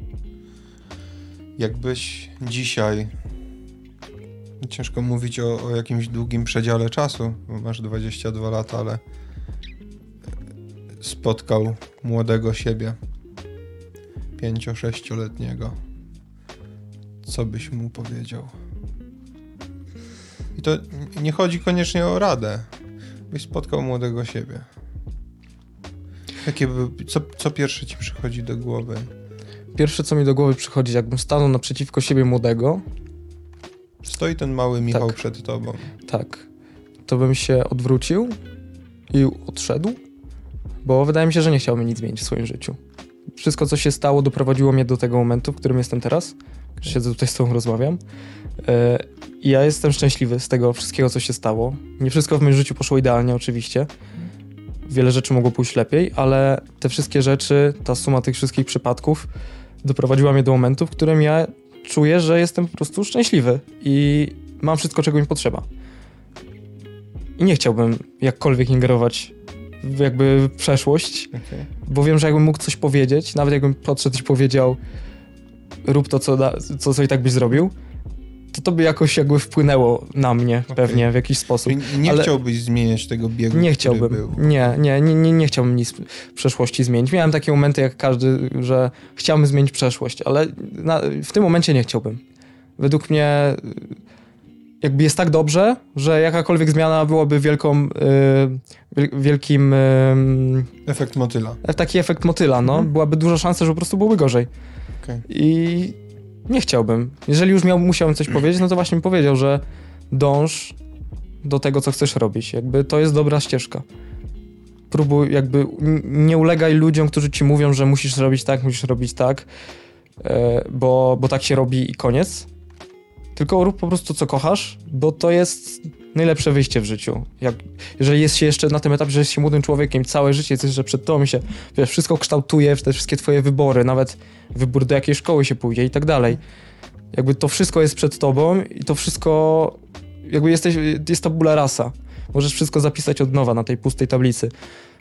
Jakbyś dzisiaj, ciężko mówić o, o jakimś długim przedziale czasu, bo masz dwadzieścia dwa lata, ale spotkał młodego siebie, pięcio-sześcioletniego, co byś mu powiedział? I to nie chodzi koniecznie o radę. Byś spotkał młodego siebie. Jakie by, co, co pierwsze ci przychodzi do głowy? Pierwsze, co mi do głowy przychodzi, jakbym stanął naprzeciwko siebie młodego. Stoi ten mały Michał tak, przed tobą. Tak. To bym się odwrócił i odszedł, bo wydaje mi się, że nie chciałbym nic zmienić w swoim życiu. Wszystko, co się stało, doprowadziło mnie do tego momentu, w którym jestem teraz. Siedzę tutaj z tobą, rozmawiam. I ja jestem szczęśliwy z tego wszystkiego, co się stało. Nie wszystko w moim życiu poszło idealnie, oczywiście. Wiele rzeczy mogło pójść lepiej, ale te wszystkie rzeczy, ta suma tych wszystkich przypadków doprowadziła mnie do momentu, w którym ja czuję, że jestem po prostu szczęśliwy i mam wszystko, czego mi potrzeba. I nie chciałbym jakkolwiek ingerować w jakby w przeszłość, okay. bo wiem, że jakbym mógł coś powiedzieć, nawet jakbym podszedł i powiedział rób to, co, da, co, co i tak byś zrobił, to to by jakoś jakby wpłynęło na mnie okay. pewnie w jakiś sposób. I nie ale chciałbyś zmieniać tego biegu, nie chciałbym. Był. Nie, nie, nie, nie, nie chciałbym nic w przeszłości zmienić. Miałem takie momenty jak każdy, że chciałbym zmienić przeszłość, ale na, w tym momencie nie chciałbym. Według mnie jakby jest tak dobrze, że jakakolwiek zmiana byłaby wielką, yy, wielkim... Yy, efekt motyla. Taki efekt motyla, no. Mhm. Byłaby duża szansa, że po prostu byłoby gorzej. Okay. I nie chciałbym. Jeżeli już miał, musiałem coś powiedzieć, no to właśnie mi powiedział, że dąż do tego, co chcesz robić. Jakby to jest dobra ścieżka. Próbuj, jakby nie ulegaj ludziom, którzy ci mówią, że musisz robić tak, musisz robić tak, bo, bo tak się robi i koniec. Tylko rób po prostu, co kochasz, bo to jest najlepsze wyjście w życiu. Jak, jeżeli jest się jeszcze na tym etapie, że jest się młodym człowiekiem, całe życie jest jeszcze przed tobą się, wiesz, wszystko kształtuje, te wszystkie twoje wybory, nawet wybór do jakiej szkoły się pójdzie i tak dalej. Jakby to wszystko jest przed tobą i to wszystko, jakby jesteś, jest tabula rasa. Możesz wszystko zapisać od nowa na tej pustej tablicy.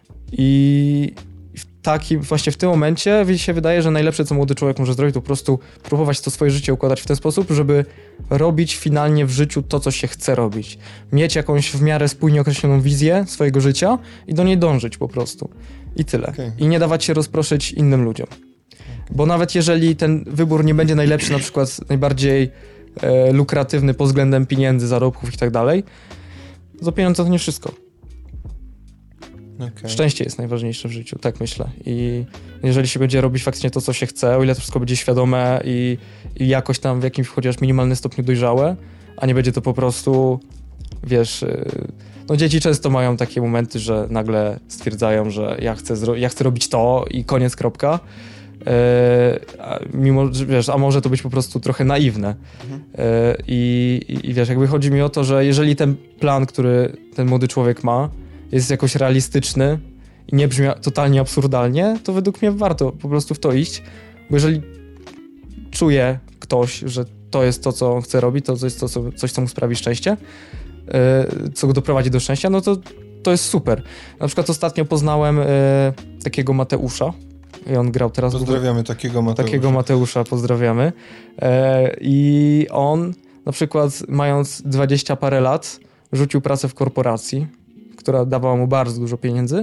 I w taki, właśnie w tym momencie mi się wydaje, że najlepsze, co młody człowiek może zrobić, to po prostu próbować to swoje życie układać w ten sposób, żeby robić finalnie w życiu to, co się chce robić. Mieć jakąś w miarę spójnie określoną wizję swojego życia i do niej dążyć po prostu. I tyle. Okay. I nie dawać się rozproszyć innym ludziom. Bo nawet jeżeli ten wybór nie będzie najlepszy, na przykład najbardziej e, lukratywny pod względem pieniędzy, zarobków i tak dalej, za pieniądze to nie wszystko. Okay. Szczęście jest najważniejsze w życiu, tak myślę. I jeżeli się będzie robić faktycznie to, co się chce, o ile to wszystko będzie świadome i, i jakoś tam w jakimś chociaż minimalnym stopniu dojrzałe, a nie będzie to po prostu, wiesz, no dzieci często mają takie momenty, że nagle stwierdzają, że ja chcę, zro- ja chcę robić to i koniec, kropka. E, a mimo, że wiesz, a może to być po prostu trochę naiwne. Mhm. E, i, i wiesz, jakby chodzi mi o to, że jeżeli ten plan, który ten młody człowiek ma, jest jakoś realistyczny i nie brzmi totalnie absurdalnie, to według mnie warto po prostu w to iść, bo jeżeli czuje ktoś, że to jest to, co on chce robić, to jest to, co, coś, co mu sprawi szczęście, yy, co go doprowadzi do szczęścia, no to to jest super. Na przykład ostatnio poznałem yy, takiego Mateusza i on grał teraz... Pozdrawiamy takiego Mateusza. Takiego Mateusza pozdrawiamy. Yy, I on na przykład mając dwadzieścia parę lat rzucił pracę w korporacji, która dawała mu bardzo dużo pieniędzy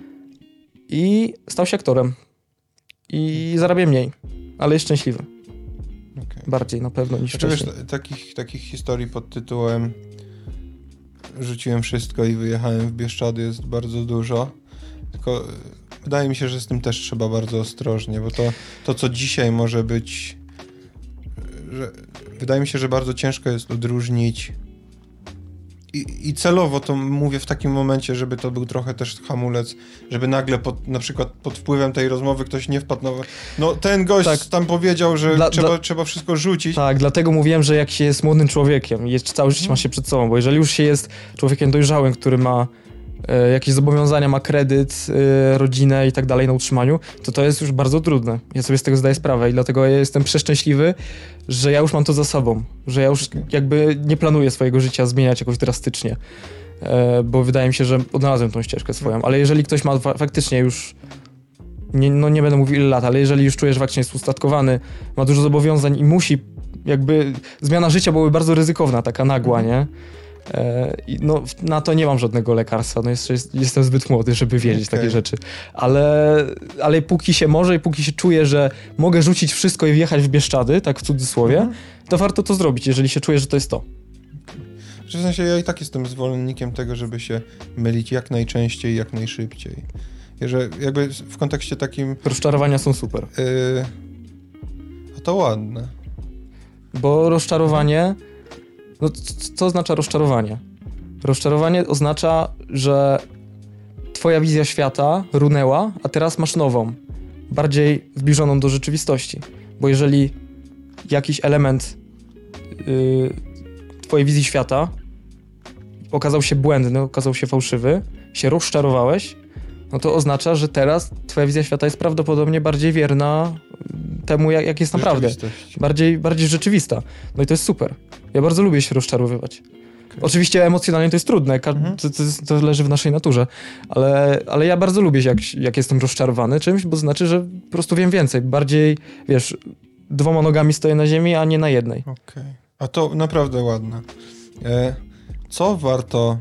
i stał się aktorem. I zarabia mniej, ale jest szczęśliwy. Okay. Bardziej na pewno niż znaczy, wcześniej. Wiesz, takich, takich historii pod tytułem rzuciłem wszystko i wyjechałem w Bieszczady jest bardzo dużo. Tylko wydaje mi się, że z tym też trzeba bardzo ostrożnie, bo to, to co dzisiaj może być... Że, wydaje mi się, że bardzo ciężko jest odróżnić I, I celowo to mówię w takim momencie, żeby to był trochę też hamulec, żeby nagle pod, na przykład pod wpływem tej rozmowy ktoś nie wpadł na... No ten gość tak. tam powiedział, że dla, trzeba, dla... trzeba wszystko rzucić. Tak, dlatego mówiłem, że jak się jest młodym człowiekiem, jest, całe życie ma się przed sobą, bo jeżeli już się jest człowiekiem dojrzałym, który ma e, jakieś zobowiązania, ma kredyt, e, rodzinę i tak dalej na utrzymaniu, to to jest już bardzo trudne. Ja sobie z tego zdaję sprawę i dlatego ja jestem przeszczęśliwy, że ja już mam to za sobą, że ja już jakby nie planuję swojego życia zmieniać jakoś drastycznie, e, bo wydaje mi się, że odnalazłem tą ścieżkę swoją, ale jeżeli ktoś ma fa- faktycznie już, nie, no nie będę mówił ile lat, ale jeżeli już czuje, że faktycznie jest ustatkowany, ma dużo zobowiązań i musi, jakby zmiana życia byłaby bardzo ryzykowna, taka nagła, nie? E, no na to nie mam żadnego lekarstwa, no jeszcze jest, jestem zbyt młody, żeby wiedzieć okay. takie rzeczy, ale, ale póki się może i póki się czuję, że mogę rzucić wszystko i wjechać w Bieszczady, tak w cudzysłowie, mhm. to warto to zrobić, jeżeli się czuję, że to jest to. W sensie ja i tak jestem zwolennikiem tego, żeby się mylić jak najczęściej, jak najszybciej. Że jakby w kontekście takim... Rozczarowania są super. Yy, a to ładne. Bo rozczarowanie... No co oznacza rozczarowanie? Rozczarowanie oznacza, że twoja wizja świata runęła, a teraz masz nową, bardziej zbliżoną do rzeczywistości. Bo jeżeli jakiś element yy, twojej wizji świata okazał się błędny, okazał się fałszywy, się rozczarowałeś, no to oznacza, że teraz twoja wizja świata jest prawdopodobnie bardziej wierna temu, jak, jak jest naprawdę. Bardziej, bardziej rzeczywista. No i to jest super. Ja bardzo lubię się rozczarowywać. Okay. Oczywiście emocjonalnie to jest trudne, Ka- mhm. to, to, to leży w naszej naturze, ale, ale ja bardzo lubię, jak, jak jestem rozczarowany czymś, bo znaczy, że po prostu wiem więcej. Bardziej, wiesz, dwoma nogami stoję na ziemi, a nie na jednej. Okej. Okay. A to naprawdę ładne. E, co warto...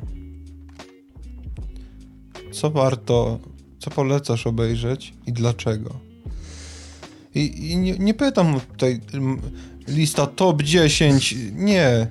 Co warto... Co polecasz obejrzeć i dlaczego? I, i nie, nie pytam tutaj lista top dziesięć, nie.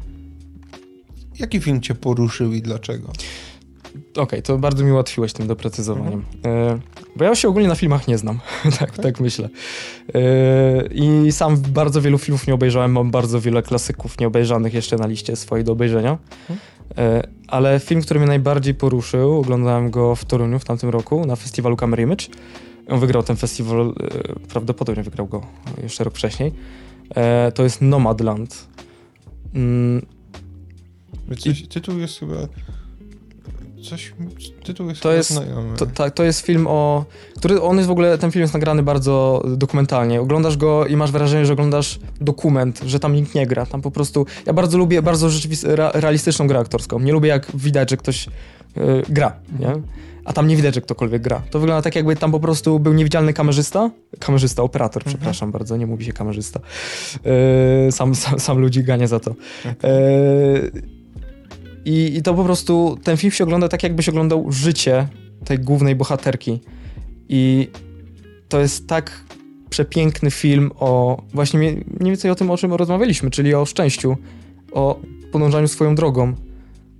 Jaki film cię poruszył i dlaczego? Okej, okay, to bardzo mi ułatwiłeś tym doprecyzowaniem. Mhm. E, bo ja się ogólnie na filmach nie znam, tak, okay. tak myślę. E, I sam bardzo wielu filmów nie obejrzałem, mam bardzo wiele klasyków nieobejrzanych jeszcze na liście swojej do obejrzenia. Mhm. E, ale film, który mnie najbardziej poruszył, oglądałem go w Toruniu w tamtym roku na festiwalu Camera Image. On wygrał ten festiwal, e, prawdopodobnie wygrał go jeszcze rok wcześniej. E, to jest Nomadland. Mm. Coś, tytuł jest chyba... Coś... Tytuł jest to chyba jest, znajomy. To, to, to jest film o... Który, on jest w ogóle... Ten film jest nagrany bardzo dokumentalnie. Oglądasz go i masz wrażenie, że oglądasz dokument, że tam nikt nie gra. Tam po prostu... Ja bardzo lubię bardzo rzeczywistą, realistyczną grę aktorską. Nie lubię, jak widać, że ktoś yy, gra, nie? A tam nie widać, że ktokolwiek gra. To wygląda tak, jakby tam po prostu był niewidzialny kamerzysta. Kamerzysta, operator, mhm. przepraszam bardzo, nie mówi się kamerzysta. Yy, sam, sam, sam ludzi gania za to. Okay. Yy, i, I to po prostu, ten film się ogląda tak, jakbyś oglądał życie tej głównej bohaterki. I to jest tak przepiękny film o, właśnie mniej więcej o tym, o czym rozmawialiśmy, czyli o szczęściu, o podążaniu swoją drogą.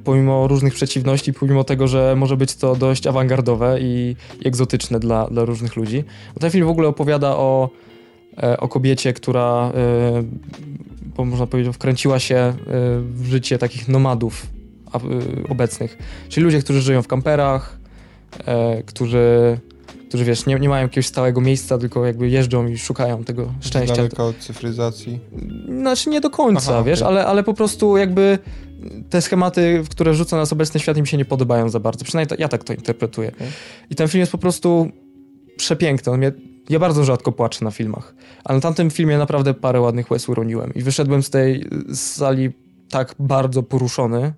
pomimo różnych przeciwności, pomimo tego, że może być to dość awangardowe i, i egzotyczne dla, dla różnych ludzi. Bo ten film w ogóle opowiada o, e, o kobiecie, która, e, bo można powiedzieć, wkręciła się e, w życie takich nomadów a, e, obecnych. Czyli ludzie, którzy żyją w kamperach, e, którzy, którzy wiesz, nie, nie mają jakiegoś stałego miejsca, tylko jakby jeżdżą i szukają tego szczęścia. Z daleka od cyfryzacji. Znaczy nie do końca, Aha, wiesz, okay. ale, ale po prostu jakby te schematy, w które rzuca nas obecny świat, im się nie podobają za bardzo. Przynajmniej to, ja tak to interpretuję. Okay. I ten film jest po prostu przepiękny. On mnie, ja bardzo rzadko płaczę na filmach, ale na tamtym filmie naprawdę parę ładnych łez uroniłem. I wyszedłem z tej sali tak bardzo poruszony.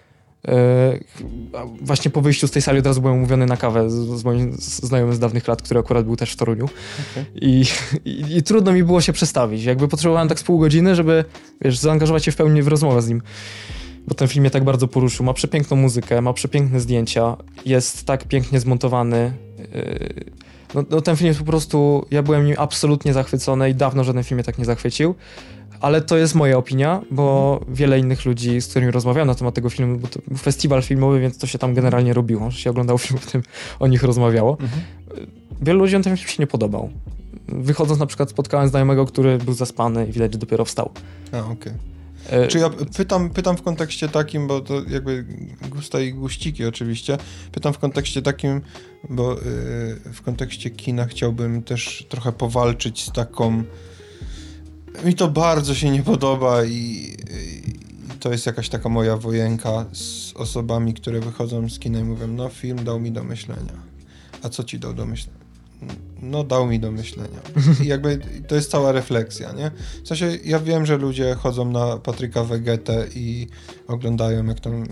Yy, właśnie po wyjściu z tej sali od razu byłem umówiony na kawę z, z moim znajomym z dawnych lat, który akurat był też w Toruniu. Okay. I, i, I trudno mi było się przestawić. Jakby potrzebowałem tak z pół godziny, żeby wiesz, zaangażować się w pełni w rozmowę z nim. Bo ten film mnie tak bardzo poruszył. Ma przepiękną muzykę, ma przepiękne zdjęcia, jest tak pięknie zmontowany. Yy, no, no ten film jest po prostu... Ja byłem nim absolutnie zachwycony i dawno żaden film mnie tak nie zachwycił. Ale to jest moja opinia, bo wiele innych ludzi, z którymi rozmawiałem na temat tego filmu, bo to był festiwal filmowy, więc to się tam generalnie robiło, że się oglądało film, potem o nich rozmawiało. Mhm. Wielu ludziom ten film się nie podobał. Wychodząc na przykład spotkałem znajomego, który był zaspany i widać, że dopiero wstał. A, okej. Okay. Czy ja pytam, pytam w kontekście takim, bo to jakby gusta i guściki oczywiście, pytam w kontekście takim, bo yy, w kontekście kina chciałbym też trochę powalczyć z taką... Mi to bardzo się nie podoba i, i to jest jakaś taka moja wojenka z osobami, które wychodzą z kina i mówią, no film dał mi do myślenia. A co ci dał do myślenia? No dał mi do myślenia. I jakby to jest cała refleksja, nie? W sensie ja wiem, że ludzie chodzą na Patryka Wegetę i oglądają, jak tam e,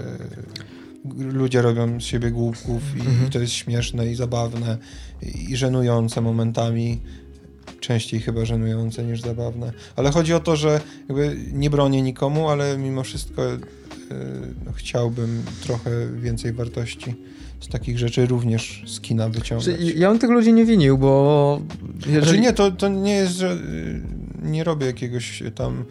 ludzie robią z siebie głupków i, mhm. i to jest śmieszne i zabawne i, i żenujące momentami. Częściej chyba żenujące niż zabawne. Ale chodzi o to, że jakby nie bronię nikomu, ale mimo wszystko yy, no, chciałbym trochę więcej wartości z takich rzeczy również z kina wyciągać. Ja bym tych ludzi nie winił, bo... Jeżeli... Znaczy nie, to, to nie jest, że yy, nie robię jakiegoś tam...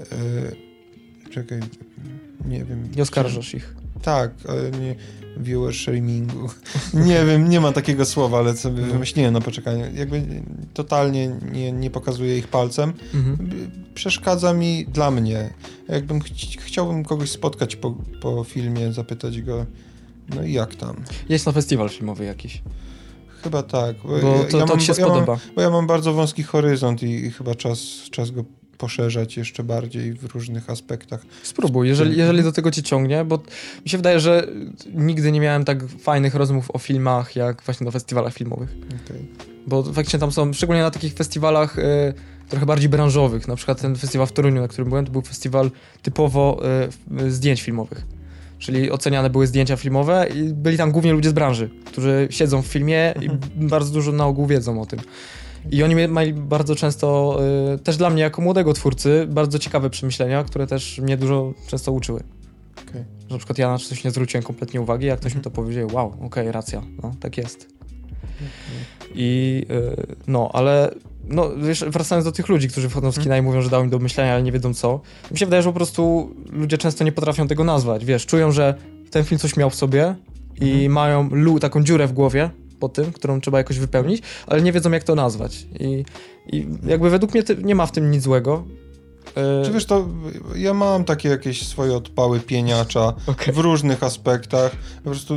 Yy, czekaj, nie wiem... Nie oskarżasz ich. Tak, ale nie... viewer shamingu. Nie wiem, nie ma takiego słowa, ale sobie no. wymyśliłem na poczekanie. Jakby totalnie nie, nie pokazuję ich palcem. Mhm. Przeszkadza mi dla mnie. Jakbym ch- chciałbym kogoś spotkać po, po filmie, zapytać go, no i jak tam? Jest na festiwal filmowy jakiś. Chyba tak. Bo to, ja to mam, ci się bo spodoba. Ja mam, bo ja mam bardzo wąski horyzont i, i chyba czas, czas go poszerzać jeszcze bardziej w różnych aspektach. Spróbuj, jeżeli, jeżeli do tego cię ciągnie, bo mi się wydaje, że nigdy nie miałem tak fajnych rozmów o filmach, jak właśnie na festiwalach filmowych. Okay. Bo faktycznie tam są, szczególnie na takich festiwalach y, trochę bardziej branżowych, na przykład ten festiwal w Toruniu, na którym byłem, to był festiwal typowo y, zdjęć filmowych. Czyli oceniane były zdjęcia filmowe i byli tam głównie ludzie z branży, którzy siedzą w filmie i bardzo dużo na ogół wiedzą o tym. I oni mieli bardzo często, y, też dla mnie jako młodego twórcy, bardzo ciekawe przemyślenia, które też mnie dużo często uczyły. Okay. Na przykład ja na coś nie zwróciłem kompletnie uwagi, jak ktoś mi to powiedział, wow, okej, okay, racja, no tak jest. Okay. I y, no, ale no, wiesz, wracając do tych ludzi, którzy wchodzą z kina i mówią, że dał im do myślenia, ale nie wiedzą co, mi się wydaje, że po prostu ludzie często nie potrafią tego nazwać, wiesz, czują, że ten film coś miał w sobie i mhm. mają lu- taką dziurę w głowie, po tym, którą trzeba jakoś wypełnić, ale nie wiedzą, jak to nazwać. I, i jakby według mnie nie ma w tym nic złego. Czy wiesz, to ja mam takie jakieś swoje odpały pieniacza okay. w różnych aspektach. Po prostu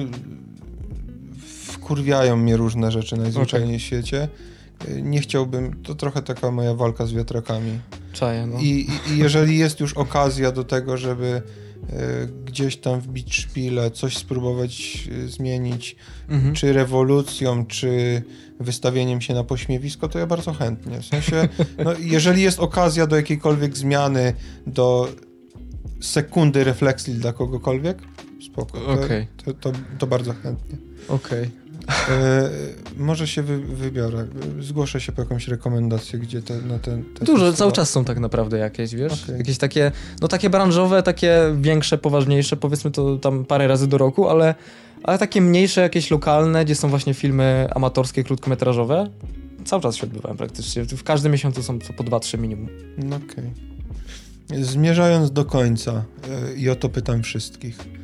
wkurwiają mnie różne rzeczy najzwyczajniej okay. w świecie. Nie chciałbym, to trochę taka moja walka z wiatrakami. Czaję, no. I, i jeżeli jest już okazja do tego, żeby gdzieś tam wbić szpilę, coś spróbować zmienić, mhm. czy rewolucją, czy wystawieniem się na pośmiewisko, to ja bardzo chętnie. W sensie, no, jeżeli jest okazja do jakiejkolwiek zmiany, do sekundy refleksji dla kogokolwiek, spoko. To, okay. to, to, to bardzo chętnie. Okej. Okay. E, może się wy, wybiorę. Zgłoszę się po jakąś rekomendację, gdzie te, na ten... ten Dużo, festiwal. Cały czas są tak naprawdę jakieś, wiesz? Okay. Jakieś takie, no takie branżowe, takie większe, poważniejsze, powiedzmy to tam parę razy do roku, ale, ale takie mniejsze, jakieś lokalne, gdzie są właśnie filmy amatorskie, krótkometrażowe. Cały czas się odbywają praktycznie. W każdym miesiącu są po dwa trzy minimum. No okej. Okay. Zmierzając do końca yy, i o to pytam wszystkich.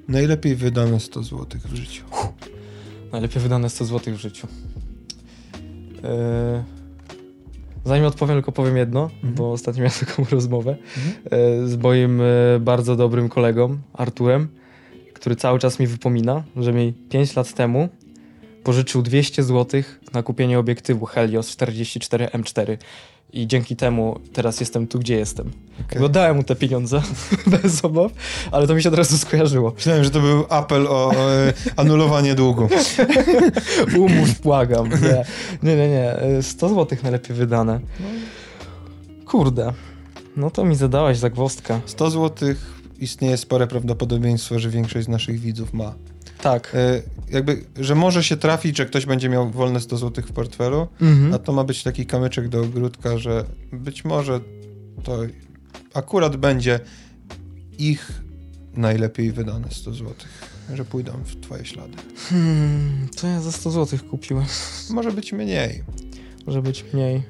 Najlepiej wydane sto złotych w życiu. Najlepiej wydane sto złotych w życiu. Yy... Zanim odpowiem, tylko powiem jedno, mhm. bo ostatnio miałem taką rozmowę mhm. yy, z moim yy, bardzo dobrym kolegą, Arturem, który cały czas mi wypomina, że mi pięć lat temu pożyczył dwieście złotych na kupienie obiektywu Helios czterdzieści cztery M cztery. I dzięki temu teraz jestem tu, gdzie jestem. Okay. Oddałem mu te pieniądze bez obaw, ale to mi się od razu skojarzyło. Myślałem, że to był apel o, o anulowanie długu. Umórz, błagam. Nie, nie, nie. nie. sto złotych najlepiej wydane. Kurde. No to mi zadałaś zagwozdkę. sto złotych istnieje spore prawdopodobieństwo, że większość z naszych widzów ma. Tak. Y, jakby, że może się trafić, że ktoś będzie miał wolne sto złotych w portfelu, mhm. a to ma być taki kamyczek do ogródka, że być może to akurat będzie ich najlepiej wydane sto złotych, że pójdą w twoje ślady. Hmm, to ja za sto złotych kupiłem. Może być mniej. Może być mniej.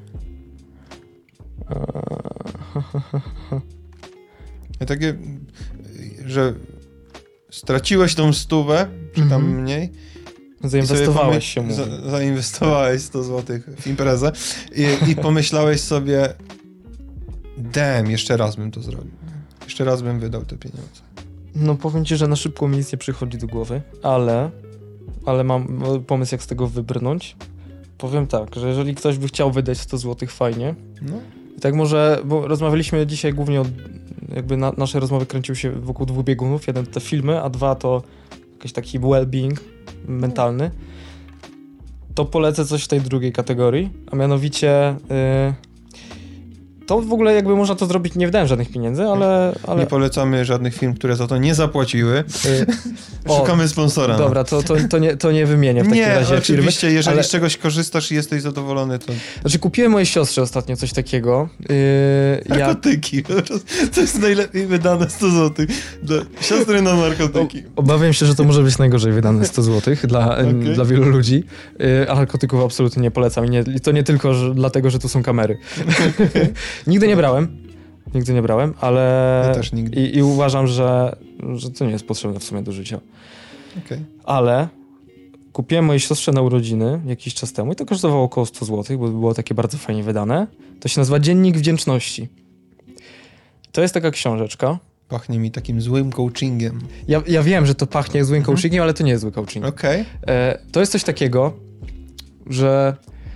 Ja takie, że straciłeś tą stówę, czy tam mm-hmm. mniej. Zainwestowałeś się mu. Za, zainwestowałeś sto złotych w imprezę i, i pomyślałeś sobie, damn, jeszcze raz bym to zrobił. Jeszcze raz bym wydał te pieniądze. No powiem ci, że na szybko mi nic nie przychodzi do głowy, ale, ale mam pomysł, jak z tego wybrnąć. Powiem tak, że jeżeli ktoś by chciał wydać sto złotych, fajnie. No. I tak może, bo rozmawialiśmy dzisiaj głównie o, jakby na, nasze rozmowy kręciły się wokół dwóch biegunów. Jeden to te filmy, a dwa to jakiś taki well-being mentalny. To polecę coś w tej drugiej kategorii, a mianowicie yy, to w ogóle jakby można to zrobić, nie wydałem żadnych pieniędzy, ale... ale... Nie polecamy żadnych firm, które za to nie zapłaciły. Yy, Szukamy o, sponsora. Dobra, to, to, to, nie, to nie wymienię w takim nie, razie oczywiście, firmy, jeżeli ale... z czegoś korzystasz i jesteś zadowolony, to... Znaczy kupiłem mojej siostrze ostatnio coś takiego. Yy, narkotyki. Ja... To jest najlepiej wydane sto złotych dla siostry na narkotyki. O, obawiam się, że to może być najgorzej wydane sto złotych dla, okay. dla wielu ludzi. Yy, a narkotyków absolutnie nie polecam. I, nie, i to nie tylko że, dlatego, że tu są kamery. Okay. Nigdy nie brałem. Nigdy nie brałem, ale... Ja też nigdy. I, i uważam, że, że to nie jest potrzebne w sumie do życia. Okay. Ale kupiłem mojej siostrze na urodziny jakiś czas temu i to kosztowało około sto złotych, bo było takie bardzo fajnie wydane. To się nazywa Dziennik Wdzięczności. To jest taka książeczka. Pachnie mi takim złym coachingiem. Ja, ja wiem, że to pachnie złym mhm. coachingiem, ale to nie jest zły coaching. Okay. E, to jest coś takiego, że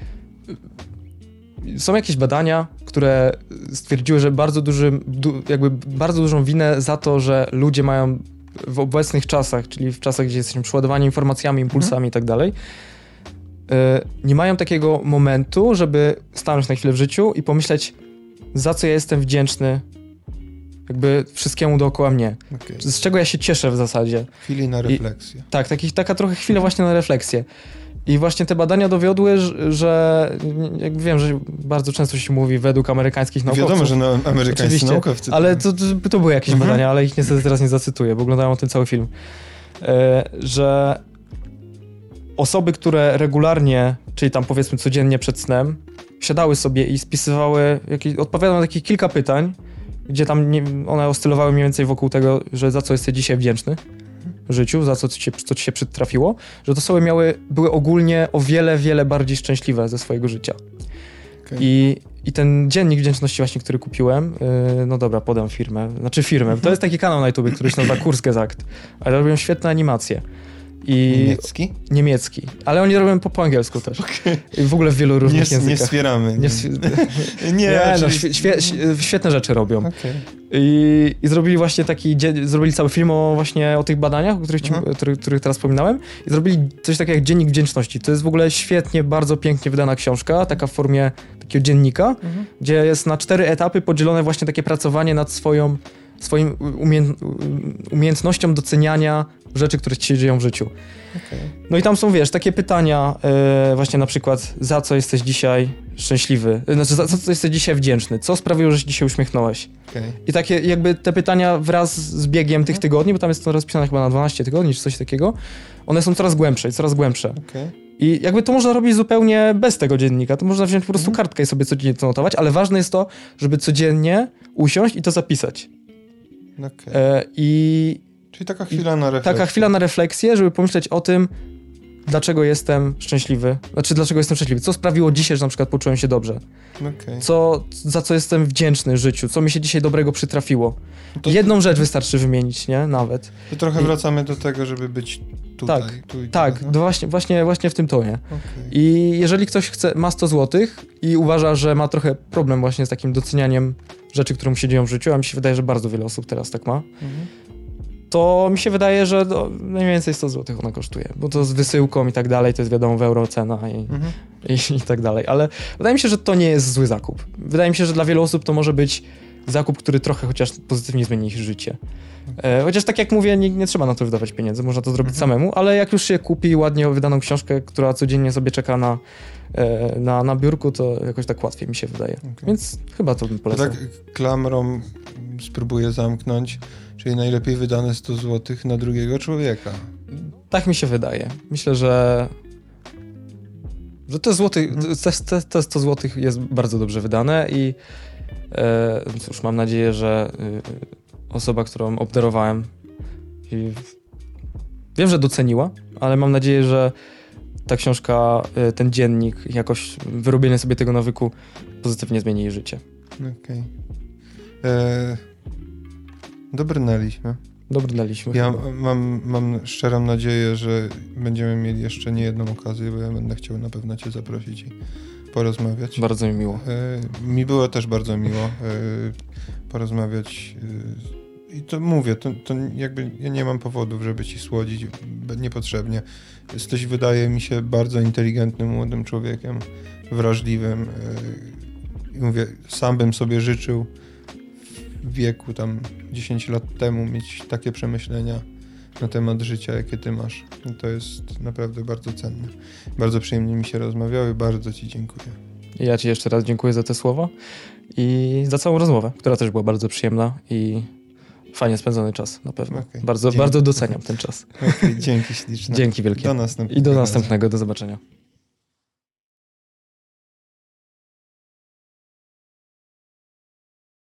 są jakieś badania, które stwierdziły, że bardzo duży, du, jakby bardzo dużą winę za to, że ludzie mają w obecnych czasach, czyli w czasach, gdzie jesteśmy przeładowani informacjami, impulsami mhm. i tak dalej, nie mają takiego momentu, żeby stanąć na chwilę w życiu i pomyśleć, za co ja jestem wdzięczny jakby wszystkiemu dookoła mnie. Okay. Z czego ja się cieszę w zasadzie. Chwili na refleksję. I, tak, taki, taka trochę chwila właśnie na refleksję. I właśnie te badania dowiodły, że jak wiem, że bardzo często się mówi według amerykańskich naukowców. Wiadomo, że no, amerykańscy naukowcy. Ale to, to, to były jakieś mhm. badania, ale ich niestety teraz nie zacytuję, bo oglądałem o tym cały film. E, że osoby, które regularnie, czyli tam powiedzmy codziennie przed snem, siadały sobie i spisywały, jakieś, odpowiadały na takich kilka pytań, gdzie tam nie, one oscylowały mniej więcej wokół tego, że za co jesteś dzisiaj wdzięczny w życiu, za co ci się, co ci się przytrafiło, że te osoby miały, były ogólnie o wiele, wiele bardziej szczęśliwe ze swojego życia. Okay. I, I ten Dziennik Wdzięczności właśnie, który kupiłem, yy, no dobra, podam firmę, znaczy firmę, to jest taki kanał na YouTube, który się nazywa Kurzgesagt, ale robią świetne animacje. I niemiecki? Niemiecki, ale oni robią po, po angielsku też. Okay. I w ogóle w wielu różnych nie, językach. Nie wspieramy. Nie, nie, nie no, świe, świe, świetne rzeczy robią. Okay. I, I zrobili właśnie taki, zrobili cały film o właśnie o tych badaniach, o których, ci, których, których teraz wspominałem. I zrobili coś takiego jak Dziennik Wdzięczności. To jest w ogóle świetnie, bardzo pięknie wydana książka, taka w formie takiego dziennika, mhm. gdzie jest na cztery etapy podzielone właśnie takie pracowanie nad swoją, swoim umiejęt, umiejętnością doceniania rzeczy, które ci się dzieją w życiu. Okay. No i tam są, wiesz, takie pytania, yy, właśnie na przykład, za co jesteś dzisiaj szczęśliwy, znaczy za, za co jesteś dzisiaj wdzięczny, co sprawiło, że się dzisiaj uśmiechnąłeś. Okay. I takie jakby te pytania wraz z biegiem tych tygodni, bo tam jest to rozpisane chyba na dwanaście tygodni, czy coś takiego, one są coraz głębsze i coraz głębsze. Okay. I jakby to można robić zupełnie bez tego dziennika, to można wziąć po prostu mm. kartkę i sobie codziennie to notować, ale ważne jest to, żeby codziennie usiąść i to zapisać. Okay. E, I Czyli taka chwila na refleksję. Taka chwila na refleksję, żeby pomyśleć o tym, dlaczego jestem szczęśliwy. Znaczy, dlaczego jestem szczęśliwy. Co sprawiło dzisiaj, że na przykład poczułem się dobrze. Okay. Co, za co jestem wdzięczny w życiu. Co mi się dzisiaj dobrego przytrafiło. To, Jedną to, rzecz wystarczy wymienić, nie? Nawet. To trochę I... wracamy do tego, żeby być tutaj. Tak, tu i tak teraz, no? właśnie, właśnie, właśnie w tym tonie. Okay. I jeżeli ktoś chce, ma sto złotych i uważa, że ma trochę problem właśnie z takim docenianiem rzeczy, które mu się dzieją w życiu, a mi się wydaje, że bardzo wiele osób teraz tak ma, mhm. to mi się wydaje, że no, mniej więcej sto złotych ona kosztuje, bo to z wysyłką i tak dalej, to jest wiadomo w euro cena i, mhm. i, i tak dalej, ale wydaje mi się, że to nie jest zły zakup. Wydaje mi się, że dla wielu osób to może być zakup, który trochę chociaż pozytywnie zmieni ich życie. E, chociaż tak jak mówię, nie, nie trzeba na to wydawać pieniędzy, można to zrobić mhm. samemu, ale jak już się kupi ładnie wydaną książkę, która codziennie sobie czeka na, e, na, na biurku, to jakoś tak łatwiej mi się wydaje. Okay. Więc chyba to bym polecał. To tak klamrą spróbuję zamknąć, czyli najlepiej wydane sto złotych na drugiego człowieka. Tak mi się wydaje. Myślę, że że te, złoty, te, te, te sto złotych jest bardzo dobrze wydane i e, cóż, mam nadzieję, że e, osoba, którą obdarowałem i wiem, że doceniła, ale mam nadzieję, że ta książka, e, ten dziennik, jakoś wyrobienie sobie tego nawyku pozytywnie zmieni jej życie. Okej. Okay. E... Dobrnęliśmy. Dobrnęliśmy. Ja mam, mam szczerą nadzieję, że będziemy mieli jeszcze nie jedną okazję, bo ja będę chciał na pewno cię zaprosić i porozmawiać. Bardzo mi miło. E, mi było też bardzo miło e, porozmawiać. E, I to mówię, to, to jakby ja nie mam powodów, żeby ci słodzić niepotrzebnie. Jesteś, wydaje mi się, bardzo inteligentnym młodym człowiekiem, wrażliwym. E, I mówię, sam bym sobie życzył w wieku tam dziesięć lat temu mieć takie przemyślenia na temat życia, jakie ty masz. I to jest naprawdę bardzo cenne. Bardzo przyjemnie mi się rozmawiało i bardzo ci dziękuję. Ja ci jeszcze raz dziękuję za te słowa i za całą rozmowę, która też była bardzo przyjemna i fajnie spędzony czas na pewno. Okay. Bardzo, bardzo doceniam ten czas. Okay, dzięki śliczne. Dzięki wielkie. Do następnego. I do następnego. Do zobaczenia.